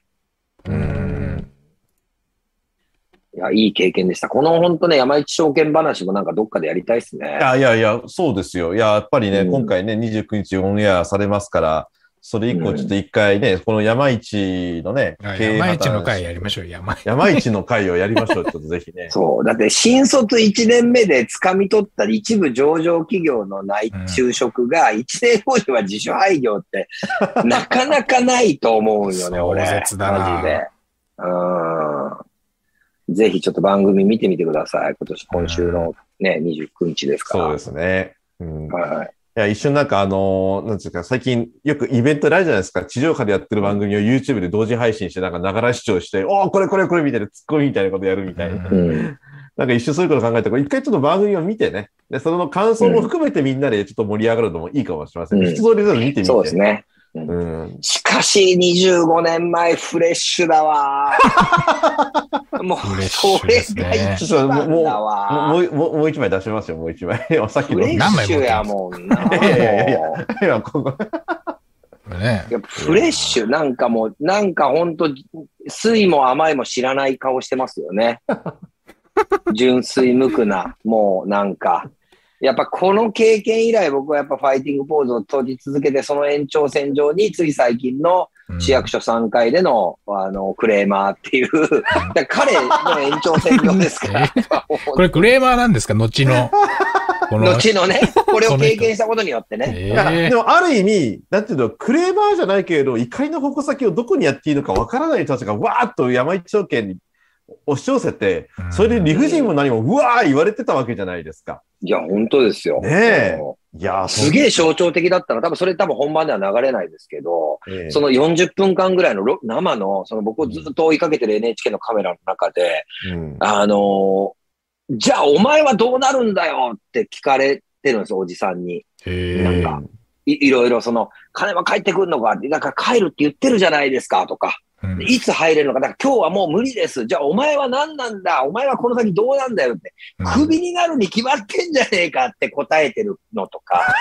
いや、いい経験でした。この本当ね、山一証券話もなんかどっかでやりたいですね。 いや、そうですよ。やっぱりね、今回ね、29日オンエアされますから、それ以降ちょっと一回ね、この山一のね、 山一の会やりましょう、 山一の会をやりましょう、ちょっとぜひね。 そう。だって新卒1年目で掴み取った一部上場企業の就職が1年後には自主廃業ってなかなかないと思うよね、俺。 壮絶だな。 マジで。ぜひちょっと番組見てみてください。今週のね、29日ですから。 そうですね。いや、一瞬なんかなんですか、最近よくイベントないじゃないですか。地上波でやってる番組を YouTube で同時配信して、なんかながら視聴して、これみたいな、ツッコミみたいなことやるみたいな。なんか一瞬そういうこと考えて、一回ちょっと番組を見てね。で、その感想も含めてみんなでちょっと盛り上がるのもいいかもしれません。人それぞれ見てみて。 そうですね。しかし、25年前フレッシュだわ。もう、それが一番だわ。 もう一枚出しますよ、もう一枚。さっきの。 フレッシュやもんな。 今ここ。 フレッシュ、なんかほんと、酸いも甘いも知らない顔してますよね。純粋無垢な、もうなんか。やっぱこの経験以来僕はやっぱファイティングポーズを取り続けて、その延長線上につい最近の市役所3階での、クレーマーっていう、彼の延長線上ですから。 これクレーマーなんですか？後の。 後のね、これを経験したことによってね。 でもある意味、なんていうの、クレーマーじゃないけれど、怒りの矛先をどこにやっていいのかわからない人たちがわーっと山一証券に押し寄せて、それで理不尽も何もうわー言われてたわけじゃないですか。 いや、本当ですよ。 ねえ。いや、 すげえ象徴的だったの。多分本番では流れないですけど、その40分間ぐらいの生の、僕をずっと追いかけてる NHK のカメラの中で、じゃあお前はどうなるんだよって聞かれてるんですよ、おじさんに。なんか、いろいろ金は返ってくるのか、だから帰るって言ってるじゃないですかとか。いつ入れるのか、だから今日はもう無理です。じゃあお前は何なんだ、お前はこの先どうなんだよって、クビになるに決まってんじゃねえかって答えてるのとか。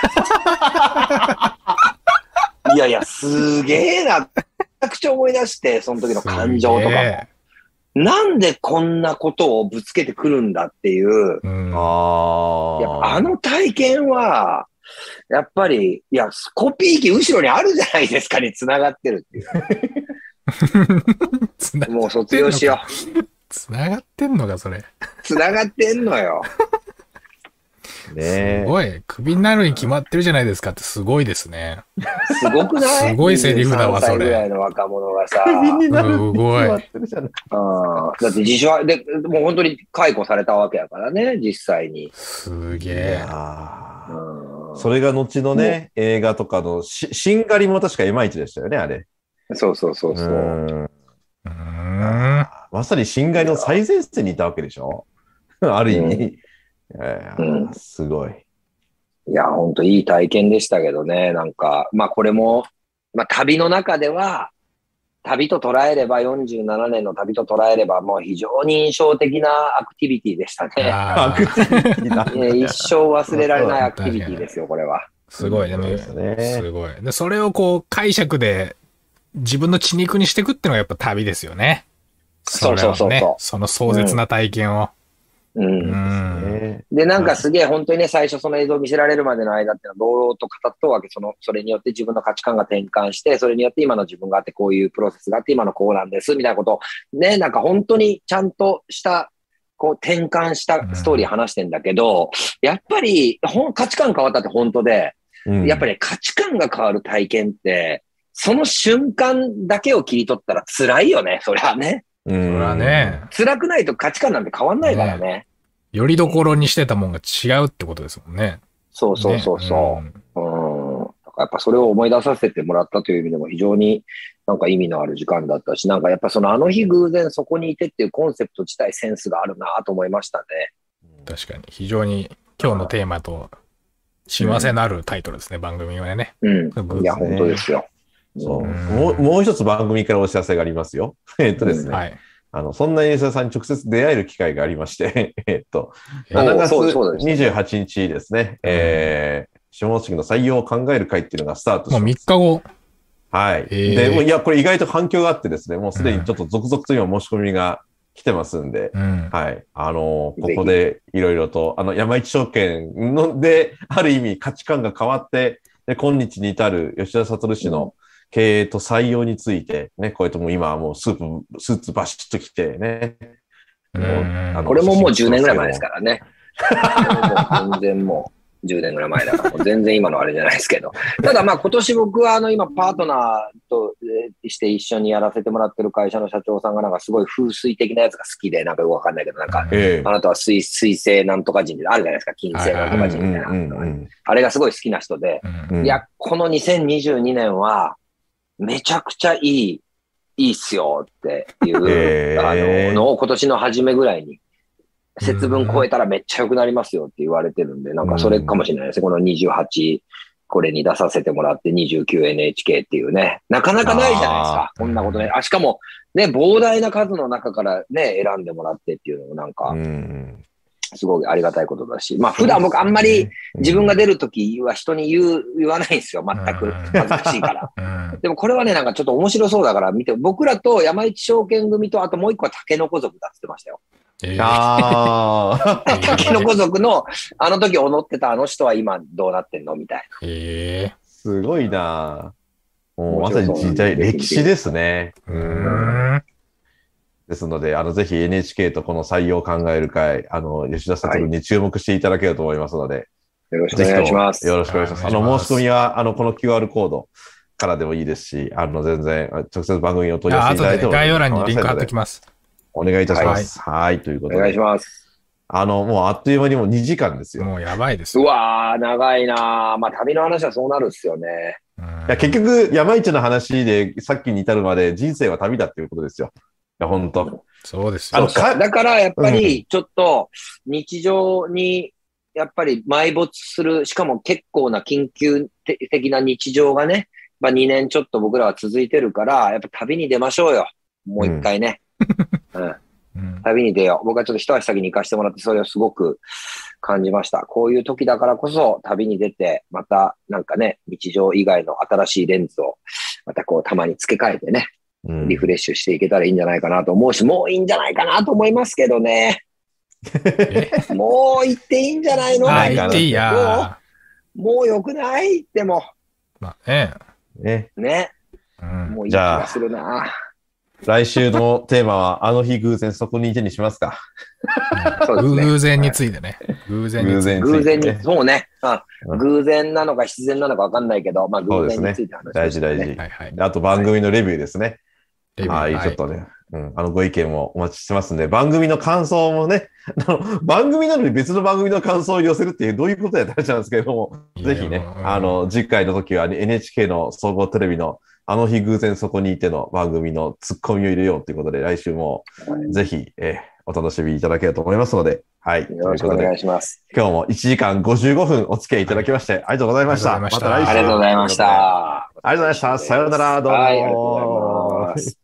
いやいや、すげえな。めちゃくちゃ思い出して、その時の感情とかも。なんでこんなことをぶつけてくるんだっていう。やっぱ体験は、やっぱり、コピー機後ろにあるじゃないですかね、繋がってるっていう。 もう卒業しよつながってんのか、それ。 う。繋がってんのよ。 ねすごい。クビになるに決まってるじゃないですかってすごいですね。 すごくない？ すごいセリフだわ 23歳それぐらいの若者がさ。 クビになるすごい。 だって自主で、もう本当に解雇されたわけやからね、実際に。 いすげえ。 やうんそれが後のね、映画とかのしんがりも確かいまいちでしたよね、あれ。 そうそうそうそう。 うーん。 まさにしんがりの最前線にいたわけでしょある意味。すごい。 いや、本当いい体験でしたけどね。なんか、まあこれも、まあ旅の中では、旅と捉えれば、47年の旅と捉えれば、もう非常に印象的なアクティビティでしたね。 あアクティビティだ一生忘れられないアクティビティですよ、これは。 すごい。でも、 そうですねすごい。で、それをこう解釈で自分の血肉にしていくっていうのがやっぱ旅ですよね。 そうそうそうそうれはねその壮絶な体験を。 ねで、なんかすげえ本当にね、最初その映像を見せられるまでの間っていうのは、朗々と語っとるわけ。それによって自分の価値観が転換して、それによって今の自分があって、こういうプロセスがあって、今のこうなんです、みたいなことを、ね、なんか本当にちゃんとした、こう転換したストーリー話してんだけど、やっぱり価値観変わったって本当で、やっぱり価値観が変わる体験って、その瞬間だけを切り取ったら辛いよね、そりゃね。 それはね。 辛くないと価値観なんて変わんないからね。 よりどころにしてたもんが違うってことですもんね。 そうそうそうそう。だからやっぱそれを思い出させてもらったという意味でも非常になんか意味のある時間だったし、なんかやっぱそのあの日偶然そこにいてっていうコンセプト自体センスがあるなと思いましたね。 確かに。非常に今日のテーマと幸せのあるタイトルですね、番組はね。 いや、本当ですよ。 そう。もう一つ番組からお知らせがありますよ。ですね。 はい。 そんな演者さんに直接出会える機会がありまして、7月28日ですね、下関の採用を考える会っていうのがスタートします。 もう3日後。 はい。で、いや、これ意外と反響があってですね、もうすでにちょっと続々と今申し込みが来てますんで、はい。ここでいろいろと、山一証券ので、ある意味価値観が変わって、で、今日に至る吉田悟氏の経営と採用について、ね、こうやってもう今はもうスーツバシッと着てね。 これももう10年ぐらい前ですからね。全然もう10年ぐらい前だから、全然今のあれじゃないですけど。ただまあ今年僕は今パートナーとして一緒にやらせてもらってる会社の社長さんがなんかすごい風水的なやつが好きで、なんかよくわかんないけど、なんか、あなたは水星なんとか人であるじゃないですか、金星なんとか人みたいな。あれがすごい好きな人で、いや、この2022年はめちゃくちゃいいっすよっていう、のを今年の初めぐらいに、節分超えたらめっちゃ良くなりますよって言われてるんで、なんかそれかもしれないですね。この28、これに出させてもらって 29NHK っていうね。なかなかないじゃないですか。こんなことね。しかも、ね、膨大な数の中からね、選んでもらってっていうのもなんか、すごいありがたいことだし。まあ普段僕あんまり自分が出るときは人に言わないんですよ。全く恥ずかしいから。でもこれはね、なんかちょっと面白そうだから見て、僕らと山一証券組とあともう一個はタケノコ族だって言ってましたよ。タケノコ族のあの時踊ってたあの人は今どうなってんのみたいな。すごいな。もうまさに時代、歴史ですね。ですので、ぜひ NHK とこの採用を考える会、吉田悟に注目していただけると思いますので、 よろしくお願いします。 よろしくお願いします。申し込みは、この QR コードからでもいいですし、全然、直接番組を取り寄せていただいても。 概要欄にリンク貼っておきます。 お願いいたします。はい、ということで。 お願いします。 もうあっという間にもう2時間ですよ。 もうやばいです。 うわー、長いなー。まあ、旅の話はそうなるっすよね。 いや結局、山市の話でさっきに至るまで人生は旅だっていうことですよ。いや、本当。 そうですよ。 だからやっぱりちょっと日常にやっぱり埋没する、しかも結構な緊急的な日常がね、まあ2年ちょっと僕らは続いてるから、やっぱ旅に出ましょうよ。もう一回ね。旅に出よう。僕はちょっと一足先に行かせてもらって、それをすごく感じました。こういう時だからこそ旅に出て、またなんかね、日常以外の新しいレンズをまたこうたまに付け替えてね、リフレッシュしていけたらいいんじゃないかなと思うし、もういいんじゃないかなと思いますけどね。もう行っていいんじゃないの？ 行っていいや。 もう良くない？でも。 まあね。 ね。もういい気がするな。 来週のテーマは、あの日偶然そこにいてにしますか。 そうですね偶然についてね。偶然について。 偶然に、 ねそうね。 うん偶然なのか必然なのか分かんないけど、まあ偶然について話しま大事したね。 大事。 はいはい。 あと番組のレビューですね。 レビューはい、 はいちょっとね、ご意見もお待ちしてますんで、番組の感想もね、番組なのに別の番組の感想を寄せるっていう、どういうことやって話なんですけれども、ぜひね、次回の時は NHK の総合テレビのあの日偶然そこにいての番組のツッコミを入れようということで、来週もぜひ、お楽しみいただければと思いますので、はい。 よろしくお願いします。 今日も1時間55分お付き合いいただきまして、ありがとうございました。 ありがとうございましたまた来週。 ありがとうございました。 ありがとうございました。さようなら、どうも。 はい、ありがとうございます。